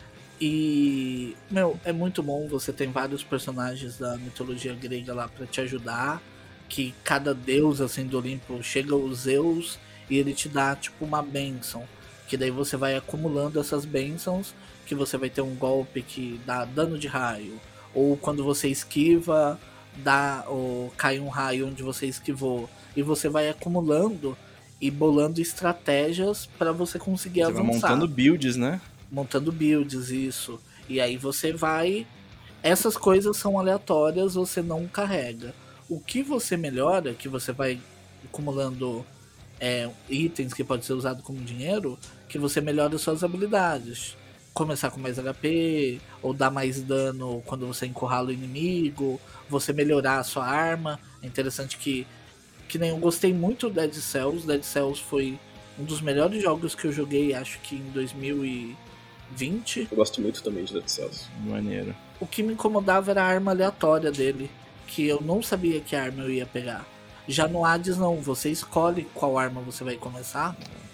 E, meu, é muito bom. Você tem vários personagens da mitologia grega lá pra te ajudar. Que cada deus, assim, do Olimpo, chega os Zeus e ele te dá, tipo, uma bênção. Que daí você vai acumulando essas bênçãos, que você vai ter um golpe que dá dano de raio. Ou quando você esquiva, dá, ou cai um raio onde você esquivou. E você vai acumulando e bolando estratégias pra você conseguir Você avançar. vai montando builds, né? Montando builds, isso. E aí você vai... Essas coisas são aleatórias, você não carrega. O que você melhora, que você vai acumulando é, itens que pode ser usado como dinheiro, que você melhora suas habilidades. Começar com mais H P, ou dar mais dano quando você encurrala o inimigo, você melhorar a sua arma. É interessante que, que nem eu gostei muito do Dead Cells. Dead Cells foi um dos melhores jogos que eu joguei, acho que em dois mil e vinte. Eu gosto muito também de Dead Cells. Maneiro. O que me incomodava era a arma aleatória dele, que eu não sabia que arma eu ia pegar. Já no Hades não, você escolhe qual arma você vai começar,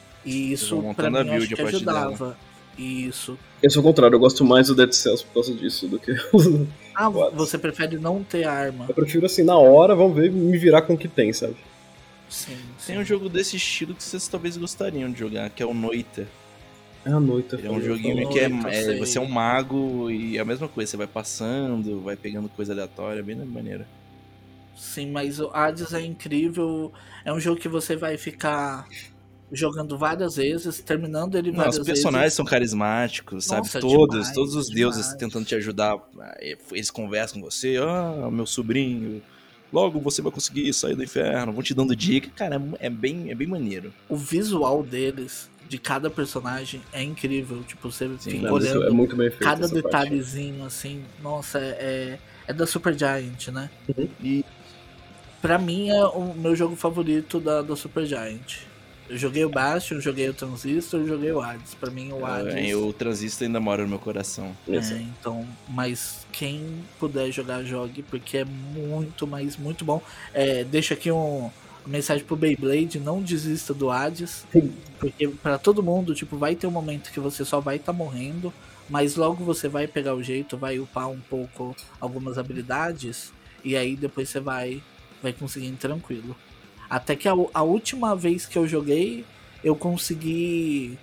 e isso pra mim eu acho que ajudava. Isso. Eu sou o contrário, eu gosto mais do Dead Cells por causa disso do que o Ah, você prefere não ter arma? Eu prefiro assim, na hora, vamos ver, me virar com o que tem, sabe? Sim, sim. Tem um jogo desse estilo que vocês talvez gostariam de jogar, que é o Noita. É a noite. É um joguinho que é, é você é um mago e é a mesma coisa, você vai passando, vai pegando coisa aleatória, bem maneira. Sim, mas o Hades é incrível, é um jogo que você vai ficar jogando várias vezes, terminando ele Não, várias os personagens vezes. são carismáticos, sabe? Nossa, todos, demais, todos os demais. deuses tentando te ajudar, eles conversam com você, ah, meu sobrinho, logo você vai conseguir sair do inferno, vão te dando dica, cara, é bem, é bem maneiro. O visual deles, de cada personagem, é incrível, tipo, você Sim, fica Não, olhando é muito bem feito cada essa detalhezinho, parte. Assim, nossa, é, é da Supergiant, né? Uhum. E pra mim é o meu jogo favorito da, da Supergiant. Eu joguei o Bastion, joguei o Transistor, joguei o Hades. Pra mim o Hades... É, o Transistor ainda mora no meu coração. É, então, mas quem puder jogar, jogue, porque é muito, mas muito bom. É, deixa aqui um, uma mensagem pro Beyblade, não desista do Hades, porque pra todo mundo, tipo, vai ter um momento que você só vai estar tá morrendo, mas logo você vai pegar o jeito, vai upar um pouco algumas habilidades, e aí depois você vai, vai conseguindo tranquilo. Até que a, a última vez que eu joguei, eu consegui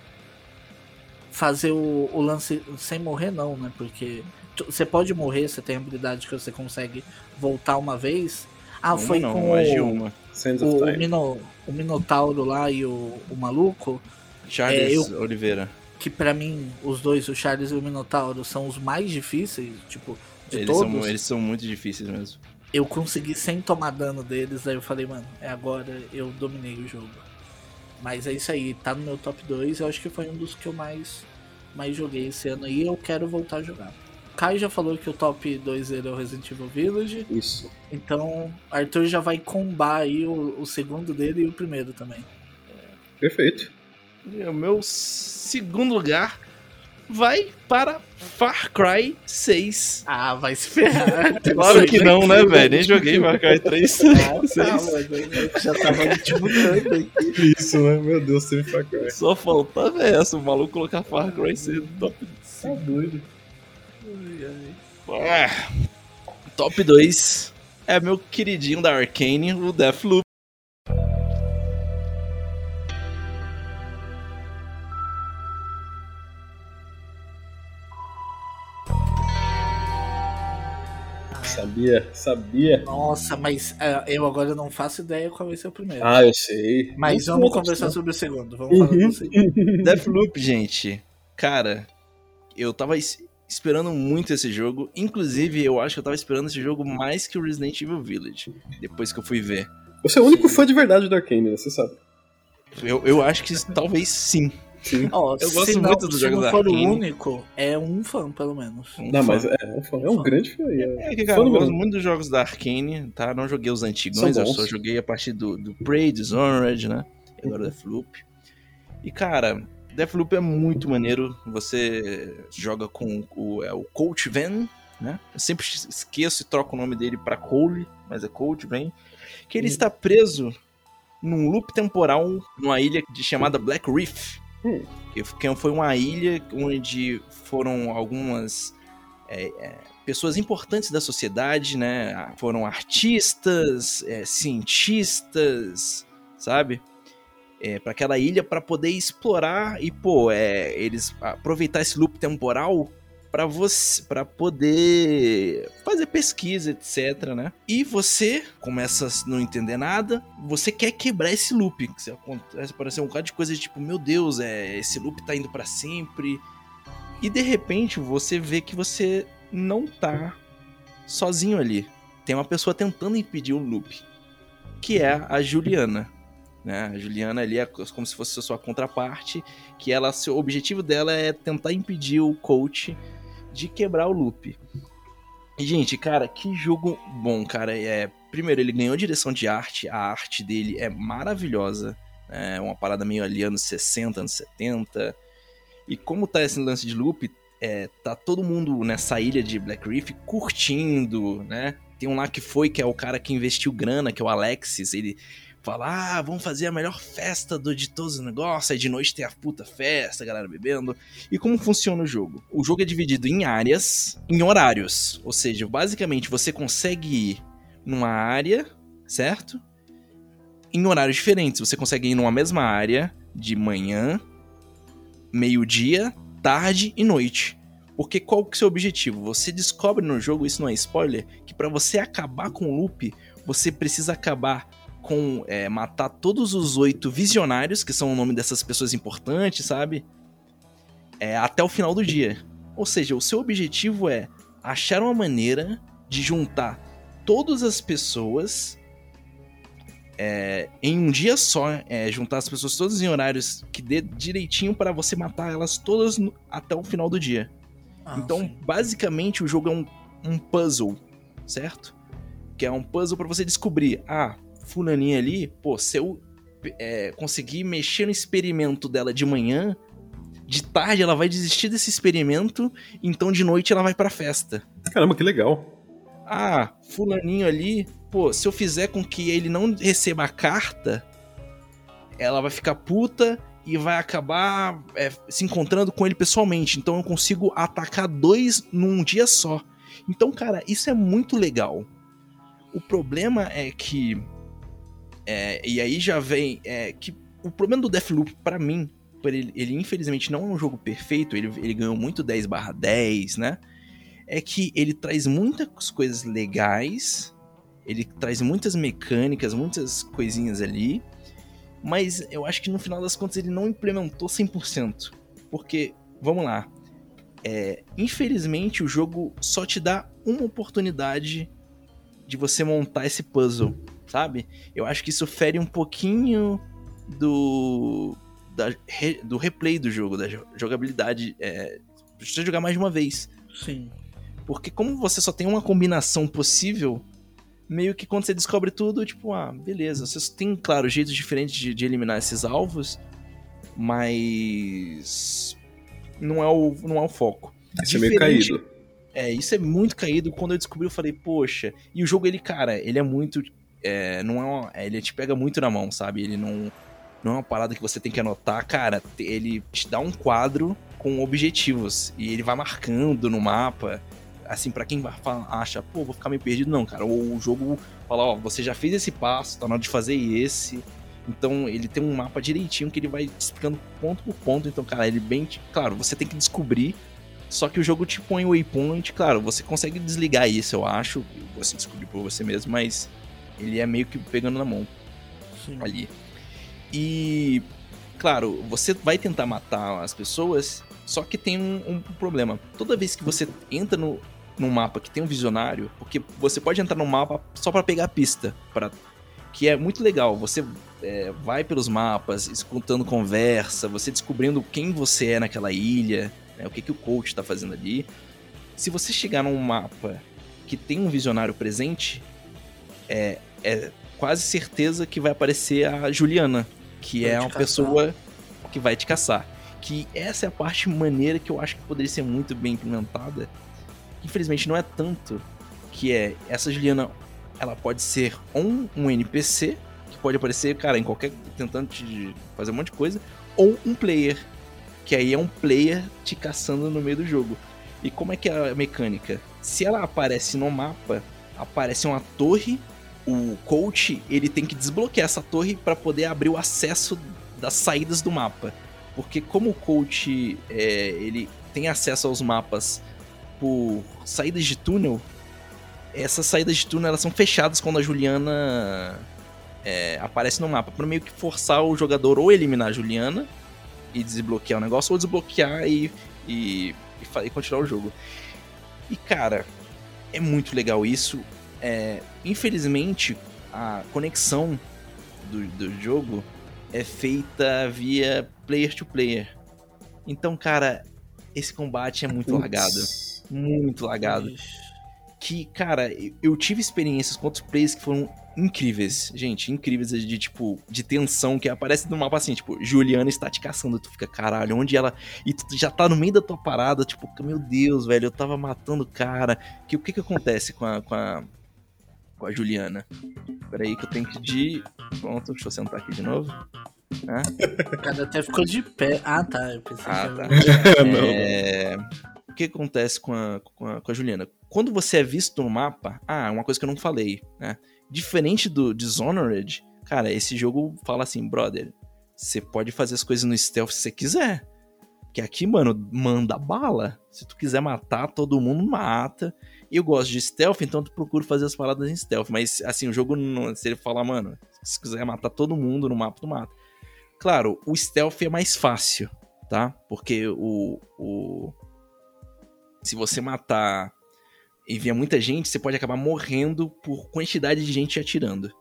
fazer o, o lance sem morrer não, né? Porque tu, você pode morrer, você tem habilidade que você consegue voltar uma vez. Ah, uma foi não, com mais o, de uma. O, o, Mino, o Minotauro lá e o, o maluco. Charles é, eu, Oliveira. Que pra mim, os dois, o Charles e o Minotauro, são os mais difíceis, tipo, de eles todos. São, eles são muito difíceis mesmo. Eu consegui sem tomar dano deles, aí eu falei, mano, é agora, eu dominei o jogo. Mas é isso aí, tá no meu top dois, eu acho que foi um dos que eu mais, mais joguei esse ano aí, eu quero voltar a jogar. O Caio já falou que o top dois dele é o Resident Evil Village. Isso. Então, Arthur já vai combar aí o, o segundo dele e o primeiro também. Perfeito. E o meu segundo lugar vai para Far Cry seis. Ah, vai se ferrar. Claro que não, né, velho? Nem joguei Far Cry três. Ah, tá, mas já tava te mudando aí. Isso, né? Meu Deus, teve Far Cry. Só faltava essa, o maluco colocar Far Cry seis no top cinco. Tá doido. Ah, top dois é meu queridinho da Arcane, o Deathloop. Sabia, sabia. Nossa, mas uh, eu agora não faço ideia qual vai ser o primeiro. Ah, eu sei. Mas não vamos conversar não. sobre o segundo. Vamos uhum. falar do segundo. Deathloop, gente. Cara, eu tava esperando muito esse jogo. Inclusive, eu acho que eu tava esperando esse jogo mais que o Resident Evil Village. Depois que eu fui ver. Você é o único sim. fã de verdade do Arcane, você sabe. Eu, eu acho que talvez sim. Sim. Oh, eu gosto não, muito dos jogos da Arcane. Se não for o único, é um fã, pelo menos. Um não, fã. mas é, é um fã. É um fã. grande fã. É, é que, cara, eu gosto muito dos jogos da Arcane, tá? Não joguei os antigos, eu só joguei a partir do, do Prey, Dishonored, né? E agora o Deathloop. E, cara, Deathloop é muito maneiro. Você joga com o, é, o Colt Van, né? Eu sempre esqueço e troco o nome dele pra Cole, mas é Colt Van. Que ele hum. está preso num loop temporal numa ilha de, chamada Black Reef. Hum. Que foi uma ilha onde foram algumas é, é, pessoas importantes da sociedade, né? Foram artistas, é, cientistas, sabe? É, para aquela ilha para poder explorar e, pô, é, eles aproveitar esse loop temporal para você, para poder fazer pesquisa, etc, né? E você começa a não entender nada, você quer quebrar esse loop. Você acontece aparecer um bocado de coisa tipo, meu Deus, é, esse loop tá indo para sempre. E de repente você vê que você não tá sozinho ali. Tem uma pessoa tentando impedir o loop, que é a Juliana. Né? A Juliana ali é como se fosse a sua contraparte, que ela, o objetivo dela é tentar impedir o coach de quebrar o loop. E, gente, cara, que jogo bom, cara. É, primeiro, ele ganhou direção de arte, a arte dele é maravilhosa, é uma parada meio ali anos sessenta, anos setenta. E como tá esse lance de loop, é, tá todo mundo nessa ilha de Black Reef curtindo, né? Tem um lá que foi, que é o cara que investiu grana, que é o Alexis, ele fala, ah, vamos fazer a melhor festa do, de todos os negócios, aí de noite tem a puta festa, a galera bebendo. E como funciona o jogo? O jogo é dividido em áreas, em horários, ou seja, basicamente você consegue ir numa área, certo? Em horários diferentes, você consegue ir numa mesma área de manhã, meio-dia, tarde e noite. Porque qual que é o seu objetivo? Você descobre no jogo, isso não é spoiler, que pra você acabar com o loop, você precisa acabar com é, matar todos os oito visionários, que são o nome dessas pessoas importantes, sabe? É, até o final do dia. Ou seja, o seu objetivo é achar uma maneira de juntar todas as pessoas é, em um dia só, é, juntar as pessoas todas em horários que dê direitinho para você matar elas todas no, até o final do dia. Ah, então, sim. Basicamente, o jogo é um, um puzzle, certo? Que é um puzzle para você descobrir, ah, fulaninha ali, pô, se eu é, conseguir mexer no experimento dela de manhã, de tarde ela vai desistir desse experimento, então de noite ela vai pra festa. Caramba, que legal. Ah, fulaninho ali, pô, se eu fizer com que ele não receba a carta, ela vai ficar puta e vai acabar é, se encontrando com ele pessoalmente, então eu consigo atacar dois num dia só. Então, cara, isso é muito legal. O problema é que É, e aí já vem é, que o problema do Deathloop, pra mim, ele, ele infelizmente não é um jogo perfeito, ele, ele ganhou muito dez barra dez, né? É que ele traz muitas coisas legais, ele traz muitas mecânicas, muitas coisinhas ali, mas eu acho que no final das contas ele não implementou cem por cento. Porque, vamos lá, é, infelizmente o jogo só te dá uma oportunidade de você montar esse puzzle, sabe? Eu acho que isso fere um pouquinho do, da, do replay do jogo, da jogabilidade. É, precisa jogar mais de uma vez. Sim. Porque como você só tem uma combinação possível, meio que quando você descobre tudo, tipo, ah, beleza. Você tem, claro, jeitos diferentes de, de eliminar esses alvos, mas não é o, não é o foco. Isso é meio caído. É, isso é muito caído. Quando eu descobri, eu falei, poxa. E o jogo, ele, cara, ele é muito... É, não é uma, ele te pega muito na mão, sabe? Ele não, não é uma parada que você tem que anotar. Cara, ele te dá um quadro com objetivos. E ele vai marcando no mapa. Assim, pra quem acha, pô, vou ficar meio perdido. Não, cara. O jogo fala, ó, você já fez esse passo, tá na hora de fazer esse. Então, ele tem um mapa direitinho que ele vai explicando ponto por ponto. Então, cara, ele bem... Claro, você tem que descobrir. Só que o jogo te põe o waypoint. Claro, você consegue desligar isso, eu acho. Você descobrir por você mesmo, mas... ele é meio que pegando na mão. Sim. Ali. E, claro, você vai tentar matar as pessoas, só que tem um, um problema. Toda vez que você entra no, num mapa que tem um visionário, porque você pode entrar num mapa só pra pegar a pista, pra, que é muito legal. Você é, vai pelos mapas, escutando conversa, você descobrindo quem você é naquela ilha, né, o que, que o coach tá fazendo ali. Se você chegar num mapa que tem um visionário presente... É, é quase certeza que vai aparecer a Juliana, que vai é uma caçar. Pessoa que vai te caçar. Que essa é a parte maneira que eu acho que poderia ser muito bem implementada. Infelizmente não é tanto, que é essa Juliana, ela pode ser um, um N P C, que pode aparecer, cara, em qualquer... tentando te fazer um monte de coisa. Ou um player, que aí é um player te caçando no meio do jogo. E como é que é a mecânica? Se ela aparece no mapa, aparece uma torre, o coach, ele tem que desbloquear essa torre para poder abrir o acesso das saídas do mapa. Porque como o coach, é, ele tem acesso aos mapas por saídas de túnel, essas saídas de túnel elas são fechadas quando a Juliana é, aparece no mapa, para meio que forçar o jogador ou eliminar a Juliana e desbloquear o negócio, ou desbloquear e, e, e, e continuar o jogo. E cara, é muito legal isso. É, infelizmente, a conexão do, do jogo é feita via player to player. Então, cara, esse combate é muito lagado. Muito lagado. Que, cara, eu tive experiências com outros players que foram incríveis. Gente, incríveis de, tipo, de tensão, que aparece no mapa assim, tipo, Juliana está te caçando, tu fica, caralho, onde ela... E tu já tá no meio da tua parada, tipo, meu Deus, velho, eu tava matando o cara. Que, o que que acontece com a, com a, com a Juliana? Peraí que eu tenho que ir... Pronto, deixa eu sentar aqui de novo. Ah? O cara até ficou de pé. Ah, tá, eu pensei ah, que tá. é... O que acontece com a, com, a, com a Juliana? Quando você é visto no mapa... Ah, uma coisa que eu não falei, né? Diferente do Dishonored, cara, esse jogo fala assim, brother, você pode fazer as coisas no stealth se você quiser. Que aqui, mano, manda bala. Se tu quiser matar, todo mundo mata. Eu gosto de stealth, então tu procura fazer as paradas em stealth. Mas, assim, o jogo, não, se ele falar, mano, se quiser matar todo mundo no mapa, tu mata. Claro, o stealth é mais fácil, tá? Porque o... o... se você matar... e via muita gente, você pode acabar morrendo por quantidade de gente atirando.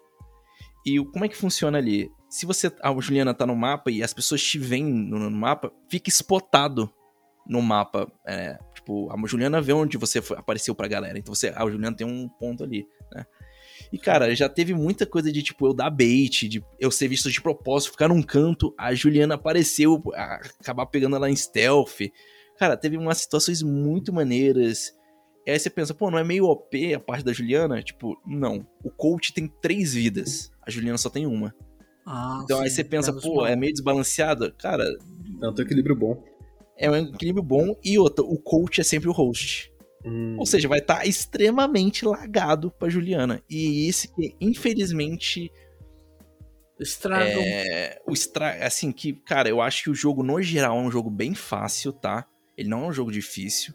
E como é que funciona ali? Se você, a Juliana tá no mapa e as pessoas te veem no, no mapa, fica spotado no mapa. É, tipo, a Juliana vê onde você foi, apareceu pra galera. Então você, a Juliana tem um ponto ali, né? E, cara, já teve muita coisa de, tipo, eu dar bait, de eu ser visto de propósito, ficar num canto, a Juliana apareceu, acabar pegando ela em stealth. Cara, teve umas situações muito maneiras. E aí você pensa, pô, não é meio O P a parte da Juliana? Tipo, não. O coach tem três vidas, a Juliana só tem uma. Ah, então sim, aí você pensa, pô, é meio desbalanceado? Cara... Não, tem um equilíbrio bom. É um equilíbrio bom. E outra, o coach é sempre o host. Hum. Ou seja, vai estar tá extremamente lagado pra Juliana. E isso que, infelizmente... Estragam. É, o estra... Assim, que, cara, eu acho que o jogo, no geral, é um jogo bem fácil, tá? Ele não é um jogo difícil.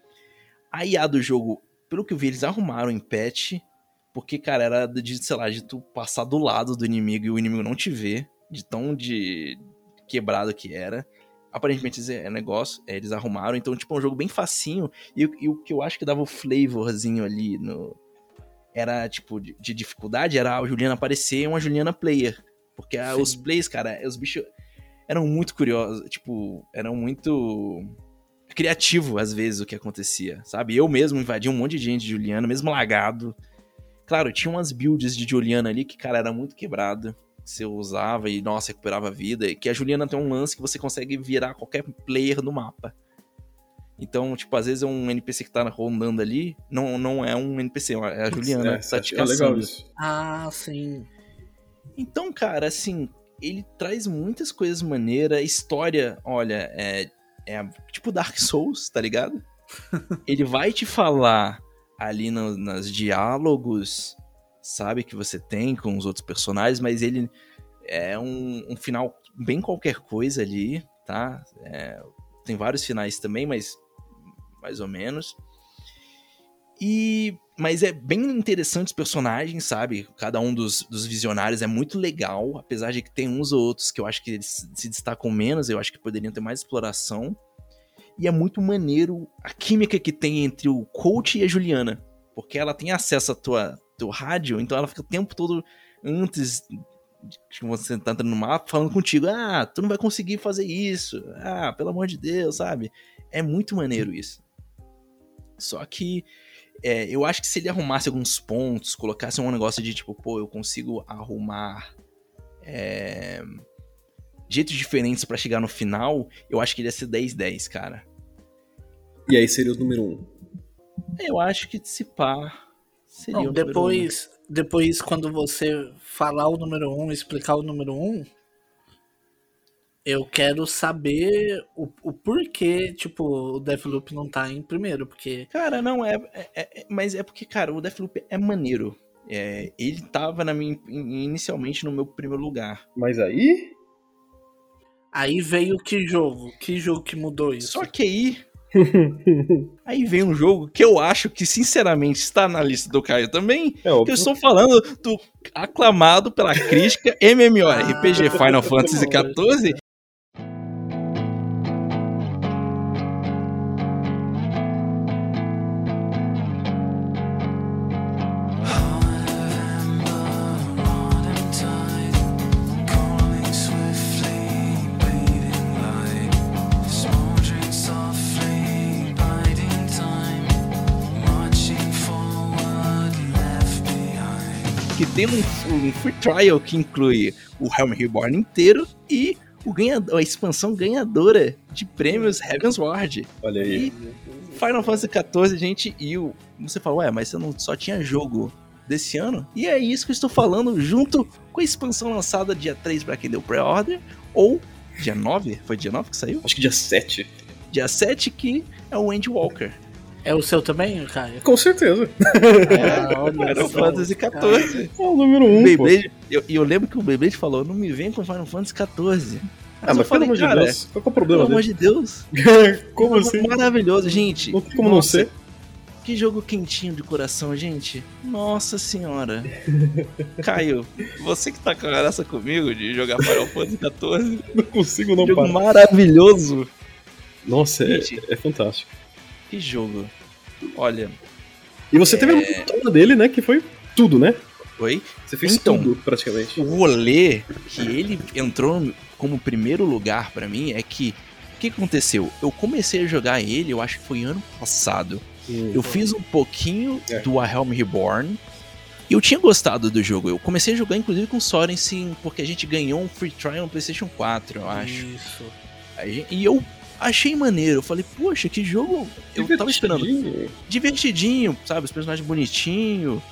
A I A do jogo, pelo que eu vi, eles arrumaram em patch, porque, cara, era de, sei lá, de tu passar do lado do inimigo e o inimigo não te ver, de tão de quebrado que era. Aparentemente é negócio, é, eles arrumaram, então, tipo, é um jogo bem facinho, e, e o que eu acho que dava o flavorzinho ali, no, era, tipo, de, de dificuldade, era a Juliana aparecer e uma Juliana player, porque a, os plays, cara, os bichos eram muito curiosos, tipo, eram muito... criativo, às vezes, o que acontecia, sabe? Eu mesmo invadi um monte de gente de Juliana, mesmo lagado. Claro, tinha umas builds de Juliana ali que, cara, era muito quebrado. Você usava e, nossa, recuperava a vida. E que a Juliana tem um lance que você consegue virar qualquer player no mapa. Então, tipo, às vezes é um N P C que tá rondando ali, não, não é um N P C, é a Juliana é, que tá te é caçando. legal isso. Ah, sim. Então, cara, assim, ele traz muitas coisas maneiras. A história, olha, é... é tipo Dark Souls, tá ligado? Ele vai te falar ali no, nos diálogos, sabe, que você tem com os outros personagens, mas ele é um, um final bem qualquer coisa ali, tá? É, tem vários finais também, mas mais ou menos. E... mas é bem interessante os personagens, sabe? Cada um dos, dos visionários é muito legal, apesar de que tem uns ou outros que eu acho que eles se destacam menos, eu acho que poderiam ter mais exploração. E é muito maneiro a química que tem entre o coach e a Juliana, porque ela tem acesso a tua, teu rádio, então ela fica o tempo todo antes de você tá entrando no mapa falando contigo, ah, tu não vai conseguir fazer isso, ah, pelo amor de Deus, sabe? É muito maneiro isso. Só que é, eu acho que se ele arrumasse alguns pontos, colocasse um negócio de tipo, pô, eu consigo arrumar é, jeitos diferentes pra chegar no final, eu acho que ele ia ser dez dez, cara. E aí seria o número um? Eu acho que se pá seria Não, o número depois, depois, quando você falar o número um, explicar o número um, eu quero saber o, o porquê, tipo, o Deathloop não tá em primeiro, porque... Cara, não, é, é, é- Mas é porque, cara, o Deathloop é maneiro. É, ele tava na minha, inicialmente no meu primeiro lugar. Mas aí... Aí veio que jogo? Que jogo que mudou isso? Só que aí... Aí vem um jogo que eu acho que, sinceramente, está na lista do Caio também. É Que eu óbvio. estou falando do aclamado pela crítica MMORPG Ah, Final Fantasy quatorze. Que tem um, um free trial que inclui o Helm Reborn inteiro e o ganhador, a expansão ganhadora de prêmios Heavensward. Olha aí. E Final Fantasy quatorze, gente, e o, você fala, ué, mas você não só tinha jogo desse ano? E é isso que eu estou falando, junto com a expansão lançada dia três para quem deu pré-order, ou dia nove, foi dia nove que saiu? Acho que dia sete. Dia sete, que é o Endwalker. É o seu também, Caio? Com certeza. É, olha Final só, Fantasy quatorze. É o número um, O pô. Beyblade, eu, e eu lembro que o Beyblade falou, não me vem com Final Fantasy quatorze. Ah, mas pelo amor de Deus, qual que é o Pelo problema amor dele? de Deus. Como assim? Maravilhoso, gente. Não tem como não Nossa, ser. que jogo quentinho de coração, gente. Nossa senhora. Caio, você que tá com essa comigo de jogar Final Fantasy quatorze. Não consigo não Jogo parar. maravilhoso. Nossa, é, Gente. é fantástico. Que jogo. Olha, E você teve a maratona dele, né? Que foi tudo, né? oi? Você fez Então, tudo, praticamente. O rolê que ele entrou como primeiro lugar pra mim é que o que aconteceu? Eu comecei a jogar ele, eu acho que foi ano passado. Hum. Eu fiz um pouquinho É. do A Helm Reborn. E eu tinha gostado do jogo. Eu comecei a jogar inclusive com o Sorensen, porque a gente ganhou um free trial no PlayStation quatro, eu acho. Isso. A gente- E eu achei maneiro. Eu falei, poxa, que jogo. Eu tava esperando. Divertidinho. Divertidinho, sabe? Os personagens bonitinhos.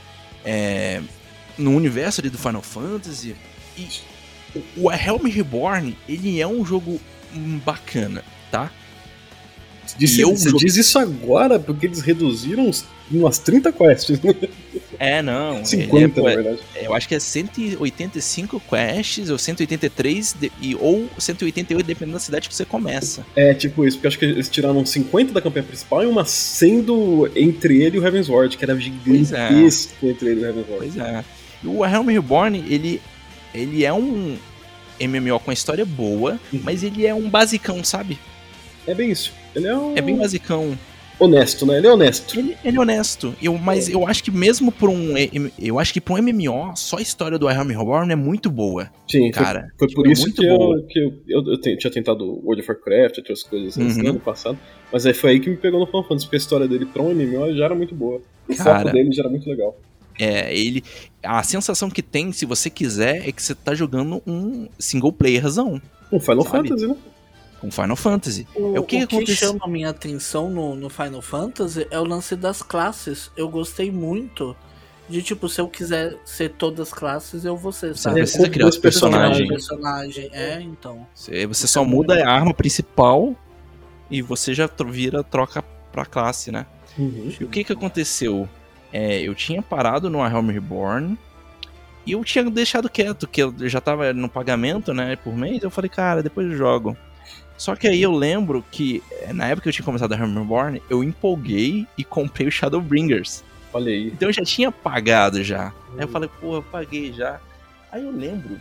É, no universo ali do Final Fantasy. E o A Helm Reborn, ele é um jogo hum, bacana, tá? Você diz, E eu você joguei- diz isso agora porque eles reduziram uns, umas trinta quests. né? É, não. ele cinquenta, é, na verdade. eu acho que é cento e oitenta e cinco quests, ou cento e oitenta e três, de- e, ou cento e oitenta e oito, dependendo da cidade que você começa. É, tipo isso, porque acho que eles tiraram cinquenta da campanha principal e uma sendo entre ele e o Heavensward, que era gigantesco entre ele e o Heavensward. Pois é. E o A Helm Reborn, ele, ele é um M M O com a história boa, Uhum. mas ele é um basicão, sabe? É bem isso. Ele é um É bem basicão. honesto, né? Ele é honesto. Ele, ele é honesto. Eu, mas eu acho que mesmo por um. Eu acho que por um M M O, só a história do A Helm Reborn é muito boa. Sim, Cara, foi, foi tipo, por é isso muito que, boa. eu, que eu, eu, eu ten- tinha tentado World of Warcraft, outras coisas assim, Uhum. ano passado. Mas aí foi aí que me pegou no Final Fantasy, porque a história dele pra um M M O já era muito boa. O Cara. foco dele já era muito legal. É, ele. A sensação que tem, se você quiser, é que você tá jogando um single playerzão Um Final Sabe? Fantasy, né? com Final Fantasy. O, É o que o que acontece- chama a minha atenção no, no Final Fantasy é o lance das classes. Eu gostei muito de, tipo, se eu quiser ser todas as classes, eu vou ser, Você sabe? não precisa com criar dois os personagens. personagem. É, então. Você, você só muda a arma principal e você já tro- vira troca pra classe, né? Uhum. E o que que aconteceu? É, eu tinha parado no A Helm Reborn e eu tinha deixado quieto, que eu já tava no pagamento, né, por mês. Eu falei, cara, depois eu jogo. Só que aí eu lembro que, é, na época que eu tinha começado a Helm Reborn, eu empolguei e comprei o Shadowbringers. Olha aí. Então eu já tinha pagado já. Aí eu falei, pô, eu paguei já. Aí eu lembro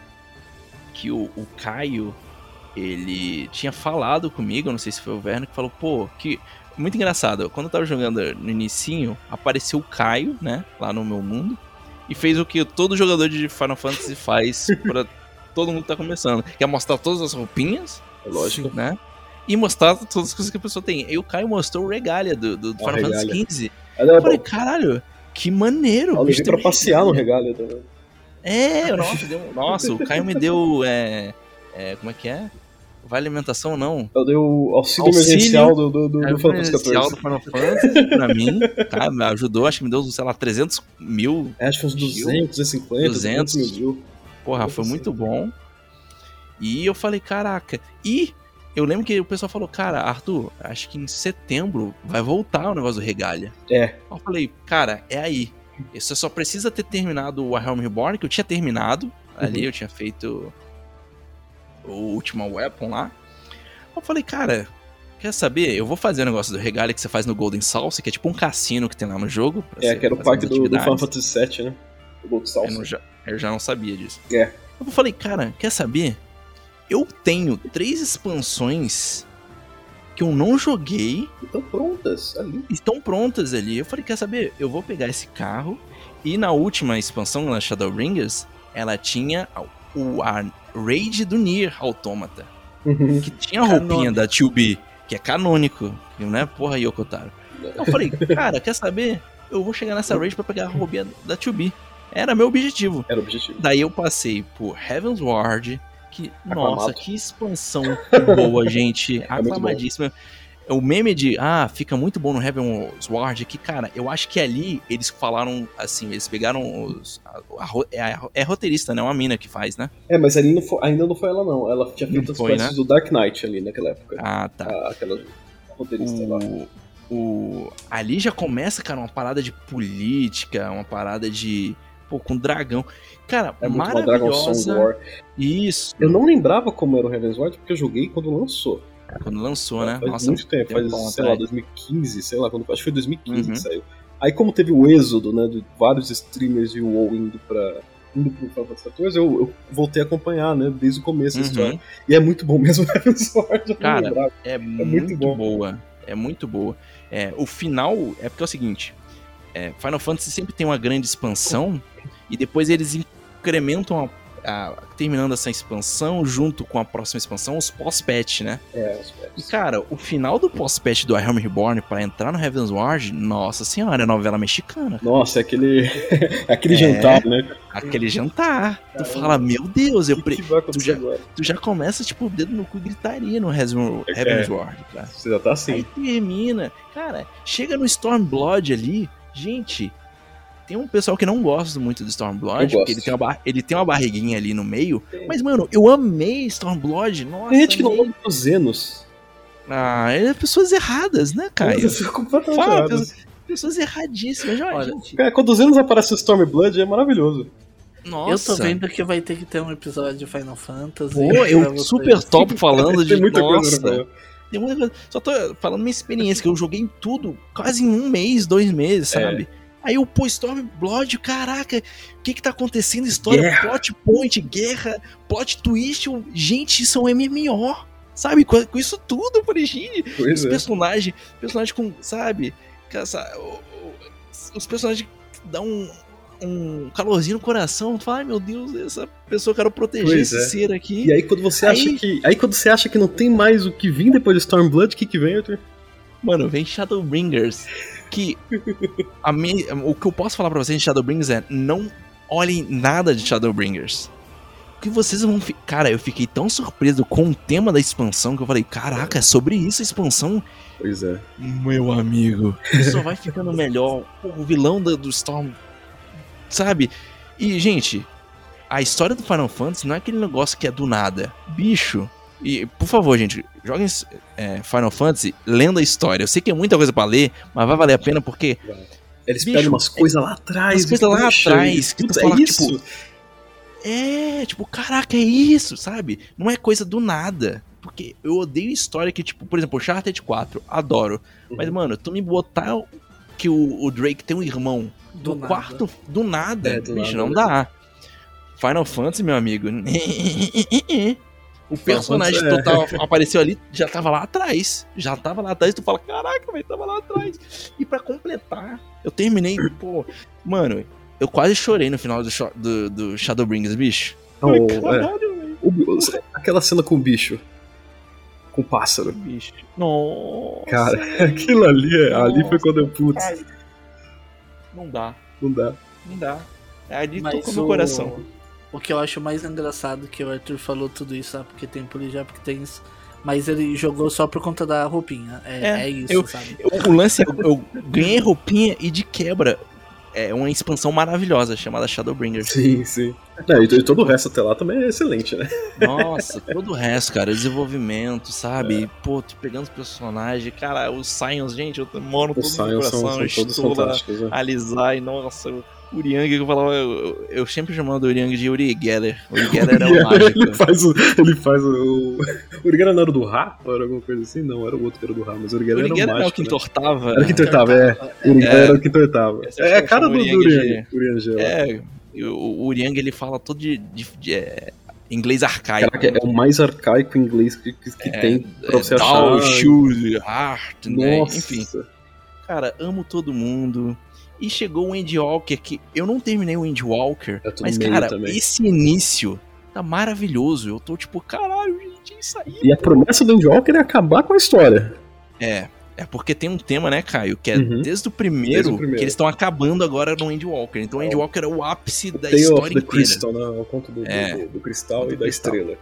que o, o Caio, ele tinha falado comigo, não sei se foi o Verno, que falou, pô, que... Muito engraçado, quando eu tava jogando no inicinho, apareceu o Caio, né, lá no meu mundo, e fez o que todo jogador de Final Fantasy faz pra todo mundo que tá começando, que é mostrar todas as roupinhas, É lógico. né, e mostrar todas as coisas que a pessoa tem. E o Caio mostrou o regalia do, do A Final Fantasy regalia. quinze. Aí, eu Eu falei, caralho, que maneiro. eu o bicho levei pra tem passear no regalia. regalho também. É, nossa, deu- nossa, o Caio me deu. É, é, como é que é? Vale alimentação não. Eu dei o auxílio, Auxílio emergencial do, do, do, É, do Final Fantasy emergencial quatorze. do Final Fantasy, pra mim, tá? Me ajudou, acho que me deu, sei lá, trezentos mil. É, acho que uns duzentos, duzentos e cinquenta, duzentos. duzentos mil. Porra, foi muito bom. E eu falei, caraca. E eu lembro que o pessoal falou, cara, Arthur, acho que em setembro vai voltar o negócio do Regalia. É. Eu falei, cara, é aí. Você só precisa ter terminado o Realm Reborn, que eu tinha terminado. Ali Uhum. eu tinha feito o Ultima Weapon lá. Eu falei, cara, quer saber? Eu vou fazer o negócio do Regalia que você faz no Golden Sauce, que é tipo um cassino que tem lá no jogo. É, que era o parque do, do Final Fantasy sete, né? O Gold Eu, Sauce. não já, eu já não sabia disso. É. Eu falei, cara, quer saber? Eu tenho três expansões que eu não joguei. Estão prontas ali. Estão prontas ali. Eu falei, quer saber? Eu vou pegar esse carro. E na última expansão, na Shadowbringers, ela tinha o a Raid do Nier Automata. Uhum. Que tinha a roupinha da dois B, que é canônico. Que não é porra Yokotaro. Eu falei, cara, quer saber? Eu vou chegar nessa Raid pra pegar a roupinha da dois B. Era meu objetivo. Era o objetivo. Daí eu passei por Heaven's Ward, que, Aclamado. nossa, que expansão boa, gente. Aclamadíssima. O meme de, ah, fica muito bom no Heaven's Ward, que, cara, eu acho que ali eles falaram, assim, eles pegaram os... A, a, é, a, é roteirista, né? Uma mina que faz, né? É, mas ali não foi- ainda não foi ela, não. Ela tinha feito Não as foi, quests né? do Dark Knight ali naquela época. Ah, tá. A- aquela roteirista lá. O, o, ali já começa, cara, uma parada de política, uma parada de... Pô, com dragão. Cara, É muito uma Dragon Song maravilhosa. War. Isso. Eu não lembrava como era o Heaven's Ward porque eu joguei quando lançou. Quando lançou, né? Faz Nossa, muito tempo, faz, tempão sei lá, atrás. dois mil e quinze, sei lá, quando, acho que foi dois mil e quinze Uhum. que saiu. Aí como teve o êxodo, né, de vários streamers de WoW indo pra... indo pro Final Fantasy quatorze, eu, eu voltei a acompanhar, né, desde o começo da Uhum. história. E é muito bom mesmo o Heaven's Ward, eu não Cara, lembrava. É, muito, muito bom. boa. É muito boa. É, o final é porque é o seguinte: é, Final Fantasy sempre tem uma grande expansão e depois eles incrementam a, a- terminando essa expansão junto com a próxima expansão, os pós-patch, né? É, os E patches. cara, o final do pós-patch do Realm Reborn pra entrar no Heaven's Ward, nossa senhora, é novela mexicana. Nossa, é aquele, aquele É. jantar, né? Aquele jantar. Tu Caramba. fala, meu Deus, eu O pre... que vai tu, acontecer já, agora? tu já começa, tipo, o dedo no cu e gritaria no Heaven- É. Heaven's Ward, cara. Você já tá assim. Aí termina. Cara, chega no Stormblood ali. Gente, tem um pessoal que não gosta muito do Eu Stormblood, gosto. porque ele tem, uma bar- ele tem uma barriguinha ali no meio. Mas, mano, eu amei Stormblood. Nossa, Tem gente que não amei. gosta dos Zenos. Ah, é pessoas erradas, né, Caio? Nossa, eu fico completamente Fala, errado. pessoas, pessoas erradíssimas. Já, Olha, gente, Cara, quando os Zenos aparece o Stormblood, é maravilhoso. nossa. Eu tô vendo que vai ter que ter um episódio de Final Fantasy. Pô, pra eu vocês. super top falando de. Tem muita nossa, coisa pra falar. Tem muita coisa. Só tô falando minha experiência, que eu joguei tudo quase em um mês, dois meses, É. sabe? Aí eu pô, Stormblood, caraca, o que que tá acontecendo? História, Guerra. plot point, guerra, plot twist, eu- gente, isso é um M M O, sabe? Com, com isso tudo, eu falei, gente, Pois os é. personagens, personagem com, sabe? Com essa- o- o- os personagens dão um, um calorzinho no coração, tu fala, ai meu Deus, essa pessoa eu quero proteger Pois esse é. ser aqui. E aí quando você Aí- acha que. Aí quando você acha que não tem mais o que vir depois de Stormblood, o que, que vem, Arthur? Mano, vem Shadowbringers. Que a minha, o que eu posso falar pra vocês de Shadowbringers é: não olhem nada de Shadowbringers. Porque vocês vão. fi- Cara, eu fiquei tão surpreso com o tema da expansão que eu falei: caraca, é sobre isso a expansão? Pois é. Meu amigo. Só vai ficando melhor. Pô, o vilão do, do Storm. Sabe? E, gente, a história do Final Fantasy não é aquele negócio que é do nada. Bicho. E, por favor, gente, joguem é, Final Fantasy lendo a história. Eu sei que é muita coisa pra ler, mas vai valer a pena porque. Eles Bicho, pegam umas coisas lá atrás. umas coisas lá puxa, atrás, que tu putz, fala, é isso? tipo, É, tipo, caraca, é isso, sabe? Não é coisa do nada. Porque eu odeio história que, tipo, por exemplo, Uncharted quatro, adoro. Mas, mano, tu me botar que o, o Drake tem um irmão Do no nada. quarto do nada, É, do bicho, nada, não né? dá. Final Fantasy, meu amigo. O personagem Fantasy, é. total apareceu ali, já tava lá atrás. Já tava lá atrás, tu fala, caraca, velho, tava lá atrás. E pra completar, eu terminei, pô, mano, eu quase chorei no final do, sho- do, do Shadowbringers, bicho. Oh, Ai, é. caralho, velho. O- aquela cena com o bicho. Com o pássaro. Bicho. Nossa. Cara, aquilo ali, é- ali foi quando eu, putz, Ai, não dá, não dá. não dá. Ali Mas tocou meu o- coração. O o que eu acho mais engraçado que o Arthur falou tudo isso, sabe? Porque tem já porque tem isso. Mas ele jogou só por conta da roupinha. É, é, é isso, eu, sabe? Eu, o lance, eu, eu ganhei roupinha e de quebra. É uma expansão maravilhosa chamada Shadowbringers. Sim, sim. É, e todo o resto até lá também é excelente, né? Nossa, todo o resto, cara, desenvolvimento, sabe? É. Pô, tu pegando os personagens, cara, os Scions, gente, eu moro todo no coração, são, são todos fantásticos, né? Alizar, e nossa, o Uriang, que eu falava, eu, eu sempre chamando o Uriang de Uri Geller. O Uri Geller era o mágico. Ele faz o. Ele faz o. O Uri Geller não era do Ra? Ou era alguma coisa assim? Não, era o outro que era do Ra, mas o Uri Geller era o mágico. Era o que entortava. Era o que entortava, é. O Uri Geller era o que entortava. É a cara do Uriang. É, o Uriang ele fala todo de, de, de é, inglês arcaico. Caraca, é o mais arcaico inglês que, que, que é, tem pra você é, achar. Dow, shoes, heart, né? Nossa. Enfim. Cara, amo todo mundo. E chegou o Endwalker, que eu não terminei o Endwalker, mas, cara, também. Esse início tá maravilhoso. Eu tô tipo, caralho, gente, é isso aí. E a promessa do Endwalker é acabar com a história. É, é porque tem um tema, né, Caio, que é uhum. desde, o primeiro, desde o primeiro que eles estão acabando agora no Endwalker. Então o é. Endwalker é o ápice da Tale história of the inteira. Crystal, né? O conto do, é. do, do cristal do e da cristal. Estrela.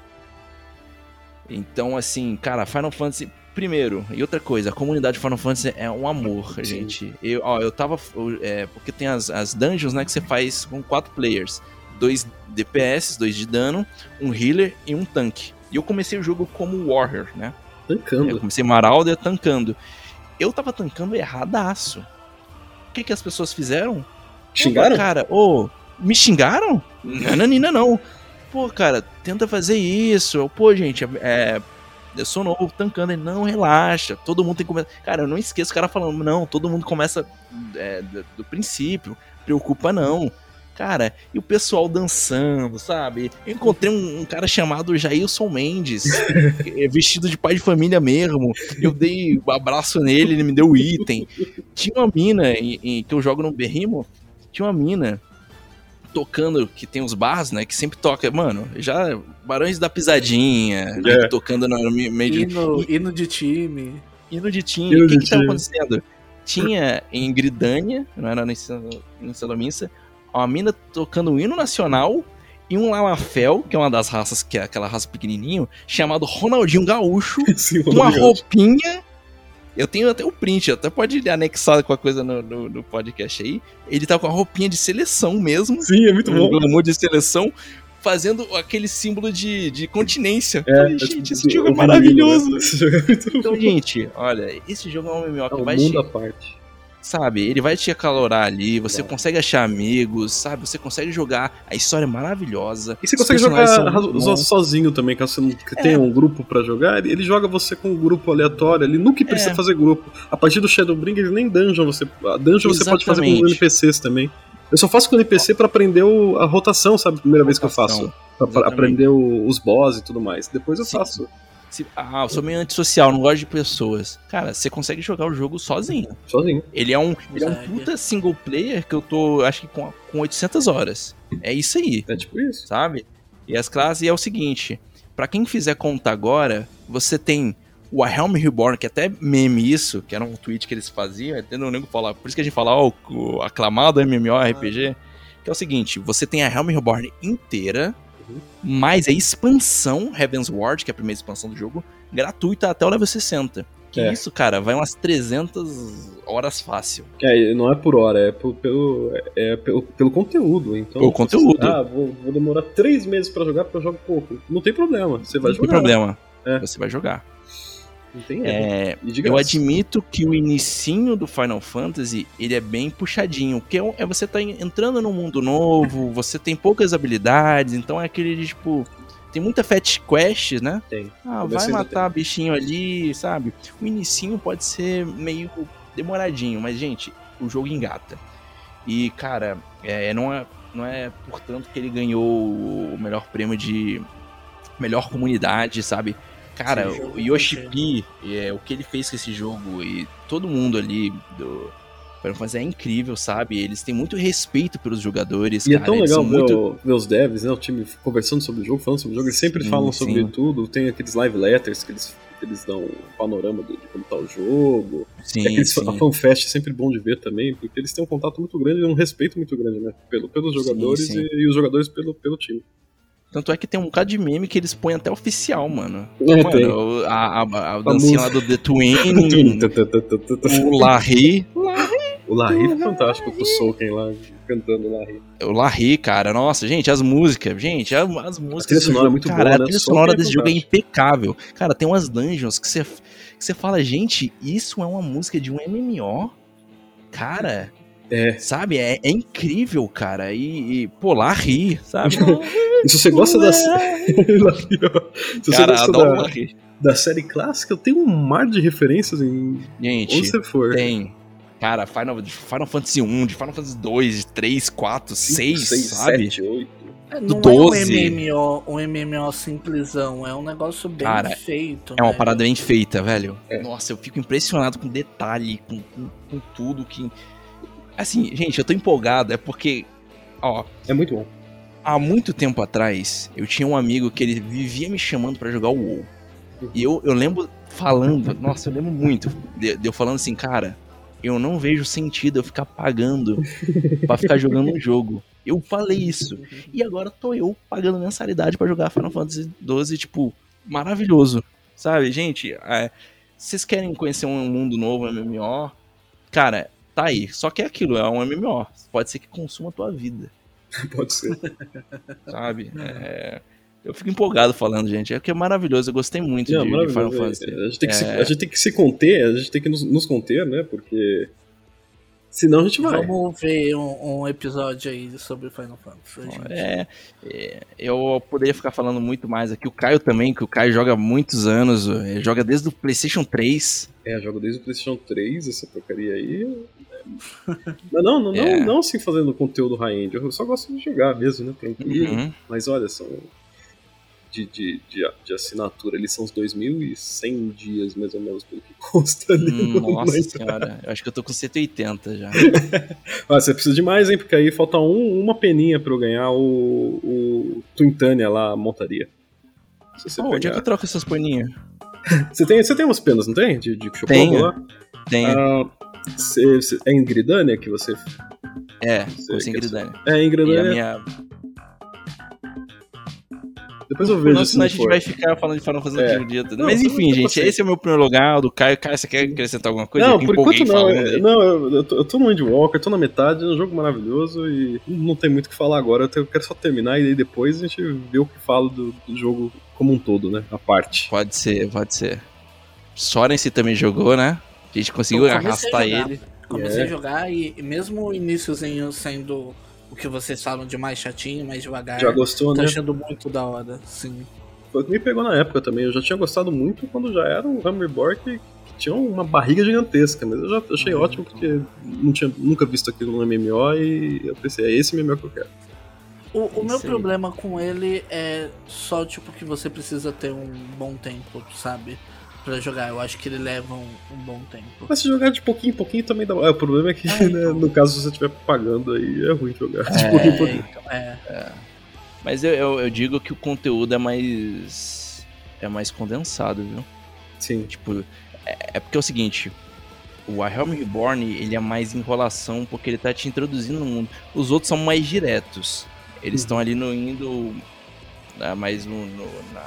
Então, assim, cara, Final Fantasy... Primeiro, e outra coisa, a comunidade de Final Fantasy é um amor, Sim. gente. Eu, ó, eu tava... É, porque tem as, as dungeons, né, que você faz com quatro players. Dois D P S, dois de dano, um healer e um tanque. E eu comecei o jogo como warrior, né? Tancando. Eu comecei Marauder tancando. Eu tava tancando erradaço. O que que as pessoas fizeram? Xingaram? Pô, cara, ô, me xingaram? Nananina não. Pô, cara, tenta fazer isso. Pô, gente, é... eu sou novo tancando, ele, não, relaxa, todo mundo tem que começar. Cara, eu não esqueço o cara falando, não, todo mundo começa é, do, do princípio, preocupa não. Cara, e o pessoal dançando, sabe? Eu encontrei um, um cara chamado Jailson Mendes, vestido de pai de família mesmo. Eu dei um abraço nele, ele me deu o item. Tinha uma mina em, em, que eu jogo no Berrimo, tinha uma mina tocando, que tem os bars, né, que sempre toca, mano, já Barões da Pisadinha, é. né, tocando no meio de... Hino, hino de time. Hino de time. O que que tava acontecendo? Tinha em Gridânia, não era em Salomissa, uma mina tocando o hino nacional e um Lalafel, que é uma das raças, que é aquela raça pequenininho, chamado Ronaldinho Gaúcho, Sim, com uma roupinha... Eu tenho até o print, até pode anexar com a coisa no, no, no podcast aí. Ele tá com a roupinha de seleção mesmo. Sim, é muito um bom. glamour de seleção, fazendo aquele símbolo de, de continência. É, Falei, é gente, tipo, esse jogo é maravilhoso. Né? Esse jogo é muito então, bom. gente, olha, esse jogo é um M M O que é um vai mundo te... à parte. Sabe, ele vai te acalorar ali, você Não. consegue achar amigos, sabe? Você consegue jogar, a história é maravilhosa. E você consegue jogar sozinho também, caso você não é. tenha um grupo pra jogar, ele joga você com um grupo aleatório ali, nunca precisa é. fazer grupo. A partir do Shadowbringers, nem dungeon você... A dungeon Exatamente. Você pode fazer com N P Cs também. Eu só faço com N P C pra aprender o, a rotação, sabe? A primeira rotação. vez que eu faço. Pra, pra aprender o, os boss e tudo mais. Depois eu Sim. faço... Se, ah, eu sou meio antissocial, não gosto de pessoas. Cara, você consegue jogar o jogo sozinho. Sozinho. Ele é um, ele é um puta single player que eu tô, acho que com, com oitocentas horas. É isso aí. É tipo isso. Sabe? E as classes é o seguinte, pra quem fizer conta agora, você tem o A Realm Reborn, que até meme isso, que era um tweet que eles faziam, até não lembro falar, por isso que a gente fala, ó, o aclamado MMORPG, que é o seguinte, você tem a Realm Reborn inteira, mais a expansão Heavensward, que é a primeira expansão do jogo, gratuita até o level sessenta. Que é. isso, cara, vai umas trezentas horas fácil. É, não é por hora, é por, pelo, é pelo, pelo conteúdo. Então, o conteúdo. Você, ah, vou, vou demorar três meses pra jogar porque eu jogo pouco. Não tem problema, você vai não jogar. Não tem problema, é. você vai jogar. Não tem é, eu admito que o inicinho do Final Fantasy, ele é bem puxadinho, porque é você tá entrando num mundo novo, você tem poucas habilidades, então é aquele de, tipo, tem muita fetch quest, né? Tem. Ah, vai matar tem. bichinho ali, sabe? O inicinho pode ser meio demoradinho, mas, gente, o jogo engata. E, cara, é, não, é, não é portanto que ele ganhou o melhor prêmio de melhor comunidade, sabe? Cara, Sim, o Yoshi P, é, o que ele fez com esse jogo e todo mundo ali do Final Fantasy é incrível, sabe? Eles têm muito respeito pelos jogadores, e cara. É tão legal ver, muito... o, ver os devs, né? O time conversando sobre o jogo, falando sobre o jogo. Eles sempre sim, falam sobre sim. tudo. Tem aqueles live letters que eles, que eles dão um panorama de, de como tá o jogo. Sim, e aqueles, sim. A FanFest é sempre bom de ver também, porque eles têm um contato muito grande e um respeito muito grande, né? Pelo, pelos jogadores sim, sim. E, e os jogadores pelo, pelo time. Tanto é que tem um bocado de meme que eles põem até oficial, mano. É, mano, tem. a, a, a, a dancinha lá do The Twin, o Larry. O Larry é fantástico com o Soken lá, cantando o Larry. O Larry, cara, nossa, gente, as músicas, gente, as músicas. A trilha sonora é muito cara, boa, a né? trilha Soken sonora é desse jogo é fantástico. impecável. Cara, tem umas dungeons que você que você fala, gente, isso é uma música de um M M O? Cara, É. sabe, é, é incrível, cara. E, e pô, Larry, sabe? E se você gosta da série. Se você Cara, gosta adoro da, Larry. da série clássica, eu tenho um mar de referências em Gente, onde você for. tem. Cara, Final, de Final Fantasy um, de Final Fantasy dois, de três, quatro, cinco, seis, seis, sabe? sete, oito. É, não doze. é um M M O, um M M O simplesão, é um negócio bem Cara, feito. É uma né? parada bem feita, velho. É. Nossa, eu fico impressionado com detalhe, com, com, com tudo que... Assim, gente, eu tô empolgado, é porque, ó, É muito bom. há muito tempo atrás, eu tinha um amigo que ele vivia me chamando pra jogar o WoW. E eu, eu lembro falando, nossa, eu lembro muito, de, de eu falando assim, cara, eu não vejo sentido eu ficar pagando pra ficar jogando um jogo. Eu falei isso. E agora tô eu pagando mensalidade pra jogar Final Fantasy doze, tipo, maravilhoso. Sabe, gente, é, vocês querem conhecer um mundo novo, um M M O? Cara, tá aí. Só que é aquilo, é um M M O. Pode ser que consuma a tua vida, Pode ser. sabe? É, eu fico empolgado falando, gente. É que é maravilhoso, eu gostei muito Não, de, de Final Fantasy. A gente, tem que É. se, a gente tem que se conter, a gente tem que nos, nos conter, né? Porque senão a gente vai. Vamos ver um, um episódio aí sobre Final Fantasy. gente. É, é, eu poderia ficar falando muito mais aqui. O Caio também, que o Caio joga há muitos anos, ele joga desde o PlayStation três. É, jogo desde o PlayStation três, essa porcaria aí. Mas não, não, É. não, não assim fazendo conteúdo high-end. Eu só gosto de jogar mesmo, né? Tranquilo. Uhum. Mas olha, são. De, de, de, de assinatura, eles são uns dois mil e cem dias, mais ou menos, pelo que custa ali. Hum, no- Nossa na senhora, eu acho que eu tô com cento e oitenta já. Ah, você precisa de mais, hein? Porque aí falta um, uma peninha pra eu ganhar o, o Twintania lá, a montaria. Se você, Pô, onde é que pegar... eu troco essas paninhas? você, tem, você tem umas penas, não tem? De, de Chocobo Tenho. lá? Tem, Ah, você, você- é em Gridania que você. é, você com sem quer- gridane. É em E a Gridania. minha... Depois eu Por vejo não, se senão não a gente for. vai ficar falando de Final Fantasy É. aqui o dia todo. Não, Mas você enfim, não tem gente, paciência. esse é o meu primeiro lugar, o do Caio. Caio, você quer acrescentar alguma coisa? Não, Eu por empolguei enquanto não. falando é- aí. Não, eu, eu, tô, eu tô no Endwalker, tô na metade, é um jogo maravilhoso e não tem muito o que falar agora. Eu, tenho- eu quero só terminar e aí depois a gente vê o que fala do, do jogo como um todo, né? A parte. Pode ser, pode ser. Soren se também jogou, né? A gente conseguiu Eu comecei a arrastar jogar. ele. Comecei É. a jogar e e mesmo o iniciozinho sendo o que vocês falam de mais chatinho, mais devagar, Já gostou, tô né? achando muito da hora, sim. Foi o que me pegou na época também. Eu já tinha gostado muito quando já era um Hammerborg que, que tinha uma barriga gigantesca, mas eu já achei Uhum. ótimo porque não tinha nunca visto aquilo no M M O e eu pensei, é esse M M O que eu quero. O, o meu Isso aí. problema com ele é só, tipo, que você precisa ter um bom tempo, sabe? Pra jogar. Eu acho que ele leva um, um bom tempo. Mas se jogar de pouquinho em pouquinho também dá. É, o problema é que, Ah, né, então. no caso, se você estiver pagando, aí é ruim jogar de É, pouquinho em pouquinho. É, Mas eu, eu, eu digo que o conteúdo é mais. É mais condensado, viu? Sim. Tipo, é, é porque é o seguinte. O A Realm Reborn, ele é mais enrolação porque ele tá te introduzindo no mundo. Os outros são mais diretos. Eles estão ali no indo. Né, mais no, no- na,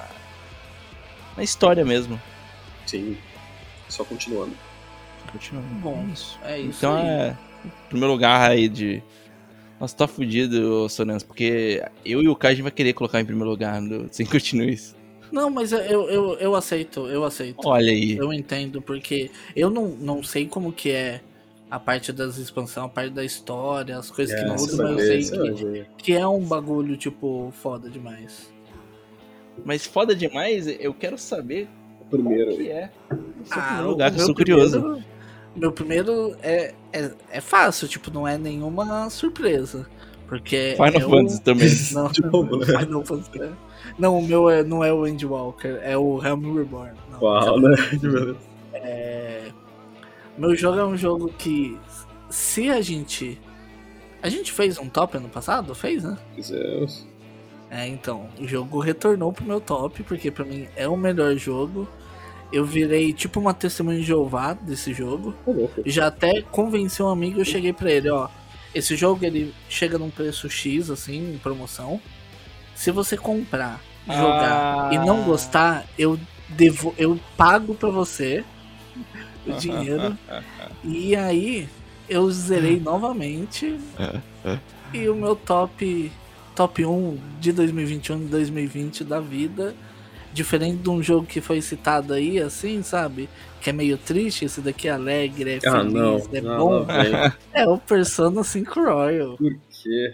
na história mesmo. Sim. Só continuando. Continuando. Bom, É isso. é isso Então aí. é. Primeiro lugar aí de. Nossa, tá fudido, Sonans, porque eu e o Kai a gente vai querer colocar em primeiro lugar no... sem continues. Não, mas eu, eu, eu aceito, eu aceito. Olha aí. Eu entendo, porque eu não, não sei como que é a parte das expansões, a parte da história, as coisas que É, você mudam, vai mas eu ver, sei você vai que, ver. que é um bagulho, tipo, foda demais. Mas foda demais, eu quero saber O primeiro o que aí. é. No seu Ah, primeiro o lugar, que eu meu sou curioso. primeiro- Meu primeiro é, é, é fácil, tipo, não é nenhuma surpresa. Porque Final é o- Fantasy também. Não, De novo, né? Final Fantasy. é. Não, o meu é, não é o Endwalker, é o Realm Reborn. Não, Uau, né? De verdade. É, meu jogo é um jogo que, se a gente... A gente fez um top ano passado? Fez, né? Fizemos. É, então, o jogo retornou pro meu top, porque pra mim é o melhor jogo. Eu virei tipo uma testemunha de Jeová desse jogo. Já até convenci um amigo, eu cheguei pra ele, ó. Esse jogo ele chega num preço X, assim, em promoção. Se você comprar, jogar Ah. e não gostar, eu, devo, eu pago pra você o dinheiro. E aí eu zerei novamente. E o meu top, top um de dois mil e vinte e um e dois mil e vinte da vida, diferente de um jogo que foi citado aí, assim, sabe? Que é meio triste, esse daqui é alegre, é Ah, feliz, não. é não, bom. não, velho. É o Persona cinco Royal. Por quê?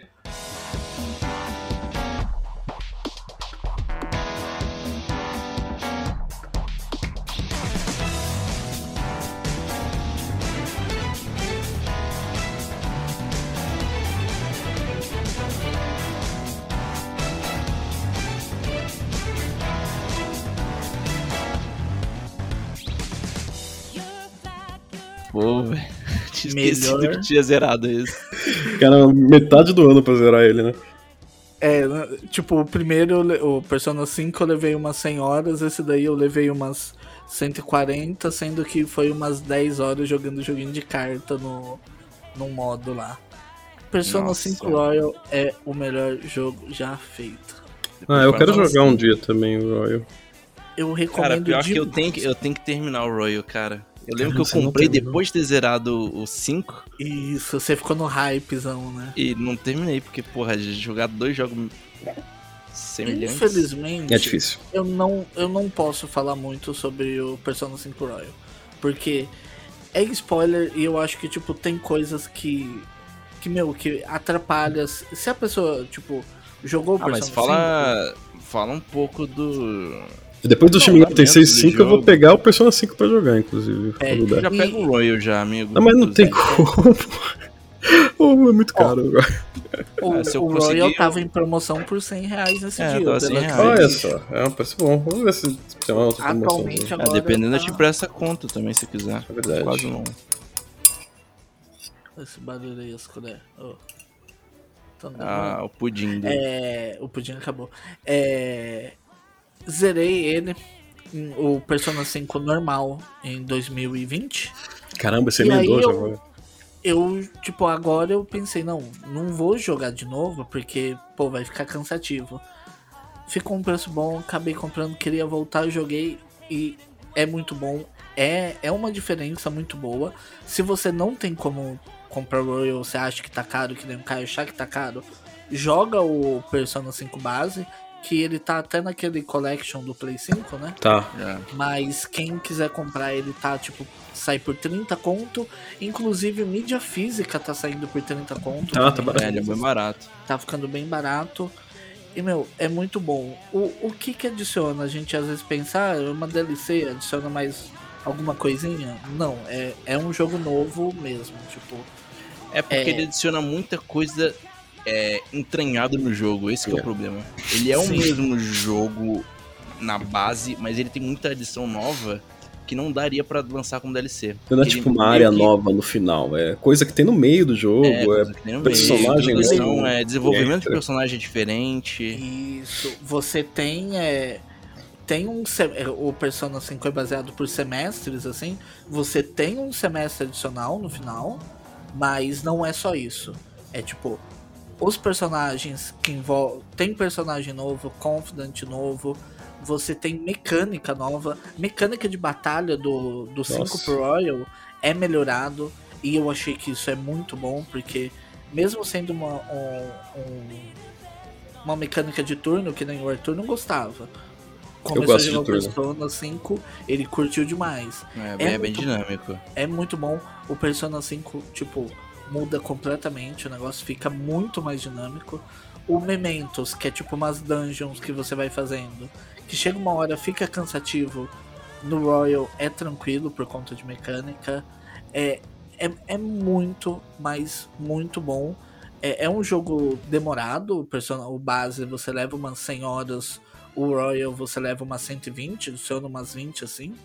Pô, velho. Tinha esquecido Melhor. que tinha zerado isso. Cara, metade do ano pra zerar ele, né? É, né, tipo, o primeiro, eu le- o Persona cinco eu levei umas cem horas, esse daí eu levei umas cento e quarenta, sendo que foi umas dez horas jogando joguinho de carta no, no modo lá. Persona Nossa. cinco Royal é o melhor jogo já feito. Ah, eu quero Persona jogar um cinco. dia também o Royal. Eu Cara, recomendo pior que eu demais. tenho que, eu tenho que terminar o Royal, cara. Eu lembro Caramba, que eu você não comprei terminou? depois de ter zerado o cinco Isso, você ficou no hypezão, né? e não terminei, porque, porra, de jogar dois jogos semelhantes. Infelizmente, É difícil. eu não, eu não posso falar muito sobre o Persona cinco Royal. Porque é spoiler e eu acho que, tipo, tem coisas que, que meu, que atrapalha. Se a pessoa, tipo, jogou o Ah, mas Persona fala, fala um pouco do... E depois do Não, Shin Megami Tensei lamento do cinco eu vou jogo. pegar o Persona cinco pra jogar, inclusive. É, quando der. Já E- pega o Royal já, amigo. Não, mas não tem Inclusive. como. Oh, é muito caro. O, Ah, se eu o Royal conseguir, tava em promoção por cem reais nesse É, dia. tava o cem Deluxe reais. Olha Edition. só, é um preço bom. Vamos ver se tem uma outra promoção. Atualmente né? É, agora dependendo, eu tá... te presto a conta também, se quiser. É verdade. Quase não. Esse barulho aí, as colheres. Oh. Tá dando Ah, o pudim do... É, o pudim acabou. É, zerei ele, em- o Persona cinco normal, em dois mil e vinte. Caramba, você E aí emendou já eu- agora. Eu, tipo, agora eu pensei, não, não vou jogar de novo, porque, pô, vai ficar cansativo. Ficou um preço bom, acabei comprando, queria voltar, joguei e é muito bom. É, é uma diferença muito boa. Se você não tem como comprar o Royal, você acha que tá caro, que nem o Caio achar que tá caro, joga o Persona cinco base, que ele tá até naquele Collection do Play cinco, né? Tá. É. Mas quem quiser comprar ele tá, tipo, sai por trinta conto. Inclusive mídia física tá saindo por trinta conto. Ah, tá também. barato. É, ele é bem barato. Tá ficando bem barato. E, meu, é muito bom. O, o que que adiciona? A gente às vezes pensa, ah, é uma D L C, adiciona mais alguma coisinha? Não, é, é um jogo novo mesmo, tipo... É porque É. ele adiciona muita coisa é, entranhada no jogo, esse que é o É. problema. Ele é o Sim. mesmo jogo na base, mas ele tem muita adição nova que não daria pra lançar como D L C. Não é Ele tipo uma meio área que- nova no final. É coisa que tem no meio do jogo. É, É, coisa que tem no meio, personagem introdução, novo, é desenvolvimento de entra. personagem diferente. Isso, você tem é, tem um se- é, o Persona cinco é baseado por semestres assim, você tem um semestre adicional no final, mas não é só isso. É tipo os personagens que envolvem, tem personagem novo, confident novo, você tem mecânica nova, mecânica de batalha do do cinco Nossa. Pro Royal é melhorado e eu achei que isso é muito bom porque mesmo sendo uma um- um uma mecânica de turno que nem o Arthur não gostava. Começou gosto a de jogar o turno. Persona cinco, ele curtiu demais. É, bem, é bem muito- dinâmico. É muito bom. O Persona cinco, tipo, muda completamente, o negócio fica muito mais dinâmico. O Mementos, que é tipo umas dungeons que você vai fazendo, que chega uma hora, fica cansativo. No Royal é tranquilo por conta de mecânica. É, é, é muito, mas muito bom. É, é um jogo demorado, o, Persona, o base você leva umas cem horas, o Royal você leva umas cento e vinte, adiciona umas vinte assim.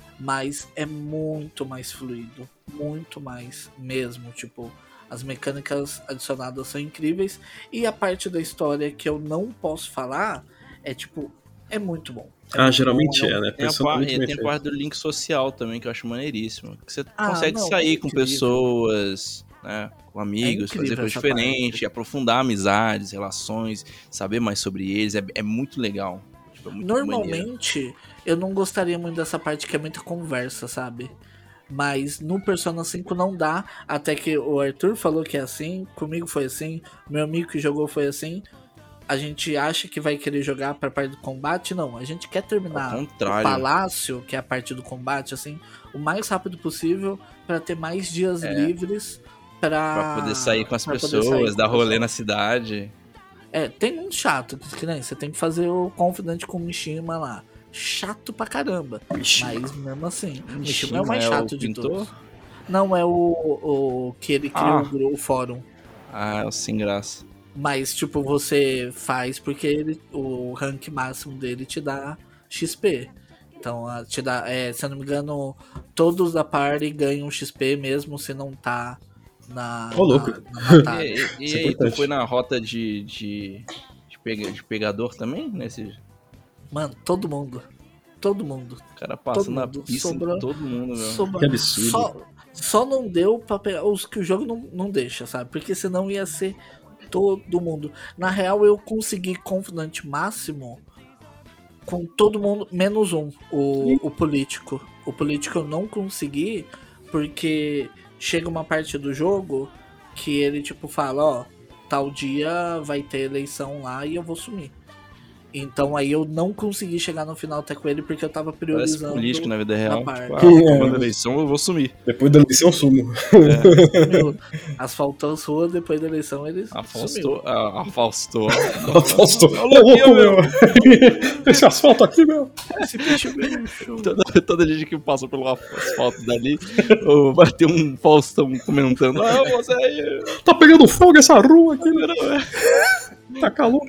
Mas é muito mais fluido, muito mais mesmo, tipo, as mecânicas adicionadas são incríveis e a parte da história que eu não posso falar é tipo, é muito bom. É Ah, muito geralmente bom, é, né? Tem a, Pensando par- muito e bem tem a feito. parte do link social também, que eu acho maneiríssimo. Que você Ah, consegue não, sair é com incrível. pessoas, né? Com amigos, fazer incrível coisas essa diferentes, parte. aprofundar amizades, relações, saber mais sobre eles. É, é muito legal. Tipo, é muito maneiro. Normalmente, eu não gostaria muito dessa parte que é muita conversa, sabe? Mas no Persona cinco não dá, até que o Arthur falou que é assim, comigo foi assim, meu amigo que jogou foi assim. A gente acha que vai querer jogar pra parte do combate, não. A gente quer Ao terminar o contrário. palácio, que é a parte do combate, assim, o mais rápido possível pra ter mais dias livres pra... Pra poder sair com as pra poder sair pessoas, com dar o rolê pessoal. na cidade. É, tem um chato, que nem você tem que fazer o Confident com o Mishima lá. Chato pra caramba. Mishima. Mas mesmo assim, o Mishima Mishima é o mais é o chato de pintor? todos. Não é o, o que ele Ah. criou o gru- o fórum. Ah, é o sem graça. Mas, tipo, você faz porque ele, o rank máximo dele te dá X P. Então, a- te dá, é, se eu não me engano, todos da party ganham X P mesmo se não tá na, Ô, louco. na, na batalha. E, e- e Isso é aí, tu importante. foi na rota de, de, de, pega- de pegador também? Nesse... Mano, todo mundo. Todo mundo. O cara passa Todo na mundo. pista Sobrou- de todo mundo, meu. Sobra- Que absurdo. Só, só não deu pra pegar os que o jogo não, não deixa, sabe? Porque senão ia ser todo mundo. Na real, eu consegui Confident máximo com todo mundo, menos um, o, o político. O político eu não consegui porque chega uma parte do jogo que ele, tipo, fala, ó, tal dia vai ter eleição lá e eu vou sumir. Então aí eu não consegui chegar no final até com ele porque eu tava Parece priorizando político na vida real. parte. Tipo, ah, É. acabando a eleição, eu vou sumir. Depois da lição, sumo. Meu, asfaltou as ruas, depois da eleição ele sumiu. Afastou. Ah, afastou. Afastou. Ô, Ô, louquinho, louco, meu. Esse asfalto aqui, meu. Esse bicho bicho. Toda, toda gente que passa pelo asfalto dali ou vai ter um Faustão comentando. Ah, você aí. Tá pegando fogo essa rua aqui, né? Tá calor.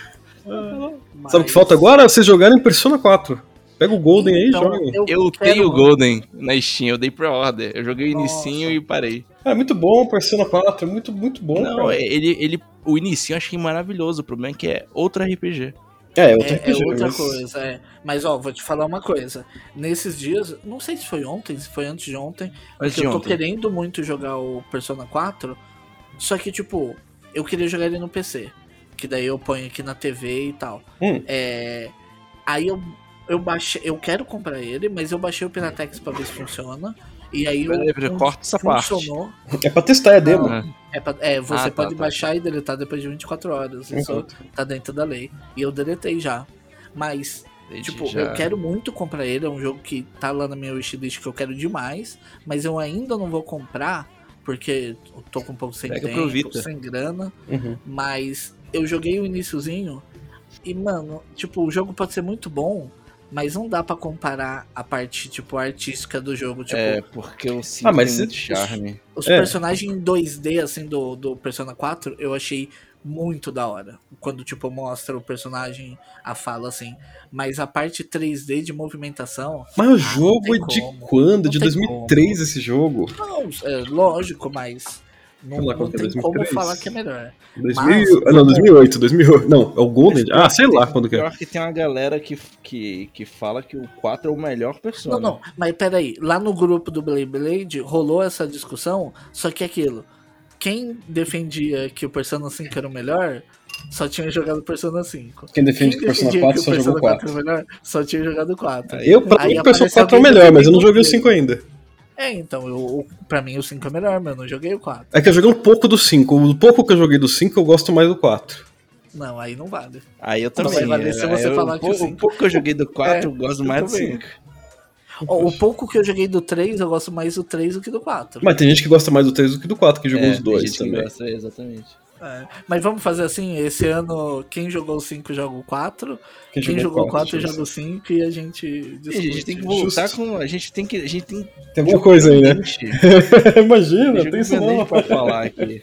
Mas- Sabe o que falta agora? Vocês jogarem Persona quatro. Pega o Golden aí e Então, joga. Eu quero tenho o muito. Golden na Steam, eu dei pre-order. Eu joguei o Nossa. inicinho e parei. É muito bom, Persona quatro. É muito, muito bom, Não, cara. ele, ele, o inicinho eu achei maravilhoso. O problema é que é outro R P G. É, É, outra é R P G, outra mas- coisa, é. Mas ó, vou te falar uma coisa. Nesses dias, não sei se foi ontem, se foi antes de ontem, Mas porque de eu tô ontem. querendo muito jogar o Persona quatro. Só que, tipo, eu queria jogar ele no P C. Que daí eu ponho aqui na T V e tal. Hum. É. Aí eu, eu baixei. Eu quero comprar ele, mas eu baixei o Piratex pra ver se funciona. E aí Peraí, eu, peraí, corta essa parte. funcionou. É pra testar, é demo. Ah, É, pra- é, você Ah, tá, pode tá. baixar e deletar depois de vinte e quatro horas. Isso Uhum. tá dentro da lei. E eu deletei já. Mas, entendi, tipo, já. eu quero muito comprar ele. É um jogo que tá lá na minha wishlist que eu quero demais. Mas eu ainda não vou comprar. Porque eu tô com um pouco sem Pega pro tempo, Vita. sem grana. Uhum. Mas eu joguei o iniciozinho. E, mano, tipo, o jogo pode ser muito bom. Mas não dá pra comparar a parte, tipo, artística do jogo. Tipo, É, porque o cinco Ah, mas tem muito se- charme. os É. personagens em dois D, assim, do, do Persona quatro, eu achei muito da hora. Quando, tipo, mostra o personagem, a fala, assim. Mas a parte três D de movimentação... Mas o Ah, jogo não é tem de como. quando? Não De tem dois mil e três esse jogo. Não, é lógico, mas... Não, Sei lá, não qual que é, tem dois mil e como três? falar que é melhor. dois mil, Mas, ah, não, vamos- dois mil e oito, dois mil e oito. Não, é o Golden. Ah, sei lá quando que é. Pior que tem uma galera que, que, que fala que o quatro é o melhor Persona. Não, não, mas peraí. Lá no grupo do Blade Blade rolou essa discussão, só que aquilo... Quem defendia que o Persona cinco era o melhor, só tinha jogado Persona cinco. Quem defende que o Persona quatro só jogou quatro. Era o melhor, só tinha jogado quatro. Eu, pra Aí mim, o Persona aparece quatro é o alguém melhor, mas eu não defendendo joguei o ele. cinco ainda. É, então, eu, o- pra mim o cinco é melhor, mas eu não joguei o quatro. É que eu joguei um pouco do cinco. O pouco que eu joguei do cinco, eu gosto mais do quatro. Não, aí não vale. Aí eu Não também. vai valer se é, você eu- falar o que o pouco- cinco- O pouco que eu joguei do quatro, É, eu gosto eu mais do também. cinco. Ó, o pouco que eu joguei do três, eu gosto mais do três do que do quatro. Mas tem gente que gosta mais do três do que do quatro, que jogou É, os tem dois gente que também. gosta, exatamente. É, mas vamos fazer assim, esse ano quem jogou o cinco joga o quatro, Quem quem, jogou jogou o quatro, quatro justo. joga o cinco e a gente E discute. a gente tem que voltar Justo. com. A gente tem que. A gente tem. Tem alguma coisa aí, né? Gente, Imagina, tem tem isso jogo não. pra falar aqui.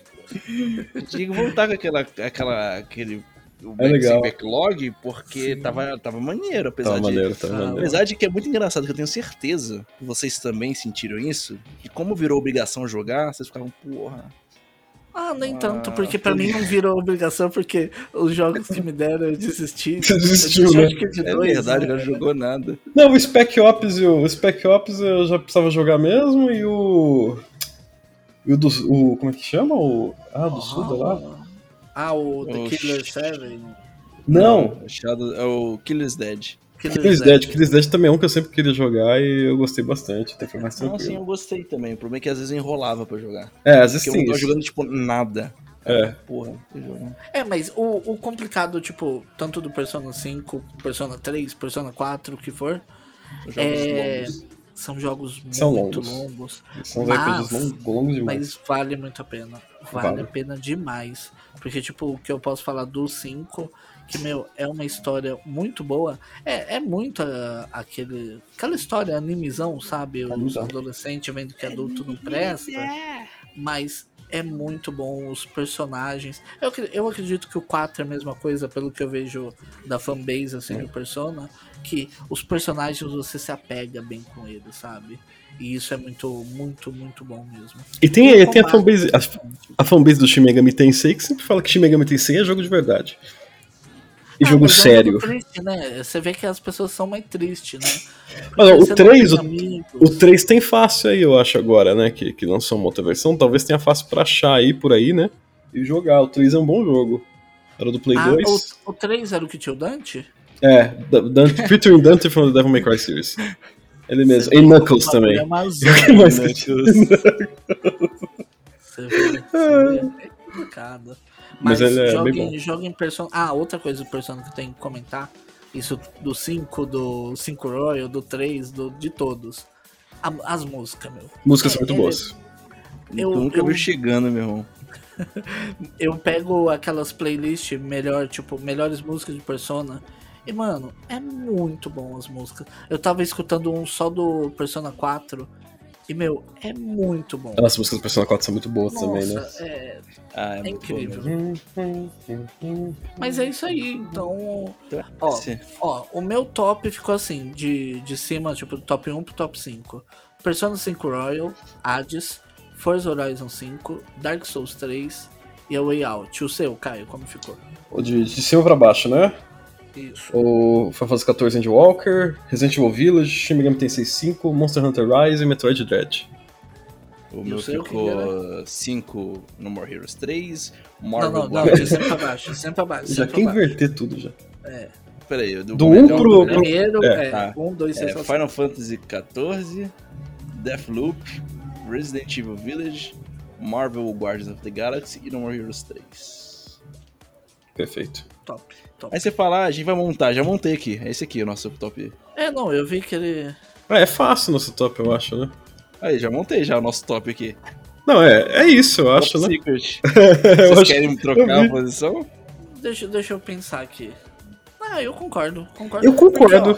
A gente tem que voltar com aquela. aquela aquele, o É legal. esse backlog, porque tava, tava maneiro, apesar Tá de. maneiro, tá Ah, maneiro. Apesar de que é muito engraçado, que eu tenho certeza que vocês também sentiram isso, que como virou obrigação jogar, vocês ficavam, porra, Ah, nem tanto, Ah, porque pra mim não virou obrigação, porque os jogos que me deram eu desisti. Você desistiu, eu desisti, né? acho que de É dois, verdade, né? não jogou nada. Não, o Spec Ops, e o, o Spec Ops eu já precisava jogar mesmo, e o... E o do... O, como é que chama? O, ah, do Suda lá? Ah, o The Oxi. Killer Seven. Não, É Shadow- é o Killer's Dead. Killer's Dead. Killer's Dead também é um que eu sempre queria jogar e eu gostei bastante, até foi mais Não, assim, tranquilo. eu gostei também. O problema é que às vezes eu enrolava pra jogar. É, às vezes Porque eu tem não tava isso. jogando, tipo, nada. É. Porra, tô jogando. É, mas o, o complicado, tipo, tanto do Persona cinco, Persona três, Persona quatro, o que for, Os jogos é, longos. são jogos São muito longos. longos. São os Mas- R P Gs longos, longos demais. Mas vale muito a pena. Vale, Vale. a pena demais. Porque, tipo, o que eu posso falar do cinco, que, meu, é uma história muito boa. É, é muito ah, aquele, aquela história animizão, sabe? Os Animizão. adolescentes vendo que adulto não presta. Mas é muito bom, os personagens. Eu, acre- eu acredito que o quatro é a mesma coisa, pelo que eu vejo da fanbase, assim, do Persona. Que os personagens você se apega bem com eles, sabe? E isso é muito, muito, muito bom mesmo. E tem, E o tem a combate fanbase, é a, a fanbase do Shin Megami Tensei que sempre fala que Shin Megami Tensei é jogo de verdade. E Ah, jogo mas é um sério. jogo triste, né? Você vê que as pessoas são mais tristes, né? Olha, Porque o você não três, tem o- amigos. O três tem fácil aí, eu acho, agora, né? Que, que lançou uma outra versão. Talvez tenha fácil pra achar aí, por aí, né? E jogar. O três é um bom jogo. Era do Play Ah, dois. o, o três era o que tinha o Dante? É, Da- Dante, featuring Dante from the Devil May Cry series. Ele mesmo. E Knuckles também. É uma O zona, que mais né, que que os- você vê, você vê. É complicado. Mas Mas, ele é bem joguem, bom. joguem Persona. Ah, outra coisa do Persona que eu tenho que comentar. Isso do cinco, do cinco Royal, do três, do, de todos. A- as músicas, meu. Músicas É, são muito ele- boas. Eu, Tu nunca eu, viu chegando, meu irmão. eu pego aquelas playlists melhor, tipo, melhores músicas de Persona. E, mano, é muito bom as músicas. Eu tava escutando um só do Persona quatro. E, meu, é muito bom. As músicas do Persona quatro são muito boas também, né? Nossa, é, Ah, é, é muito bom incrível. mesmo. Mas é isso aí, então. Então, Ó, esse- ó, o meu top ficou assim, de, de cima, tipo, do top um pro top cinco. Persona cinco Royal, Hades, Forza Horizon cinco, Dark Souls três e A Way Out. O seu, Caio, como ficou? O de, de cima pra baixo, né? Isso. O Final Fantasy quatorze Endwalker, Resident Evil Village, Shin Megami Tensei cinco, Monster Hunter Rise e Metroid Dread. O E meu o seu, ficou que cinco No More Heroes três, Não, Marvel não, não, Guardians- de sempre pra baixo, sempre pra baixo. Já sempre quer pra baixo. inverter tudo já. Peraí, do, Do um melhor- pro- melhor- Primeiro, É, é, tá. um, dois, É, seis, sete. Final Fantasy quatorze, Deathloop, Resident Evil Village, Marvel Guardians of the Galaxy e No More Heroes três. Perfeito. Top, top. Aí você fala, ah, a gente vai montar, já montei aqui. É esse aqui o nosso top. É, não, eu vi que ele. Ah, é fácil nosso top, eu acho, né? Aí, já montei já o nosso top aqui. Não, é, é isso, eu acho, Top né? Secret. Eu Vocês acho- querem eu trocar vi. a posição? Deixa, deixa eu pensar aqui. Ah, eu concordo, concordo. Eu concordo.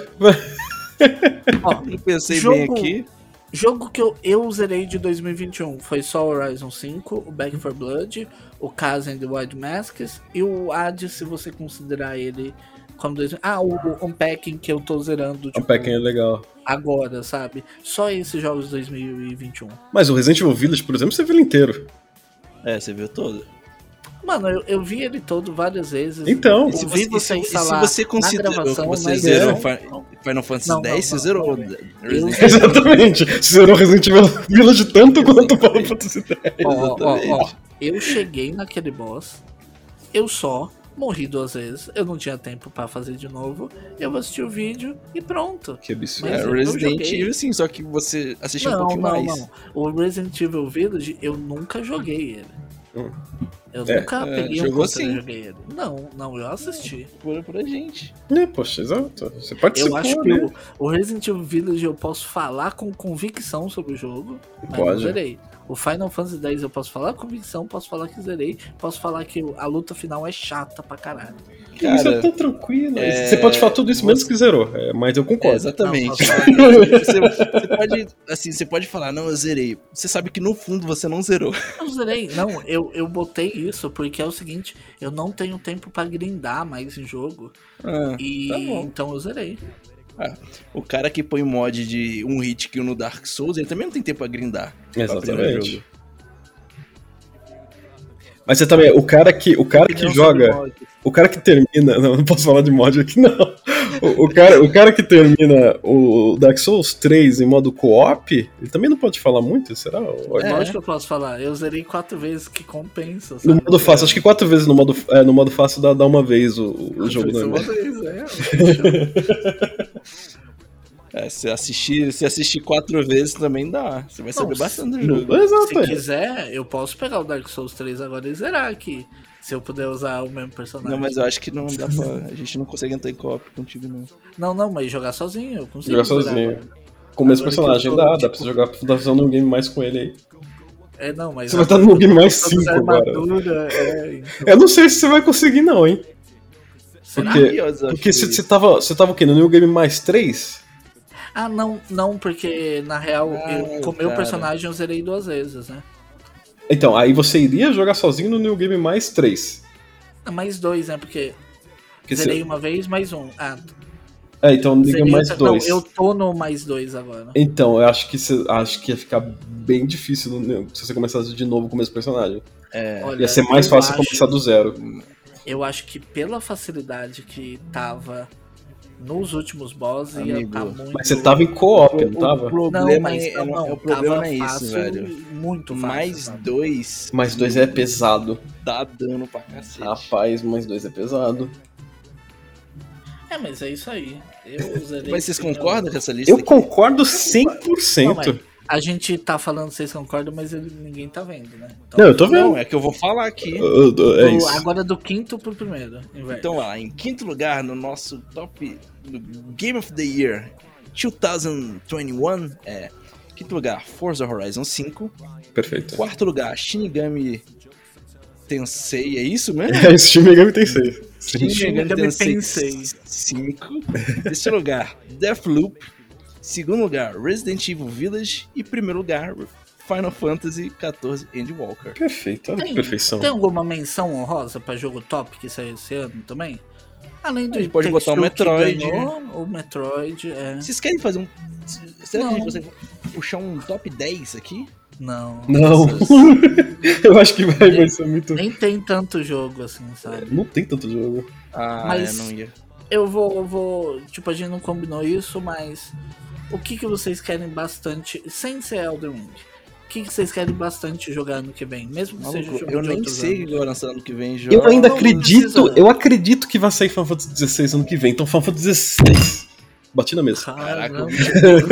Porque, ó, ó, Eu pensei Jogo- bem aqui. jogo que eu, eu zerei de dois mil e vinte e um foi só o Horizon cinco, o Back four Blood, o Kaz and the Wild Masks e o Hades, se você considerar ele como dois... Ah, o Unpacking que eu tô zerando O tipo, Packing é legal. agora, sabe? Só esses jogos de dois mil e vinte e um. Mas o Resident Evil Village, por exemplo, você viu ele inteiro. É, você viu todo. Mano, eu, eu vi ele todo várias vezes. Então. Eu E se vi você, você e se instalar você na considerou gravação, que você mas zerou é. Fi- Final Fantasy Não, X, não, você não. zerou Resident Evil. Exatamente. Você zerou Resident Evil Village tanto quanto o Final Fantasy dez. Ó, ó, ó, ó, Exatamente. eu cheguei naquele boss, eu só morri duas vezes, eu não tinha tempo pra fazer de novo, eu assisti o vídeo e pronto. Que absurdo. Mas É, eu Resident joguei. Evil, sim, só que você assistiu um Não, pouquinho não, mais. não. O Resident Evil Village, eu nunca joguei ele. Hum. Eu É, nunca é, peguei um jogou controle e sim. joguei ele. Não, não, eu assisti. Por, por a gente. É, poxa, exato. Você Eu participou, acho que né? o, o Resident Evil Village eu posso falar com convicção sobre o jogo, mas Pode. não zerei. O Final Fantasy dez eu posso falar com convicção, posso falar que zerei, posso falar que a luta final é chata pra caralho. Que isso é Cara, tão tranquilo. é, Você pode falar tudo isso menos você- que zerou. É, mas eu É, concordo. exatamente. Não, posso você, você pode, assim, você pode falar, não, eu zerei. Você sabe que no fundo você não zerou. Eu zerei. Não, eu, eu botei isso porque é o seguinte, eu não tenho tempo pra grindar mais em jogo. Ah, E tá bom. então eu zerei. Ah, o cara que põe mod de um hit kill no Dark Souls, ele também não tem tempo pra grindar. pra aprender o Exatamente. jogo. Mas você também, o cara que, o cara que Opinião sobre joga, mod. o cara que termina, não, não posso falar de mod aqui não. O, o cara, o cara que termina o Dark Souls três em modo co-op, ele também não pode falar muito, será? Ou- É, lógico que eu posso falar. Eu zerei quatro vezes, que compensa, No sabe? modo fácil, acho que quatro vezes no modo, é, no modo fácil dá, dá uma vez o, o jogo Foi só normal. uma vez, é. É, se assistir, se assistir quatro vezes também dá. Você vai saber Não, bastante do Não, jogo. exato, Se é. quiser, eu posso pegar o Dark Souls três agora e zerar aqui. Se eu puder usar o mesmo personagem. Não, mas eu acho que não dá pra. A gente não consegue entrar em co-op contigo, não. Não, não, mas jogar sozinho, eu consigo Jogar zerar sozinho. agora. Com o mesmo Agora que eu personagem, tô, dá, dá tipo- pra você jogar, tá fazendo um game mais com ele aí. É, não, mas... Você vai estar no game mais todas as cinco agora. armaduras, é, então... Eu não sei se você vai conseguir não, hein. Será? Porque, Ah, eu acho porque que- você você tava, você tava o quê? No New Game mais três? Ah, não, não, porque na real, Ah, eu, com o meu cara. personagem eu zerei duas vezes, né? Então, aí você iria jogar sozinho no New Game mais três. Ah, mais dois, né? Porque Porque zerei você- uma vez, mais um. Ah, É, então no New Game zerei mais outra- dois. Não, eu tô no mais dois agora. Então, eu acho que, você, acho que ia ficar bem difícil no New- se você começasse de novo com o mesmo personagem. É. Olha, Ia ser mais eu fácil acho- começar do zero. Eu acho que pela facilidade que tava nos últimos boss, ia Amigo, estar muito... Mas você tava em co-op, não O tava? problema Não, mas é, não, não, não, o problema tava não é isso, fácil, velho. Muito fácil. Mais sabe? dois Mais dois é pesado. dá dano pra cacete. Rapaz, mais dois é pesado. É, mas é isso aí. Eu zerei... Mas vocês porque concordam com essa lista? Eu aqui? concordo cem por cento. Não, mas a gente tá falando, vocês concordam, mas ele- ninguém tá vendo, né? Então, Não, eu tô vendo. Não, é que eu vou falar aqui. Eu- eu- É do- isso. agora do quinto pro primeiro. inverno. Então, lá, em quinto lugar no nosso top do Game of the Year dois mil e vinte e um, é quinto lugar Forza Horizon cinco, Perfeito. quarto lugar Shinigami Tensei, é isso mesmo? É, esse Shin Megami tem seis. Shinigami Tensei. cinco, terceiro lugar Deathloop, segundo lugar Resident Evil Village e primeiro lugar Final Fantasy quatorze Endwalker. Perfeito, olha que Tem, perfeição. tem alguma menção honrosa pra jogo top que saiu esse ano também? Além do A gente pode Take-Two botar o que Metroid. ganhou, o Metroid, é. Vocês querem fazer um... Será que a Não. gente consegue puxar um top dez aqui? Não. Não. Eu acho que vai, vai ser muito. Nem tem tanto jogo assim, sabe? Não tem tanto jogo. Ah, Mas- eu não ia. Eu vou, eu vou. Tipo, a gente não combinou isso, mas. O que, que vocês querem bastante. Sem ser Elden Ring. O que, que vocês querem bastante jogar ano que vem? Mesmo que seja Maluco, jogo eu de nem outros sei o anos. que vai lançar ano que vem. Já. Eu ainda não acredito, precisa. eu acredito que vai sair Final Fantasy dezesseis ano que vem. Então, Final Fantasy dezesseis. Bati na mesa. Caraca, Caramba. o bicho é muito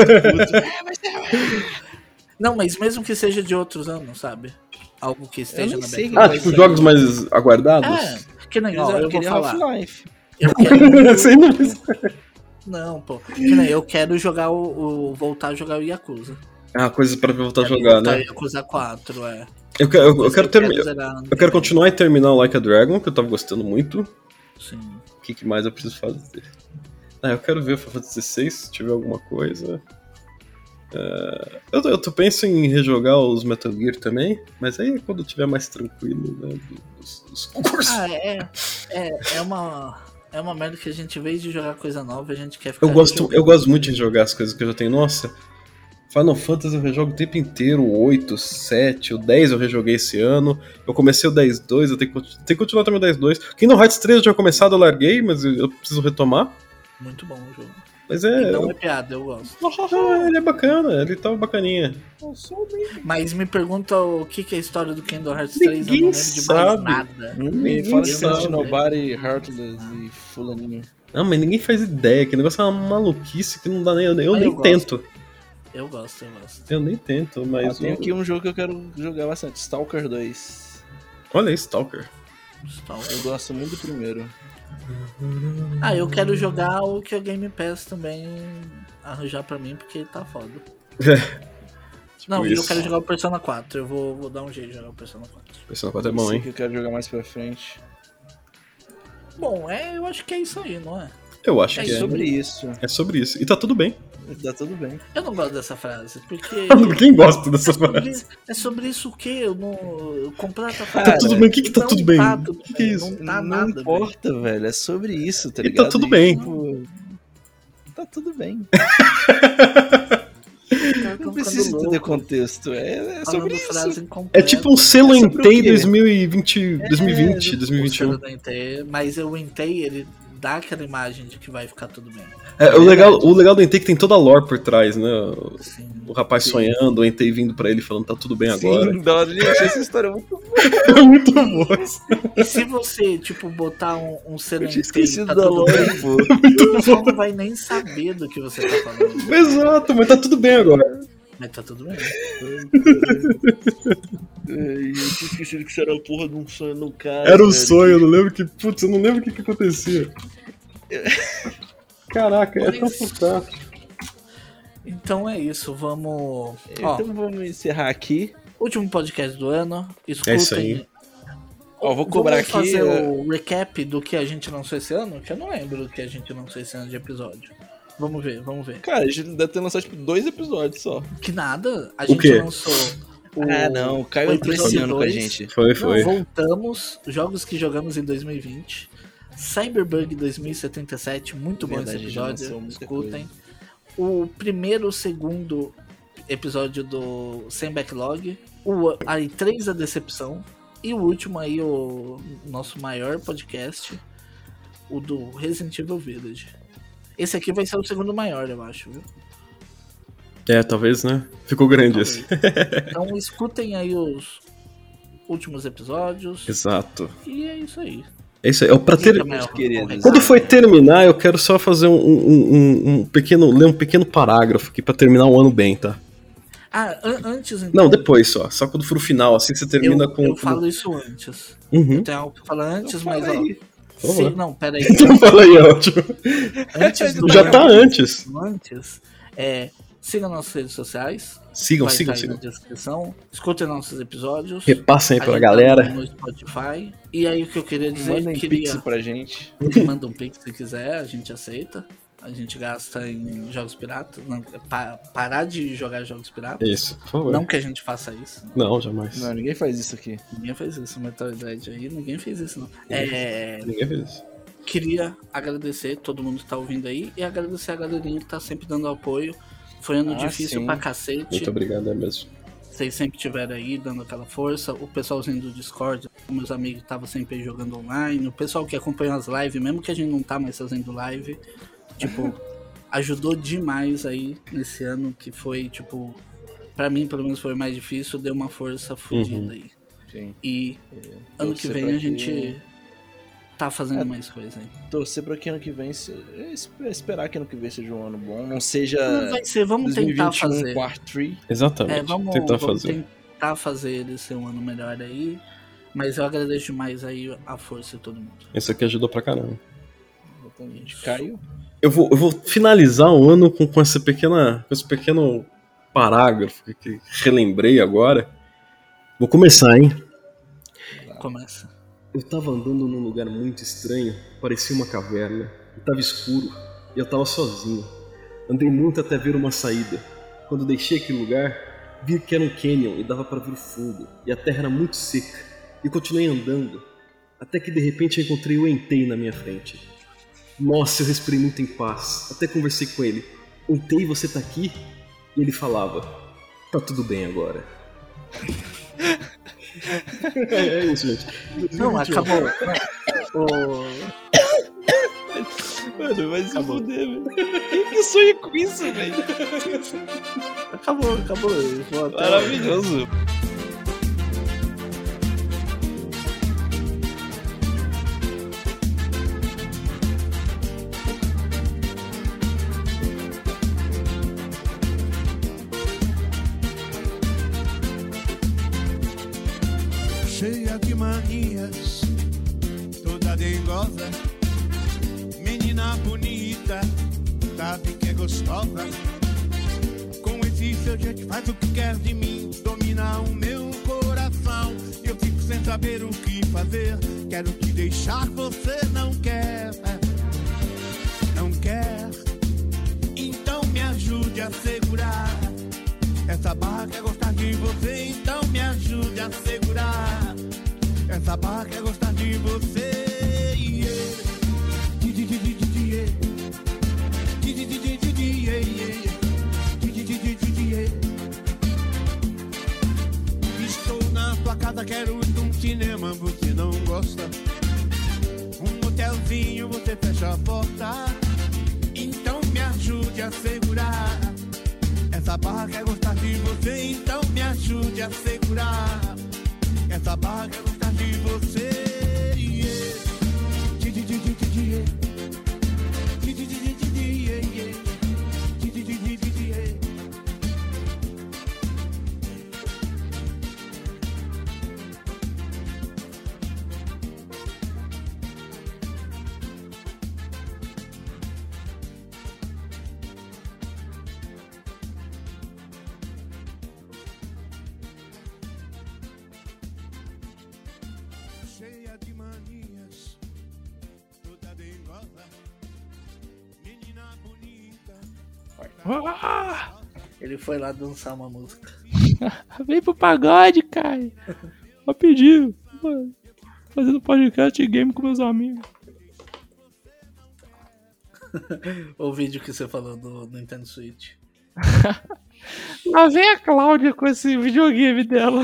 puto. Não, mas mesmo que seja de outros anos, sabe? Algo que esteja nem na sei backlog. Ah, tipo, jogos mais aguardados? É, que nem, ó, Eu eu vou queria falar. Half-Life. Eu quero. Sei não, mas- Não, pô. Que nem, eu quero jogar o, o- voltar a jogar o Yakuza. Ah, coisas pra voltar a Quero jogar, voltar né? o Yakuza quatro, é. Eu, quero- eu, eu Coisa quero que eu terminar. zerar ano Eu que quero vem. continuar e terminar o Like a Dragon, que eu tava gostando muito. Sim. O que, que mais eu preciso fazer? Ah, eu quero ver o Final Fantasy dezesseis, se tiver alguma coisa. É, eu, eu tô penso em rejogar os Metal Gear também, mas aí é quando tiver mais tranquilo, né? Dos, dos concursos. Ah, é, é, é uma. É uma merda que a gente, em vez de jogar coisa nova, a gente quer ficar. Eu gosto, rejogando. eu gosto muito de jogar as coisas que eu já tenho. Nossa, Final Fantasy eu rejogo o tempo inteiro. O oito, o sete, o dez eu rejoguei esse ano. Eu comecei o dez dois, eu tenho que, tenho que continuar também o dez dois. Kingdom Hearts três eu tinha começado, eu larguei, mas eu, eu preciso retomar. Muito bom o jogo. Mas E é. não é piada, eu gosto. Ah, ele é bacana, ele tá bacaninha. Mas me pergunta o que, que é a história do Kingdom Hearts três, eu Ninguém não lembro de mais sabe. nada. Me Ninguém fala que sabe. de Nobody, Heartless e Fulaninho. Não, mas ninguém faz ideia, que negócio é uma maluquice que não dá nem. Eu, eu Mas nem eu gosto. tento. Eu gosto, eu gosto. Eu nem tento, Ah, mas. tem o- aqui um jogo que eu quero jogar bastante, Stalker dois. Olha aí, Stalker. Stalker. Eu gosto muito do primeiro. Ah, eu quero jogar o que a Game Pass também arranjar pra mim, porque tá foda. Tipo Não, e eu isso. quero jogar o Persona quatro. Eu vou, vou dar um jeito de jogar o Persona quatro. Persona quatro é bom, Sei hein? que eu quero jogar mais pra frente. Bom, é, eu acho que é isso aí, não é? Eu acho É que É é. sobre isso. É sobre isso. E tá tudo bem. Tá tudo bem. Eu não gosto dessa frase, porque. Quem gosta dessa É sobre, frase? é sobre isso o quê? Eu não. Eu completa Tá Cara, tudo bem? O que que tá não tudo bem? tá O tudo que que é bem, isso? Não tá não nada. importa, velho. É sobre isso, tá E tá ligado? tudo bem. tipo, tá tudo bem. Bem. precisa ficando entender louco, contexto. É, é falando sobre isso. frase incompleta. É tipo um selo É sobre o Entei quê? dois mil e vinte, dois mil e vinte, O dois mil e vinte e um. selo da Entei, mas o Entei, ele dá aquela imagem de que vai ficar tudo bem. É, o, legal, o legal do Entei é que tem toda a lore por trás, né? O, Sim. o rapaz sonhando, o Entei vindo pra ele falando tá tudo bem Sim, agora. da hora. Gente, essa história é muito boa. É muito bom. E se você, tipo, botar um, um selo Eu tinha Entei, esquecido tá da tudo lore, bem, pô. o pessoal não vai nem saber do que você tá falando. Exato, mas tá tudo bem agora. Mas tá tudo bem. Eu tinha esquecido que isso era a porra de um sonho no cara. Era um velho. sonho, eu não lembro que. Putz, eu não lembro o que, que acontecia. Caraca, é tão fantástico. Então é isso, vamos. Ó, Então vamos encerrar aqui. último podcast do ano. Escutem. É isso aí. Ó, vou cobrar Vamos aqui. fazer é, o recap do que a gente lançou esse ano? Que eu não lembro do que a gente lançou esse ano de episódio. Vamos ver, vamos ver. Cara, a gente deve ter lançado tipo dois episódios só. Que nada, a O gente quê? lançou. O, Ah, não. O Caio o entrou esse episódio ano com a dois. gente. Foi, foi. Voltamos, jogos que jogamos em dois mil e vinte. Cyberbug dois mil e setenta e sete, muito bom Verdade, esse já episódio, lançou muita escutem. O primeiro, o segundo episódio do Sem Backlog. O aí três a decepção. E o último aí, o nosso maior podcast, o do Resident Evil Village. Esse aqui vai ser o segundo maior, eu acho, viu? É, talvez, né? Ficou grande esse. Então escutem aí os últimos episódios. Exato. E é isso aí. É isso aí. Ó, pra ter... Diga, Mel, queridos. um recado. Quando for terminar, eu quero só fazer um, um, um, um pequeno. ler um pequeno parágrafo aqui pra terminar o ano bem, tá? Ah, an- antes então. Não, depois só. Só quando for o final, assim você termina eu, com. eu falo isso antes. Uhum. Tem algo pra falar antes, Então mas fala ó. aí. Vamos se- lá. não, pera aí. Então fala aí, ótimo. Antes do Já tá antes. Antes, é, siga nossas redes sociais. Sigam, vai sigam, estar aí sigam. na descrição. Escutem nossos episódios. Repassem aí A pra gente galera. tá no Spotify. E aí o que eu queria dizer, Mandem queria pix pra gente. manda um pix se quiser, a gente aceita. A gente gasta em jogos piratas. Não, pa- parar de jogar jogos piratas. Isso, por favor. Não Não, que a gente faça isso. jamais. Não, ninguém faz isso aqui. Ninguém fez isso. Metal Dread aí, ninguém fez isso, não. É, Ninguém fez isso. queria agradecer todo mundo que tá ouvindo aí e agradecer a galerinha que tá sempre dando apoio. Foi ano Ah, difícil sim. pra cacete. Muito obrigado, é mesmo. Vocês sempre estiveram aí dando aquela força. O pessoalzinho do Discord, meus amigos que estavam sempre aí jogando online. O pessoal que acompanha as lives, mesmo que a gente não tá mais fazendo live, tipo, ajudou demais aí nesse ano que foi, tipo, pra mim pelo menos foi mais difícil, deu uma força fodida Uhum. aí. Sim. E ano que torcer vem pra a que- gente tá fazendo É. mais coisa aí. Torcer pra que ano que vem. se- é esp- Esperar que ano que vem seja um ano bom. Não seja. Não vai ser, vamos tentar dois mil e vinte e um fazer. Part três. Exatamente. É, vamos Tentar vamos fazer. tentar fazer ele ser um ano melhor aí. Mas eu agradeço demais aí a força de todo mundo. Isso aqui ajudou pra caramba. Exatamente. Caio. Eu vou, eu vou finalizar o ano com, com, essa pequena, com esse pequeno parágrafo que, que relembrei agora. Vou começar, hein? Começa. Eu tava andando num lugar muito estranho, parecia uma caverna, e tava escuro, e eu tava sozinho. Andei muito até ver uma saída. Quando deixei aquele lugar, vi que era um canyon e dava pra ver o fundo, e a terra era muito seca. E continuei andando, até que de repente eu encontrei o Entei na minha frente. Nossa, eu respirei muito em paz, até conversei com ele. Entei, você tá aqui? E ele falava, tá tudo bem agora. É isso, gente. Não, acabou. Não. O... Mano, vai se Acabou. fuder, velho. Quem que sonha com isso, velho? Acabou, acabou. Eu vou até- Maravilhoso. Cheia de manias, toda dengosa, menina bonita, sabe que é gostosa. Com esse seu jeito faz o que quer de mim, domina o meu coração. Eu fico sem saber o que fazer, quero te deixar, você não quer, não quer. Então me ajude a segurar essa barra, quer gostar de você, então me ajude a segurar essa barra, quer gostar de você. Yeah. Di, di, di, di, di, di, yeah. Di, di, di, di, di, di, yeah, yeah, yeah. Di, di, di, di, di, di, yeah. você fecha a porta. Então me ajude a segurar. Essa barra quer gostar de você, então me ajude a segurar. Essa barra quer gostar de você. Yeah. Di, di, di, di, di, di, yeah. Di, di, di, di, di, di, yeah, yeah. Di, di, di, di, di, di, yeah. Cheia de manias, toda dengosa, menina bonita. Ah, Ele foi lá dançar uma música. vem pro pagode, cara. Rapidinho. Mano, fazendo podcast e game com meus amigos. O vídeo que você falou do Nintendo Switch. Lá vem a Cláudia com esse videogame dela.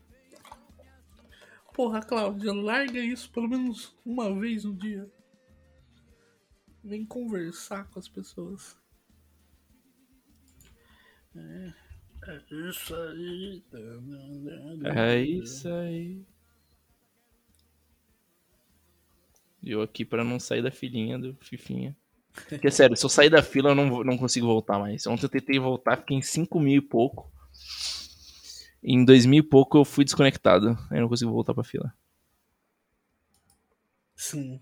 Porra, Cláudia, larga isso pelo menos uma vez no dia. Vem conversar com as pessoas. É, é isso aí. É isso aí. E eu aqui pra não sair da filinha do Fifinha. Porque, sério, se eu sair da fila, eu não, vou- não consigo voltar mais. Ontem eu tentei voltar, fiquei em cinco mil e pouco. Em dois mil e pouco eu fui desconectado. Aí eu não consigo voltar pra fila. Sim,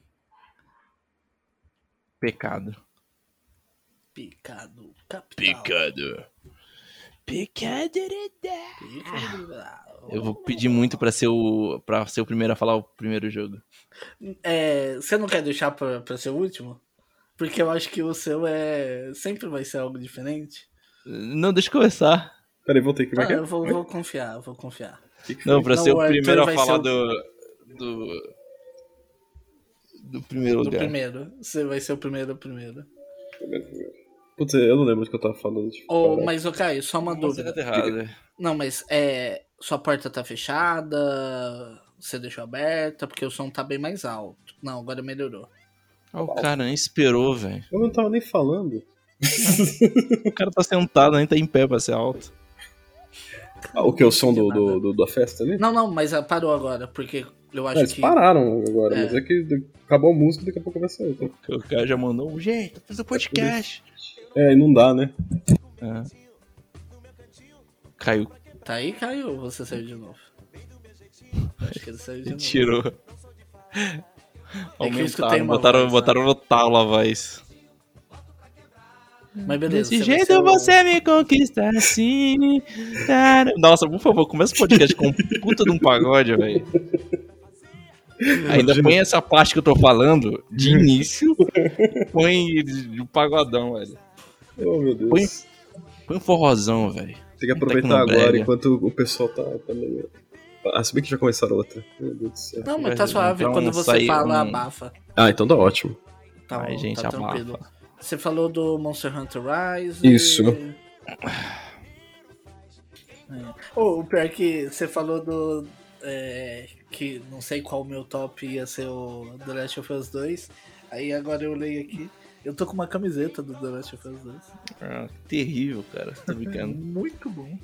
Pecado. picado capital. Pecado. Pecado. Picado. Eu vou pedir muito pra ser o para ser o primeiro a falar o primeiro jogo. É, você não quer deixar pra, pra ser o último? Porque eu acho que o seu é sempre vai ser algo diferente. Não, deixa eu começar. Peraí, voltei aqui. Como é Ah, que é? eu vou, vou confiar, vou confiar. Que que foi? Não, pra Não, ser o o Arthur primeiro a vai falar ser o- do do do primeiro Do lugar. primeiro. Você vai ser o primeiro, o primeiro. Putz, eu não lembro do que eu tava falando. Tipo, Ô, cara. mas, ô, Caio, só uma Nossa, dúvida. tá errado. Não, mas é. Sua porta tá fechada? Você deixou aberta? Porque o som tá bem mais alto. Não, agora melhorou. Ah, o cara nem esperou, velho. Eu não tava nem falando. O cara tá sentado, nem tá em pé pra ser alto. Ah, o que? O som do, do, do- da festa ali? Não, não, mas ah, parou agora, porque eu acho Ah, eles que. pararam agora, É. mas é que acabou a música e daqui a pouco vai sair. Tá? O cara já mandou um jeito, faz o podcast. É, e não dá, né? É. Caiu. Tá aí, Caio, ou você saiu de novo? Acho que ele saiu de novo. Tirou. É que eu escutei Aumentaram, uma botaram, voz, botaram no talo a voz. Mas beleza. Desse você vai jeito ser o- você me conquista assim. Cara. Nossa, por favor, começa o podcast com um puta de um pagode, velho. Ainda põe essa parte que eu tô falando de início. Põe de um pagodão, velho. Oh, meu Deus. Põe- Põe um forrozão, velho. Tem que aproveitar Tecnobrega. agora enquanto o pessoal tá, tá meio... Ah, se bem que já começaram outra. Meu Deus do céu. Não, mas tá suave. Então, Quando você saiu fala, um- abafa. Ah, então tá ótimo. Tá, Ai, gente, tá abafa. tranquilo. Você falou do Monster Hunter Rise. Isso. É. Oh, o pior é que você falou do. É, que não sei qual o meu top ia ser o The Last of Us dois. Aí agora eu leio aqui. Eu tô com uma camiseta do The Last of Us dois. Ah, terrível, cara. Tô brincando. Muito bom.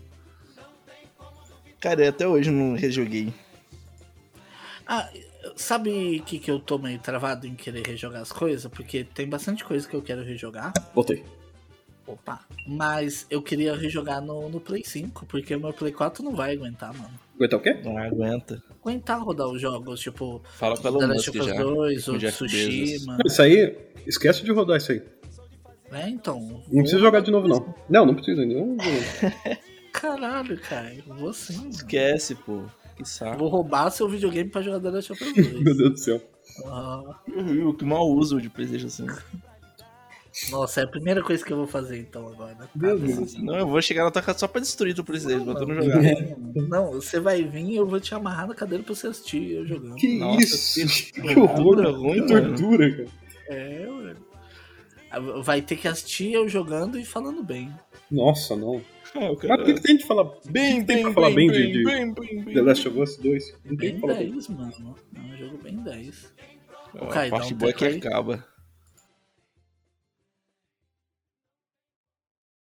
Cara, até hoje eu não rejoguei. Ah, sabe o que, que eu tô meio travado em querer rejogar as coisas? Porque tem bastante coisa que eu quero rejogar. Voltei. Opa. Mas eu queria rejogar no, no Play cinco, porque o meu Play quatro não vai aguentar, mano. Aguentar o quê? Não aguenta. Aguentar rodar os jogos, tipo Fala com o The Elon Last Musk of Us já. dois, com o o Jeff Tsushima. Isso aí, esquece de rodar isso aí. É, então. Não precisa jogar de novo, não. Não, não precisa ainda. Não, não. Caralho, cara. Vou sim. mano. Esquece, pô. Que saco. Vou roubar seu videogame pra jogar The Last of Us dois. Meu Deus do céu. Ah, Eu que mal uso de PlayStation cinco. nossa, é a primeira coisa que eu vou fazer então agora. Meu Tá, Deus. Não, eu vou chegar na tua casa só pra destruir teu PlayStation, pra tu não jogar. Não, você vai vir e eu vou te amarrar na cadeira pra você assistir eu jogando. Que Nossa, isso? que Que horror. tortura ruim, Que mano. tortura, cara. É, ué. Vai ter que assistir eu jogando e falando bem. Nossa, não. Ah, o Mas cara... por que que tem que falar Bem, tem bem, que falar bem, bem de- bem, de- bem, bem, bem. The Last of Us dois? Não tem Bem que falar bem. dez, mano. É um jogo bem dez. A Caio, dá parte um boa é que teco aí. acaba.